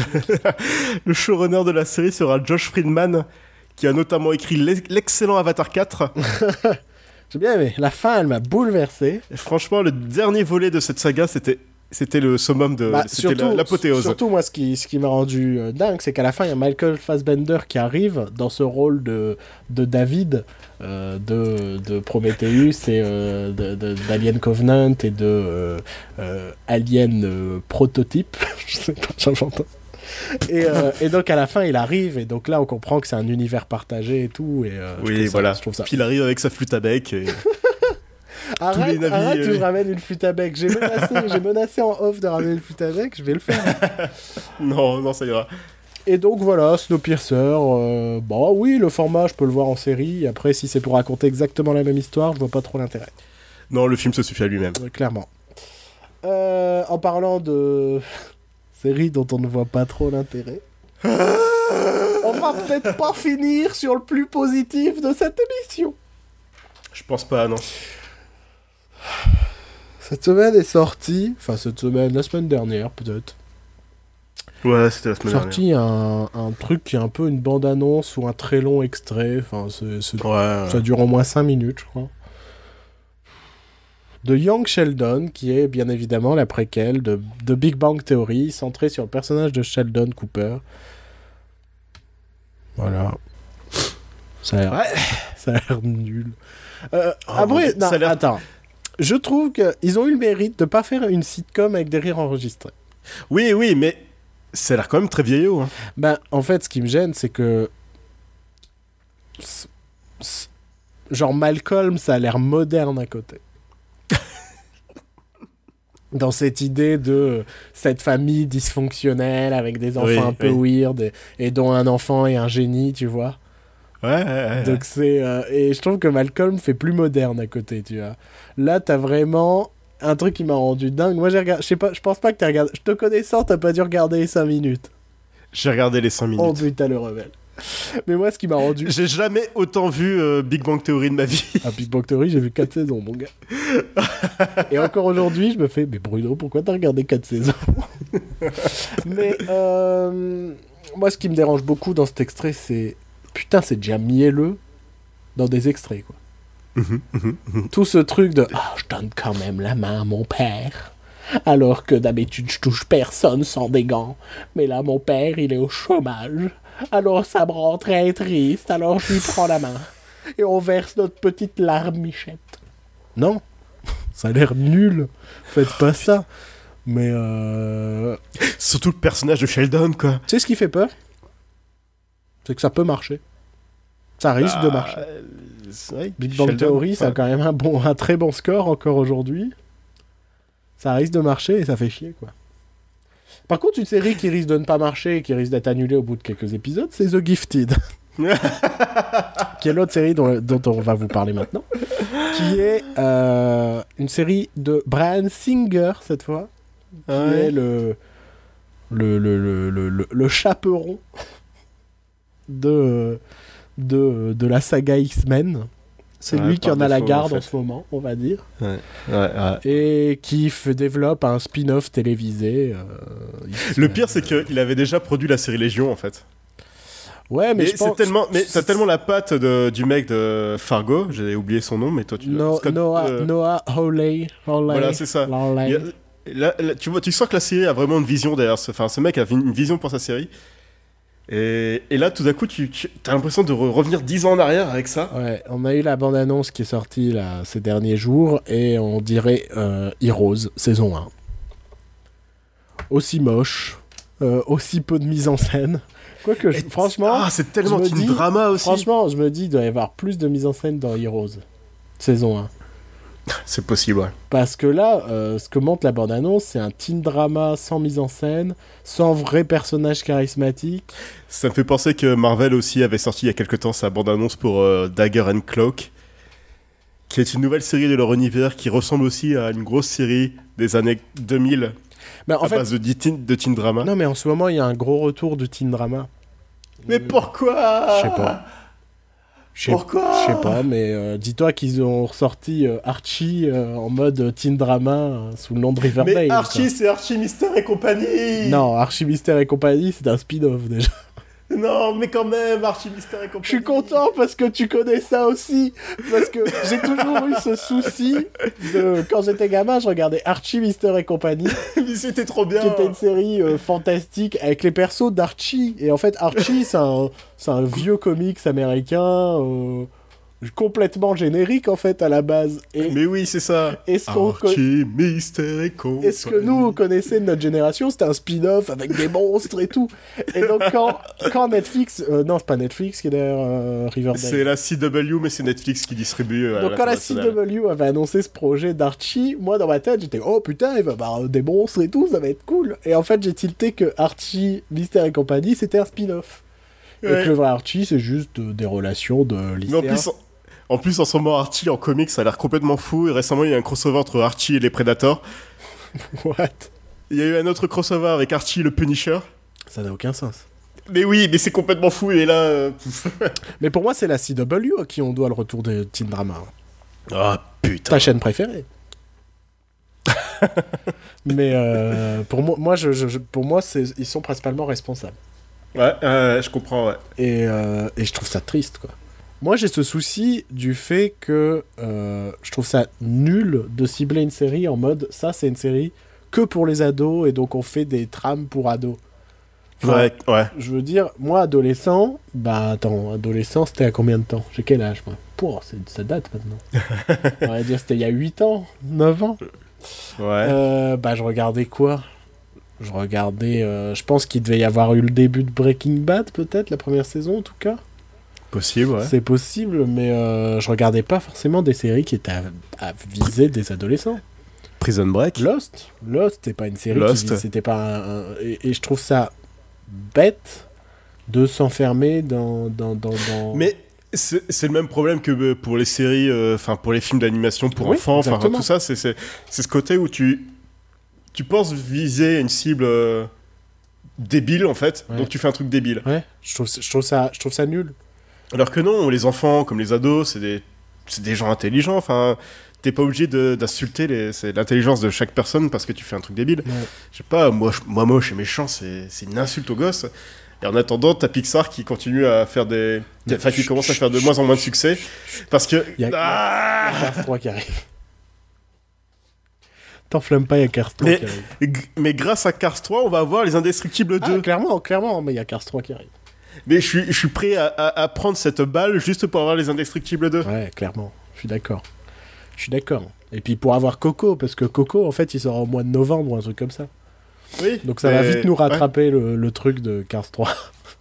le showrunner de la série sera Josh Friedman, qui a notamment écrit l'ex- l'excellent Avatar quatre. j'ai bien aimé. La fin, elle m'a bouleversé. Et franchement, le dernier volet de cette saga, c'était... C'était le summum de... Bah, c'était surtout, la- l'apothéose. surtout, moi, ce qui, ce qui m'a rendu euh, dingue, c'est qu'à la fin, il y a Michael Fassbender qui arrive dans ce rôle de, de David, euh, de, de Prometheus et euh, de- de- d'Alien Covenant et de euh, euh, Alien euh, Prototype. Je sais pas, j'invente. Et, euh, et donc, à la fin, il arrive, et donc là, on comprend que c'est un univers partagé et tout. Et, euh, je Oui, trouve ça- voilà. je trouve ça. Puis il arrive avec sa flûte à bec. Et... Arrête, les navires, arrête, euh, je ramène une flûte à bec. J'ai menacé, j'ai menacé en off de ramener une flûte à bec, je vais le faire. non, non, ça ira. Et donc voilà, Snowpiercer, euh, bon oui, le format, je peux le voir en série. Après, si c'est pour raconter exactement la même histoire, je vois pas trop l'intérêt, Non, le film se suffit à lui-même. euh, clairement. Euh, en parlant de série dont on ne voit pas trop l'intérêt, on va peut-être pas finir sur le plus positif de cette émission. Je pense pas, non. Cette semaine est sortie, enfin cette semaine, la semaine dernière peut-être, Ouais, c'était la semaine dernière. sorti un, un truc qui est un peu une bande-annonce ou un très long extrait, enfin c'est, c'est- Ouais, ouais. ça dure au moins cinq minutes je crois, de Young Sheldon, qui est bien évidemment la préquelle de, de Big Bang Theory, centrée sur le personnage de Sheldon Cooper. Voilà. Ça a l'air, Ouais. ça a l'air nul. Euh, Oh, mon après, Dieu, non, ça a l'air- attends. Je trouve qu'ils ont eu le mérite de pas faire une sitcom avec des rires enregistrés. Oui, oui, mais ça a l'air quand même très vieillot. Hein. Ben, en fait, ce qui me gêne, c'est que... c'est- c'est- Genre, Malcolm, ça a l'air moderne à côté. Dans cette idée de euh, cette famille dysfonctionnelle avec des enfants Oui, un peu weird et, et dont un enfant est un génie, tu vois. Ouais, ouais, ouais. Donc c'est... euh, et je trouve que Malcolm fait plus moderne à côté, tu vois. Là, t'as vraiment un truc qui m'a rendu dingue. Moi, j'ai regardé... Je sais pas, je pense pas que t'as regardé... Je te connaissant, t'as pas dû regarder les cinq minutes. J'ai regardé les cinq minutes. Oh putain, le rebelle. Mais moi, ce qui m'a rendu... J'ai jamais autant vu euh, Big Bang Theory de ma vie. À Big Bang Theory, j'ai vu quatre saisons, mon gars. Et encore aujourd'hui, je me fais, mais Bruno, pourquoi t'as regardé quatre saisons? Mais euh, moi, ce qui me dérange beaucoup dans cet extrait, c'est... Putain, c'est déjà mielleux dans des extraits, quoi. Tout ce truc de « Ah, je donne quand même la main à mon père. Alors que d'habitude, je touche personne sans des gants. Mais là, mon père, il est au chômage. Alors ça me rend très triste. Alors je lui prends la main. Et on verse notre petite larme Michette. » Non. Ça a l'air nul. Faites pas ça. Mais euh... surtout le personnage de Sheldon, quoi. Tu sais ce qui fait peur? C'est que ça peut marcher. Ça risque bah, de marcher. Ouais, Big Bang Sheldon, Theory, enfin... ça a quand même un, bon, un très bon score encore aujourd'hui. Ça risque de marcher et ça fait chier, quoi. Par contre, une série qui risque de ne pas marcher et qui risque d'être annulée au bout de quelques épisodes, c'est The Gifted. Qui est l'autre série dont, dont on va vous parler maintenant. Qui est euh, une série de Bryan Singer, cette fois. Qui ouais. est le, le, le, le, le, le, le chaperon de, de, de la saga X-Men. C'est ouais, lui qui en a la garde en, en, fait. fait. en ce moment, on va dire. Ouais. Ouais, ouais. Et qui f- développe un spin-off télévisé. Euh, le pire, c'est qu'il avait déjà produit la série Légion, en fait. Ouais, mais, mais je pense... tellement, mais t'as tellement la patte de, du mec de Fargo, j'ai oublié son nom, mais toi tu no, Scott, Noah, euh... Noah Hawley. Voilà, c'est ça. Il y a, là, là, tu vois, tu sens que la série a vraiment une vision derrière. Ce, enfin, ce mec a une vision pour sa série. Et, et là, tout d'un coup, tu, tu as l'impression de re- revenir dix ans en arrière avec ça. Ouais, on a eu la bande-annonce qui est sortie là, ces derniers jours, et on dirait euh, Heroes, saison un. Aussi moche, euh, aussi peu de mise en scène. Quoique, je, franchement... Ah, c'est tellement teen drama aussi. Franchement, je me dis, il doit y avoir plus de mise en scène dans Heroes, saison un. C'est possible, ouais. Parce que là, euh, ce que montre la bande-annonce, c'est un teen drama sans mise en scène, sans vrai personnage charismatique. Ça me fait penser que Marvel aussi avait sorti il y a quelque temps sa bande-annonce pour euh, Dagger and Cloak, qui est une nouvelle série de leur univers qui ressemble aussi à une grosse série des années deux mille, mais en à fait, base de teen, de teen drama. Non, mais en ce moment, il y a un gros retour de teen drama. Mais euh... pourquoi? Je sais pas. J'sais, Pourquoi? Je sais pas, mais euh, dis-toi qu'ils ont ressorti euh, Archie euh, en mode teen drama euh, sous le nom de Riverdale. Mais Archie, c'est Archie Mystère et compagnie. Non, Archie Mystère et compagnie, c'est un spin-off déjà. Non, mais quand même, Archie Mystère et compagnie. Je suis content parce que tu connais ça aussi. Parce que j'ai toujours eu ce souci de... Quand j'étais gamin, je regardais Archie Mystère et compagnie. Mais c'était trop bien. Qui était une série euh, fantastique avec les persos d'Archie. Et en fait, Archie, c'est un, c'est un vieux comics américain... Euh... complètement générique en fait à la base. Et mais oui, c'est ça. Est-ce qu'on Archie, con... Mystère et compagnie. Est-ce que nous on connaissait de notre génération, c'était un spin-off avec des monstres et tout. Et donc quand, quand Netflix, euh, non c'est pas Netflix qui est derrière euh, Riverdale. C'est la C W, mais c'est Netflix qui distribue. Euh, donc la quand la C W avait annoncé ce projet d'Archie, moi dans ma tête j'étais oh putain il va y avoir des monstres et tout, ça va être cool. Et en fait j'ai tilté que Archie, Mystère et compagnie c'était un spin-off. Ouais. Et que le vrai Archie c'est juste euh, des relations de lycéens. Mais en plus, En plus, en ce moment, Archie en comics, ça a l'air complètement fou. Et récemment, il y a un crossover entre Archie et les Predators. What? Il y a eu un autre crossover avec Archie le Punisher. Ça n'a aucun sens. Mais oui, mais c'est complètement fou. Et là... Euh... mais pour moi, c'est la C W à qui on doit le retour des teen drama. Ah, oh, putain. Ta chaîne préférée. mais euh, pour moi, moi je, je, pour moi c'est, ils sont principalement responsables. Ouais, euh, je comprends, ouais. Et, euh, et je trouve ça triste, quoi. Moi, j'ai ce souci du fait que euh, je trouve ça nul de cibler une série en mode ça, c'est une série que pour les ados et donc on fait des trames pour ados. Enfin, ouais, ouais. Je veux dire, moi, adolescent, bah attends, adolescent, c'était à combien de temps? J'ai quel âge, moi? Pouah, c'est, ça date maintenant. On va dire c'était il y a huit ans, neuf ans. Ouais. Euh, bah, je regardais quoi? Je regardais. Euh, je pense qu'il devait y avoir eu le début de Breaking Bad, peut-être, la première saison en tout cas. Possible, ouais. C'est possible, mais euh, je regardais pas forcément des séries qui étaient à, à viser des adolescents. Prison Break. Lost. Lost, c'était pas une série Lost. qui c'était pas un, un, et, et je trouve ça bête de s'enfermer dans. dans, dans, dans... Mais c'est, c'est le même problème que pour les séries, enfin euh, pour les films d'animation pour oui, enfants, enfin tout ça, c'est, c'est, c'est ce côté où tu, tu penses viser une cible euh, débile en fait, ouais. Donc tu fais un truc débile. Ouais, je trouve, je trouve, ça, je trouve ça nul. Alors que non, les enfants, comme les ados, c'est des, c'est des gens intelligents. Enfin, t'es pas obligé de, d'insulter les, c'est l'intelligence de chaque personne parce que tu fais un truc débile. Ouais. Je sais pas, moi, moi moche et méchant, c'est, c'est une insulte aux gosses. Et en attendant, t'as Pixar qui continue à faire des... Enfin, qui commence à faire de moins en moins de succès. Parce que... Il y a, ah y a Cars trois qui arrive. T'enflamme pas, il y a Cars trois mais, qui arrive. G- mais grâce à Cars trois, on va avoir Les Indestructibles deux. Ah, clairement, clairement, mais il y a Cars trois qui arrive. Mais je suis, je suis prêt à, à, à prendre cette balle juste pour avoir Les Indestructibles deux. Ouais, clairement. Je suis d'accord. Je suis d'accord. Et puis pour avoir Coco, parce que Coco, en fait, il sera au mois de novembre ou un truc comme ça. Oui. Donc ça mais... va vite nous rattraper ouais. le, le truc de Cars trois.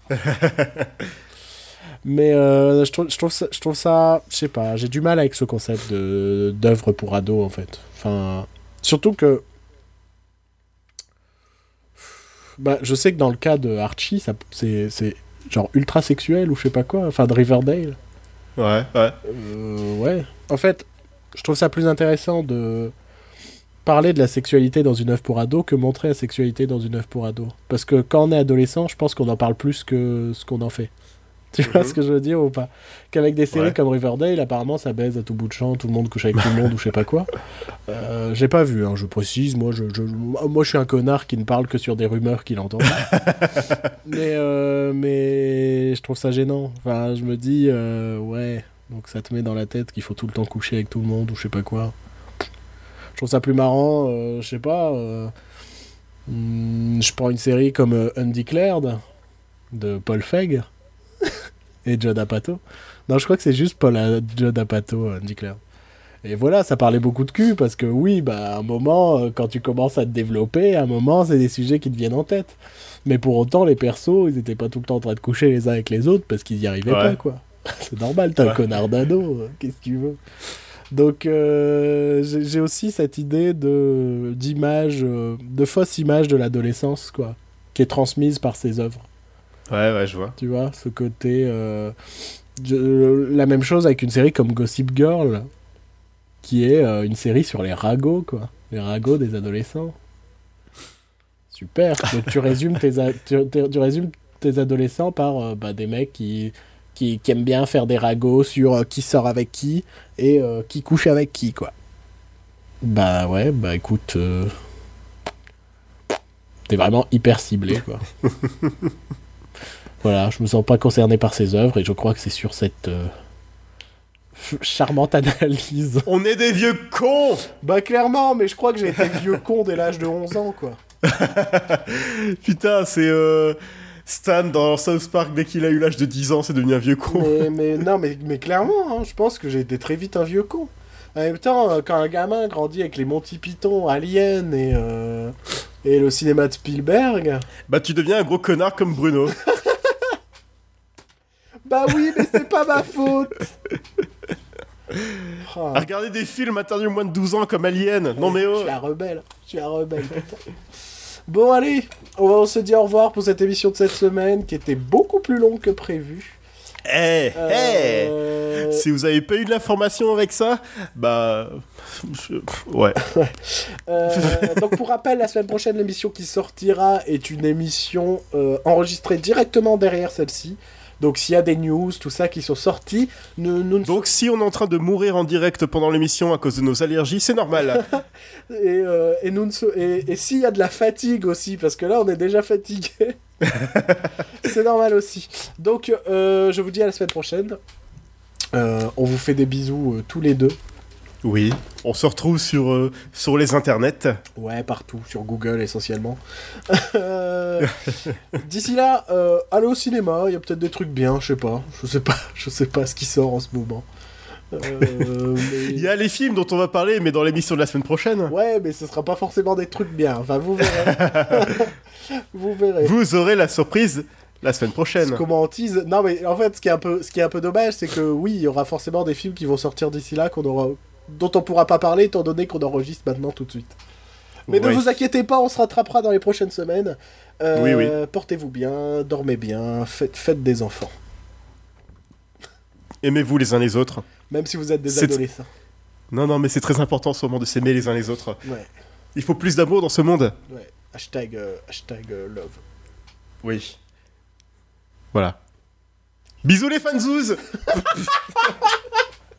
Mais euh, je, trouve, je, trouve ça, je trouve ça, je sais pas, j'ai du mal avec ce concept de, d'œuvre pour ados, en fait. Enfin, surtout que... Bah, je sais que dans le cas de Archie, ça, c'est, c'est genre ultra sexuel ou je sais pas quoi, enfin de Riverdale. Ouais, ouais. Euh, ouais. En fait, je trouve ça plus intéressant de parler de la sexualité dans une œuvre pour ado que montrer la sexualité dans une œuvre pour ado. Parce que quand on est adolescent, je pense qu'on en parle plus que ce qu'on en fait. Tu vois mm-hmm. ce que je veux dire ou pas? Qu'avec des séries ouais. comme Riverdale, apparemment ça baise à tout bout de champ, tout le monde couche avec tout le monde ou je sais pas quoi. Euh, j'ai pas vu, hein, je précise, moi je, je, moi je suis un connard qui ne parle que sur des rumeurs qu'il entend. mais, euh, mais je trouve ça gênant. Enfin, je me dis, euh, ouais, donc ça te met dans la tête qu'il faut tout le temps coucher avec tout le monde ou je sais pas quoi. Je trouve ça plus marrant, euh, je sais pas. Euh, hmm, je prends une série comme euh, Undeclared de Paul Feig. Et Judd Apatow. Non, je crois que c'est juste Paul euh, Judd Apatow, Undeclared. Et voilà, ça parlait beaucoup de cul, parce que oui, bah, à un moment, euh, quand tu commences à te développer, à un moment, c'est des sujets qui te viennent en tête. Mais pour autant, les persos, ils étaient pas tout le temps en train de coucher les uns avec les autres, parce qu'ils y arrivaient ouais. pas, quoi. C'est normal, t'es ouais. un connard d'ado, euh, qu'est-ce que tu veux. Donc, euh, j'ai, j'ai aussi cette idée de, d'image, euh, de fausse image de l'adolescence, quoi, qui est transmise par ces œuvres. Ouais, ouais, je vois. Tu vois, ce côté... Euh, je, la même chose avec une série comme Gossip Girl, qui est euh, une série sur les ragots, quoi. Les ragots des adolescents. Super. Donc tu résumes tes, a- tu, tu résumes tes adolescents par euh, bah, des mecs qui, qui, qui aiment bien faire des ragots sur euh, qui sort avec qui et euh, qui couche avec qui, quoi. Bah ouais, bah écoute... Euh, t'es vraiment hyper ciblé, quoi. Voilà, je me sens pas concerné par ces œuvres et je crois que c'est sur cette euh, f- charmante analyse. On est des vieux cons. Bah clairement, mais je crois que j'ai été vieux con dès l'âge de onze ans, quoi. Putain, c'est euh, Stan dans South Park, dès qu'il a eu l'âge de dix ans, c'est devenu un vieux con. Mais, mais non, mais, mais clairement, hein, je pense que j'ai été très vite un vieux con. En même temps, quand un gamin grandit avec les Monty Python, Alien et, euh, et le cinéma de Spielberg... Bah tu deviens un gros connard comme Bruno. Bah oui, mais c'est pas ma faute. Oh. À regarder des films interdits aux moins de douze ans comme Alien. Non mais oh. Je suis un rebelle. Je suis un rebelle. Bon allez, on va se dire au revoir pour cette émission de cette semaine qui était beaucoup plus longue que prévu. Eh, hey, euh... hey. Si vous avez pas eu de l'information avec ça, bah... Je... Ouais. euh, donc pour rappel, la semaine prochaine, l'émission qui sortira est une émission euh, enregistrée directement derrière celle-ci. Donc s'il y a des news, tout ça qui sont sortis, nous, nous... Donc si on est en train de mourir en direct pendant l'émission à cause de nos allergies, c'est normal. et, euh, et, nous ne so... et, et s'il y a de la fatigue aussi, parce que là on est déjà fatigué, c'est normal aussi. Donc euh, je vous dis à la semaine prochaine. Euh, on vous fait des bisous euh, tous les deux. Oui, on se retrouve sur, euh, sur les internets. Ouais, partout, sur Google essentiellement. euh, d'ici là, euh, allez au cinéma, il y a peut-être des trucs bien, je sais pas. Je sais pas, je sais pas ce qui sort en ce moment. Euh, mais... Il y a les films dont on va parler, mais dans l'émission de la semaine prochaine. Ouais, mais ce sera pas forcément des trucs bien. Enfin, vous verrez. vous verrez. Vous aurez la surprise la semaine prochaine. Comment on tease. Non, mais en fait, ce qui est un peu, ce qui est un peu dommage, c'est que oui, il y aura forcément des films qui vont sortir d'ici là qu'on aura... dont on pourra pas parler étant donné qu'on enregistre maintenant tout de suite. Mais oui. Ne vous inquiétez pas, on se rattrapera dans les prochaines semaines. Euh, oui, oui. Portez-vous bien, dormez bien, faites, faites des enfants. Aimez-vous les uns les autres. Même si vous êtes des c'est... adolescents. Non, non, mais c'est très important en ce moment de s'aimer les uns les autres. Ouais. Il faut plus d'amour dans ce monde. Ouais. Hashtag, euh, hashtag euh, love. Oui. Voilà. Bisous les fanzouz.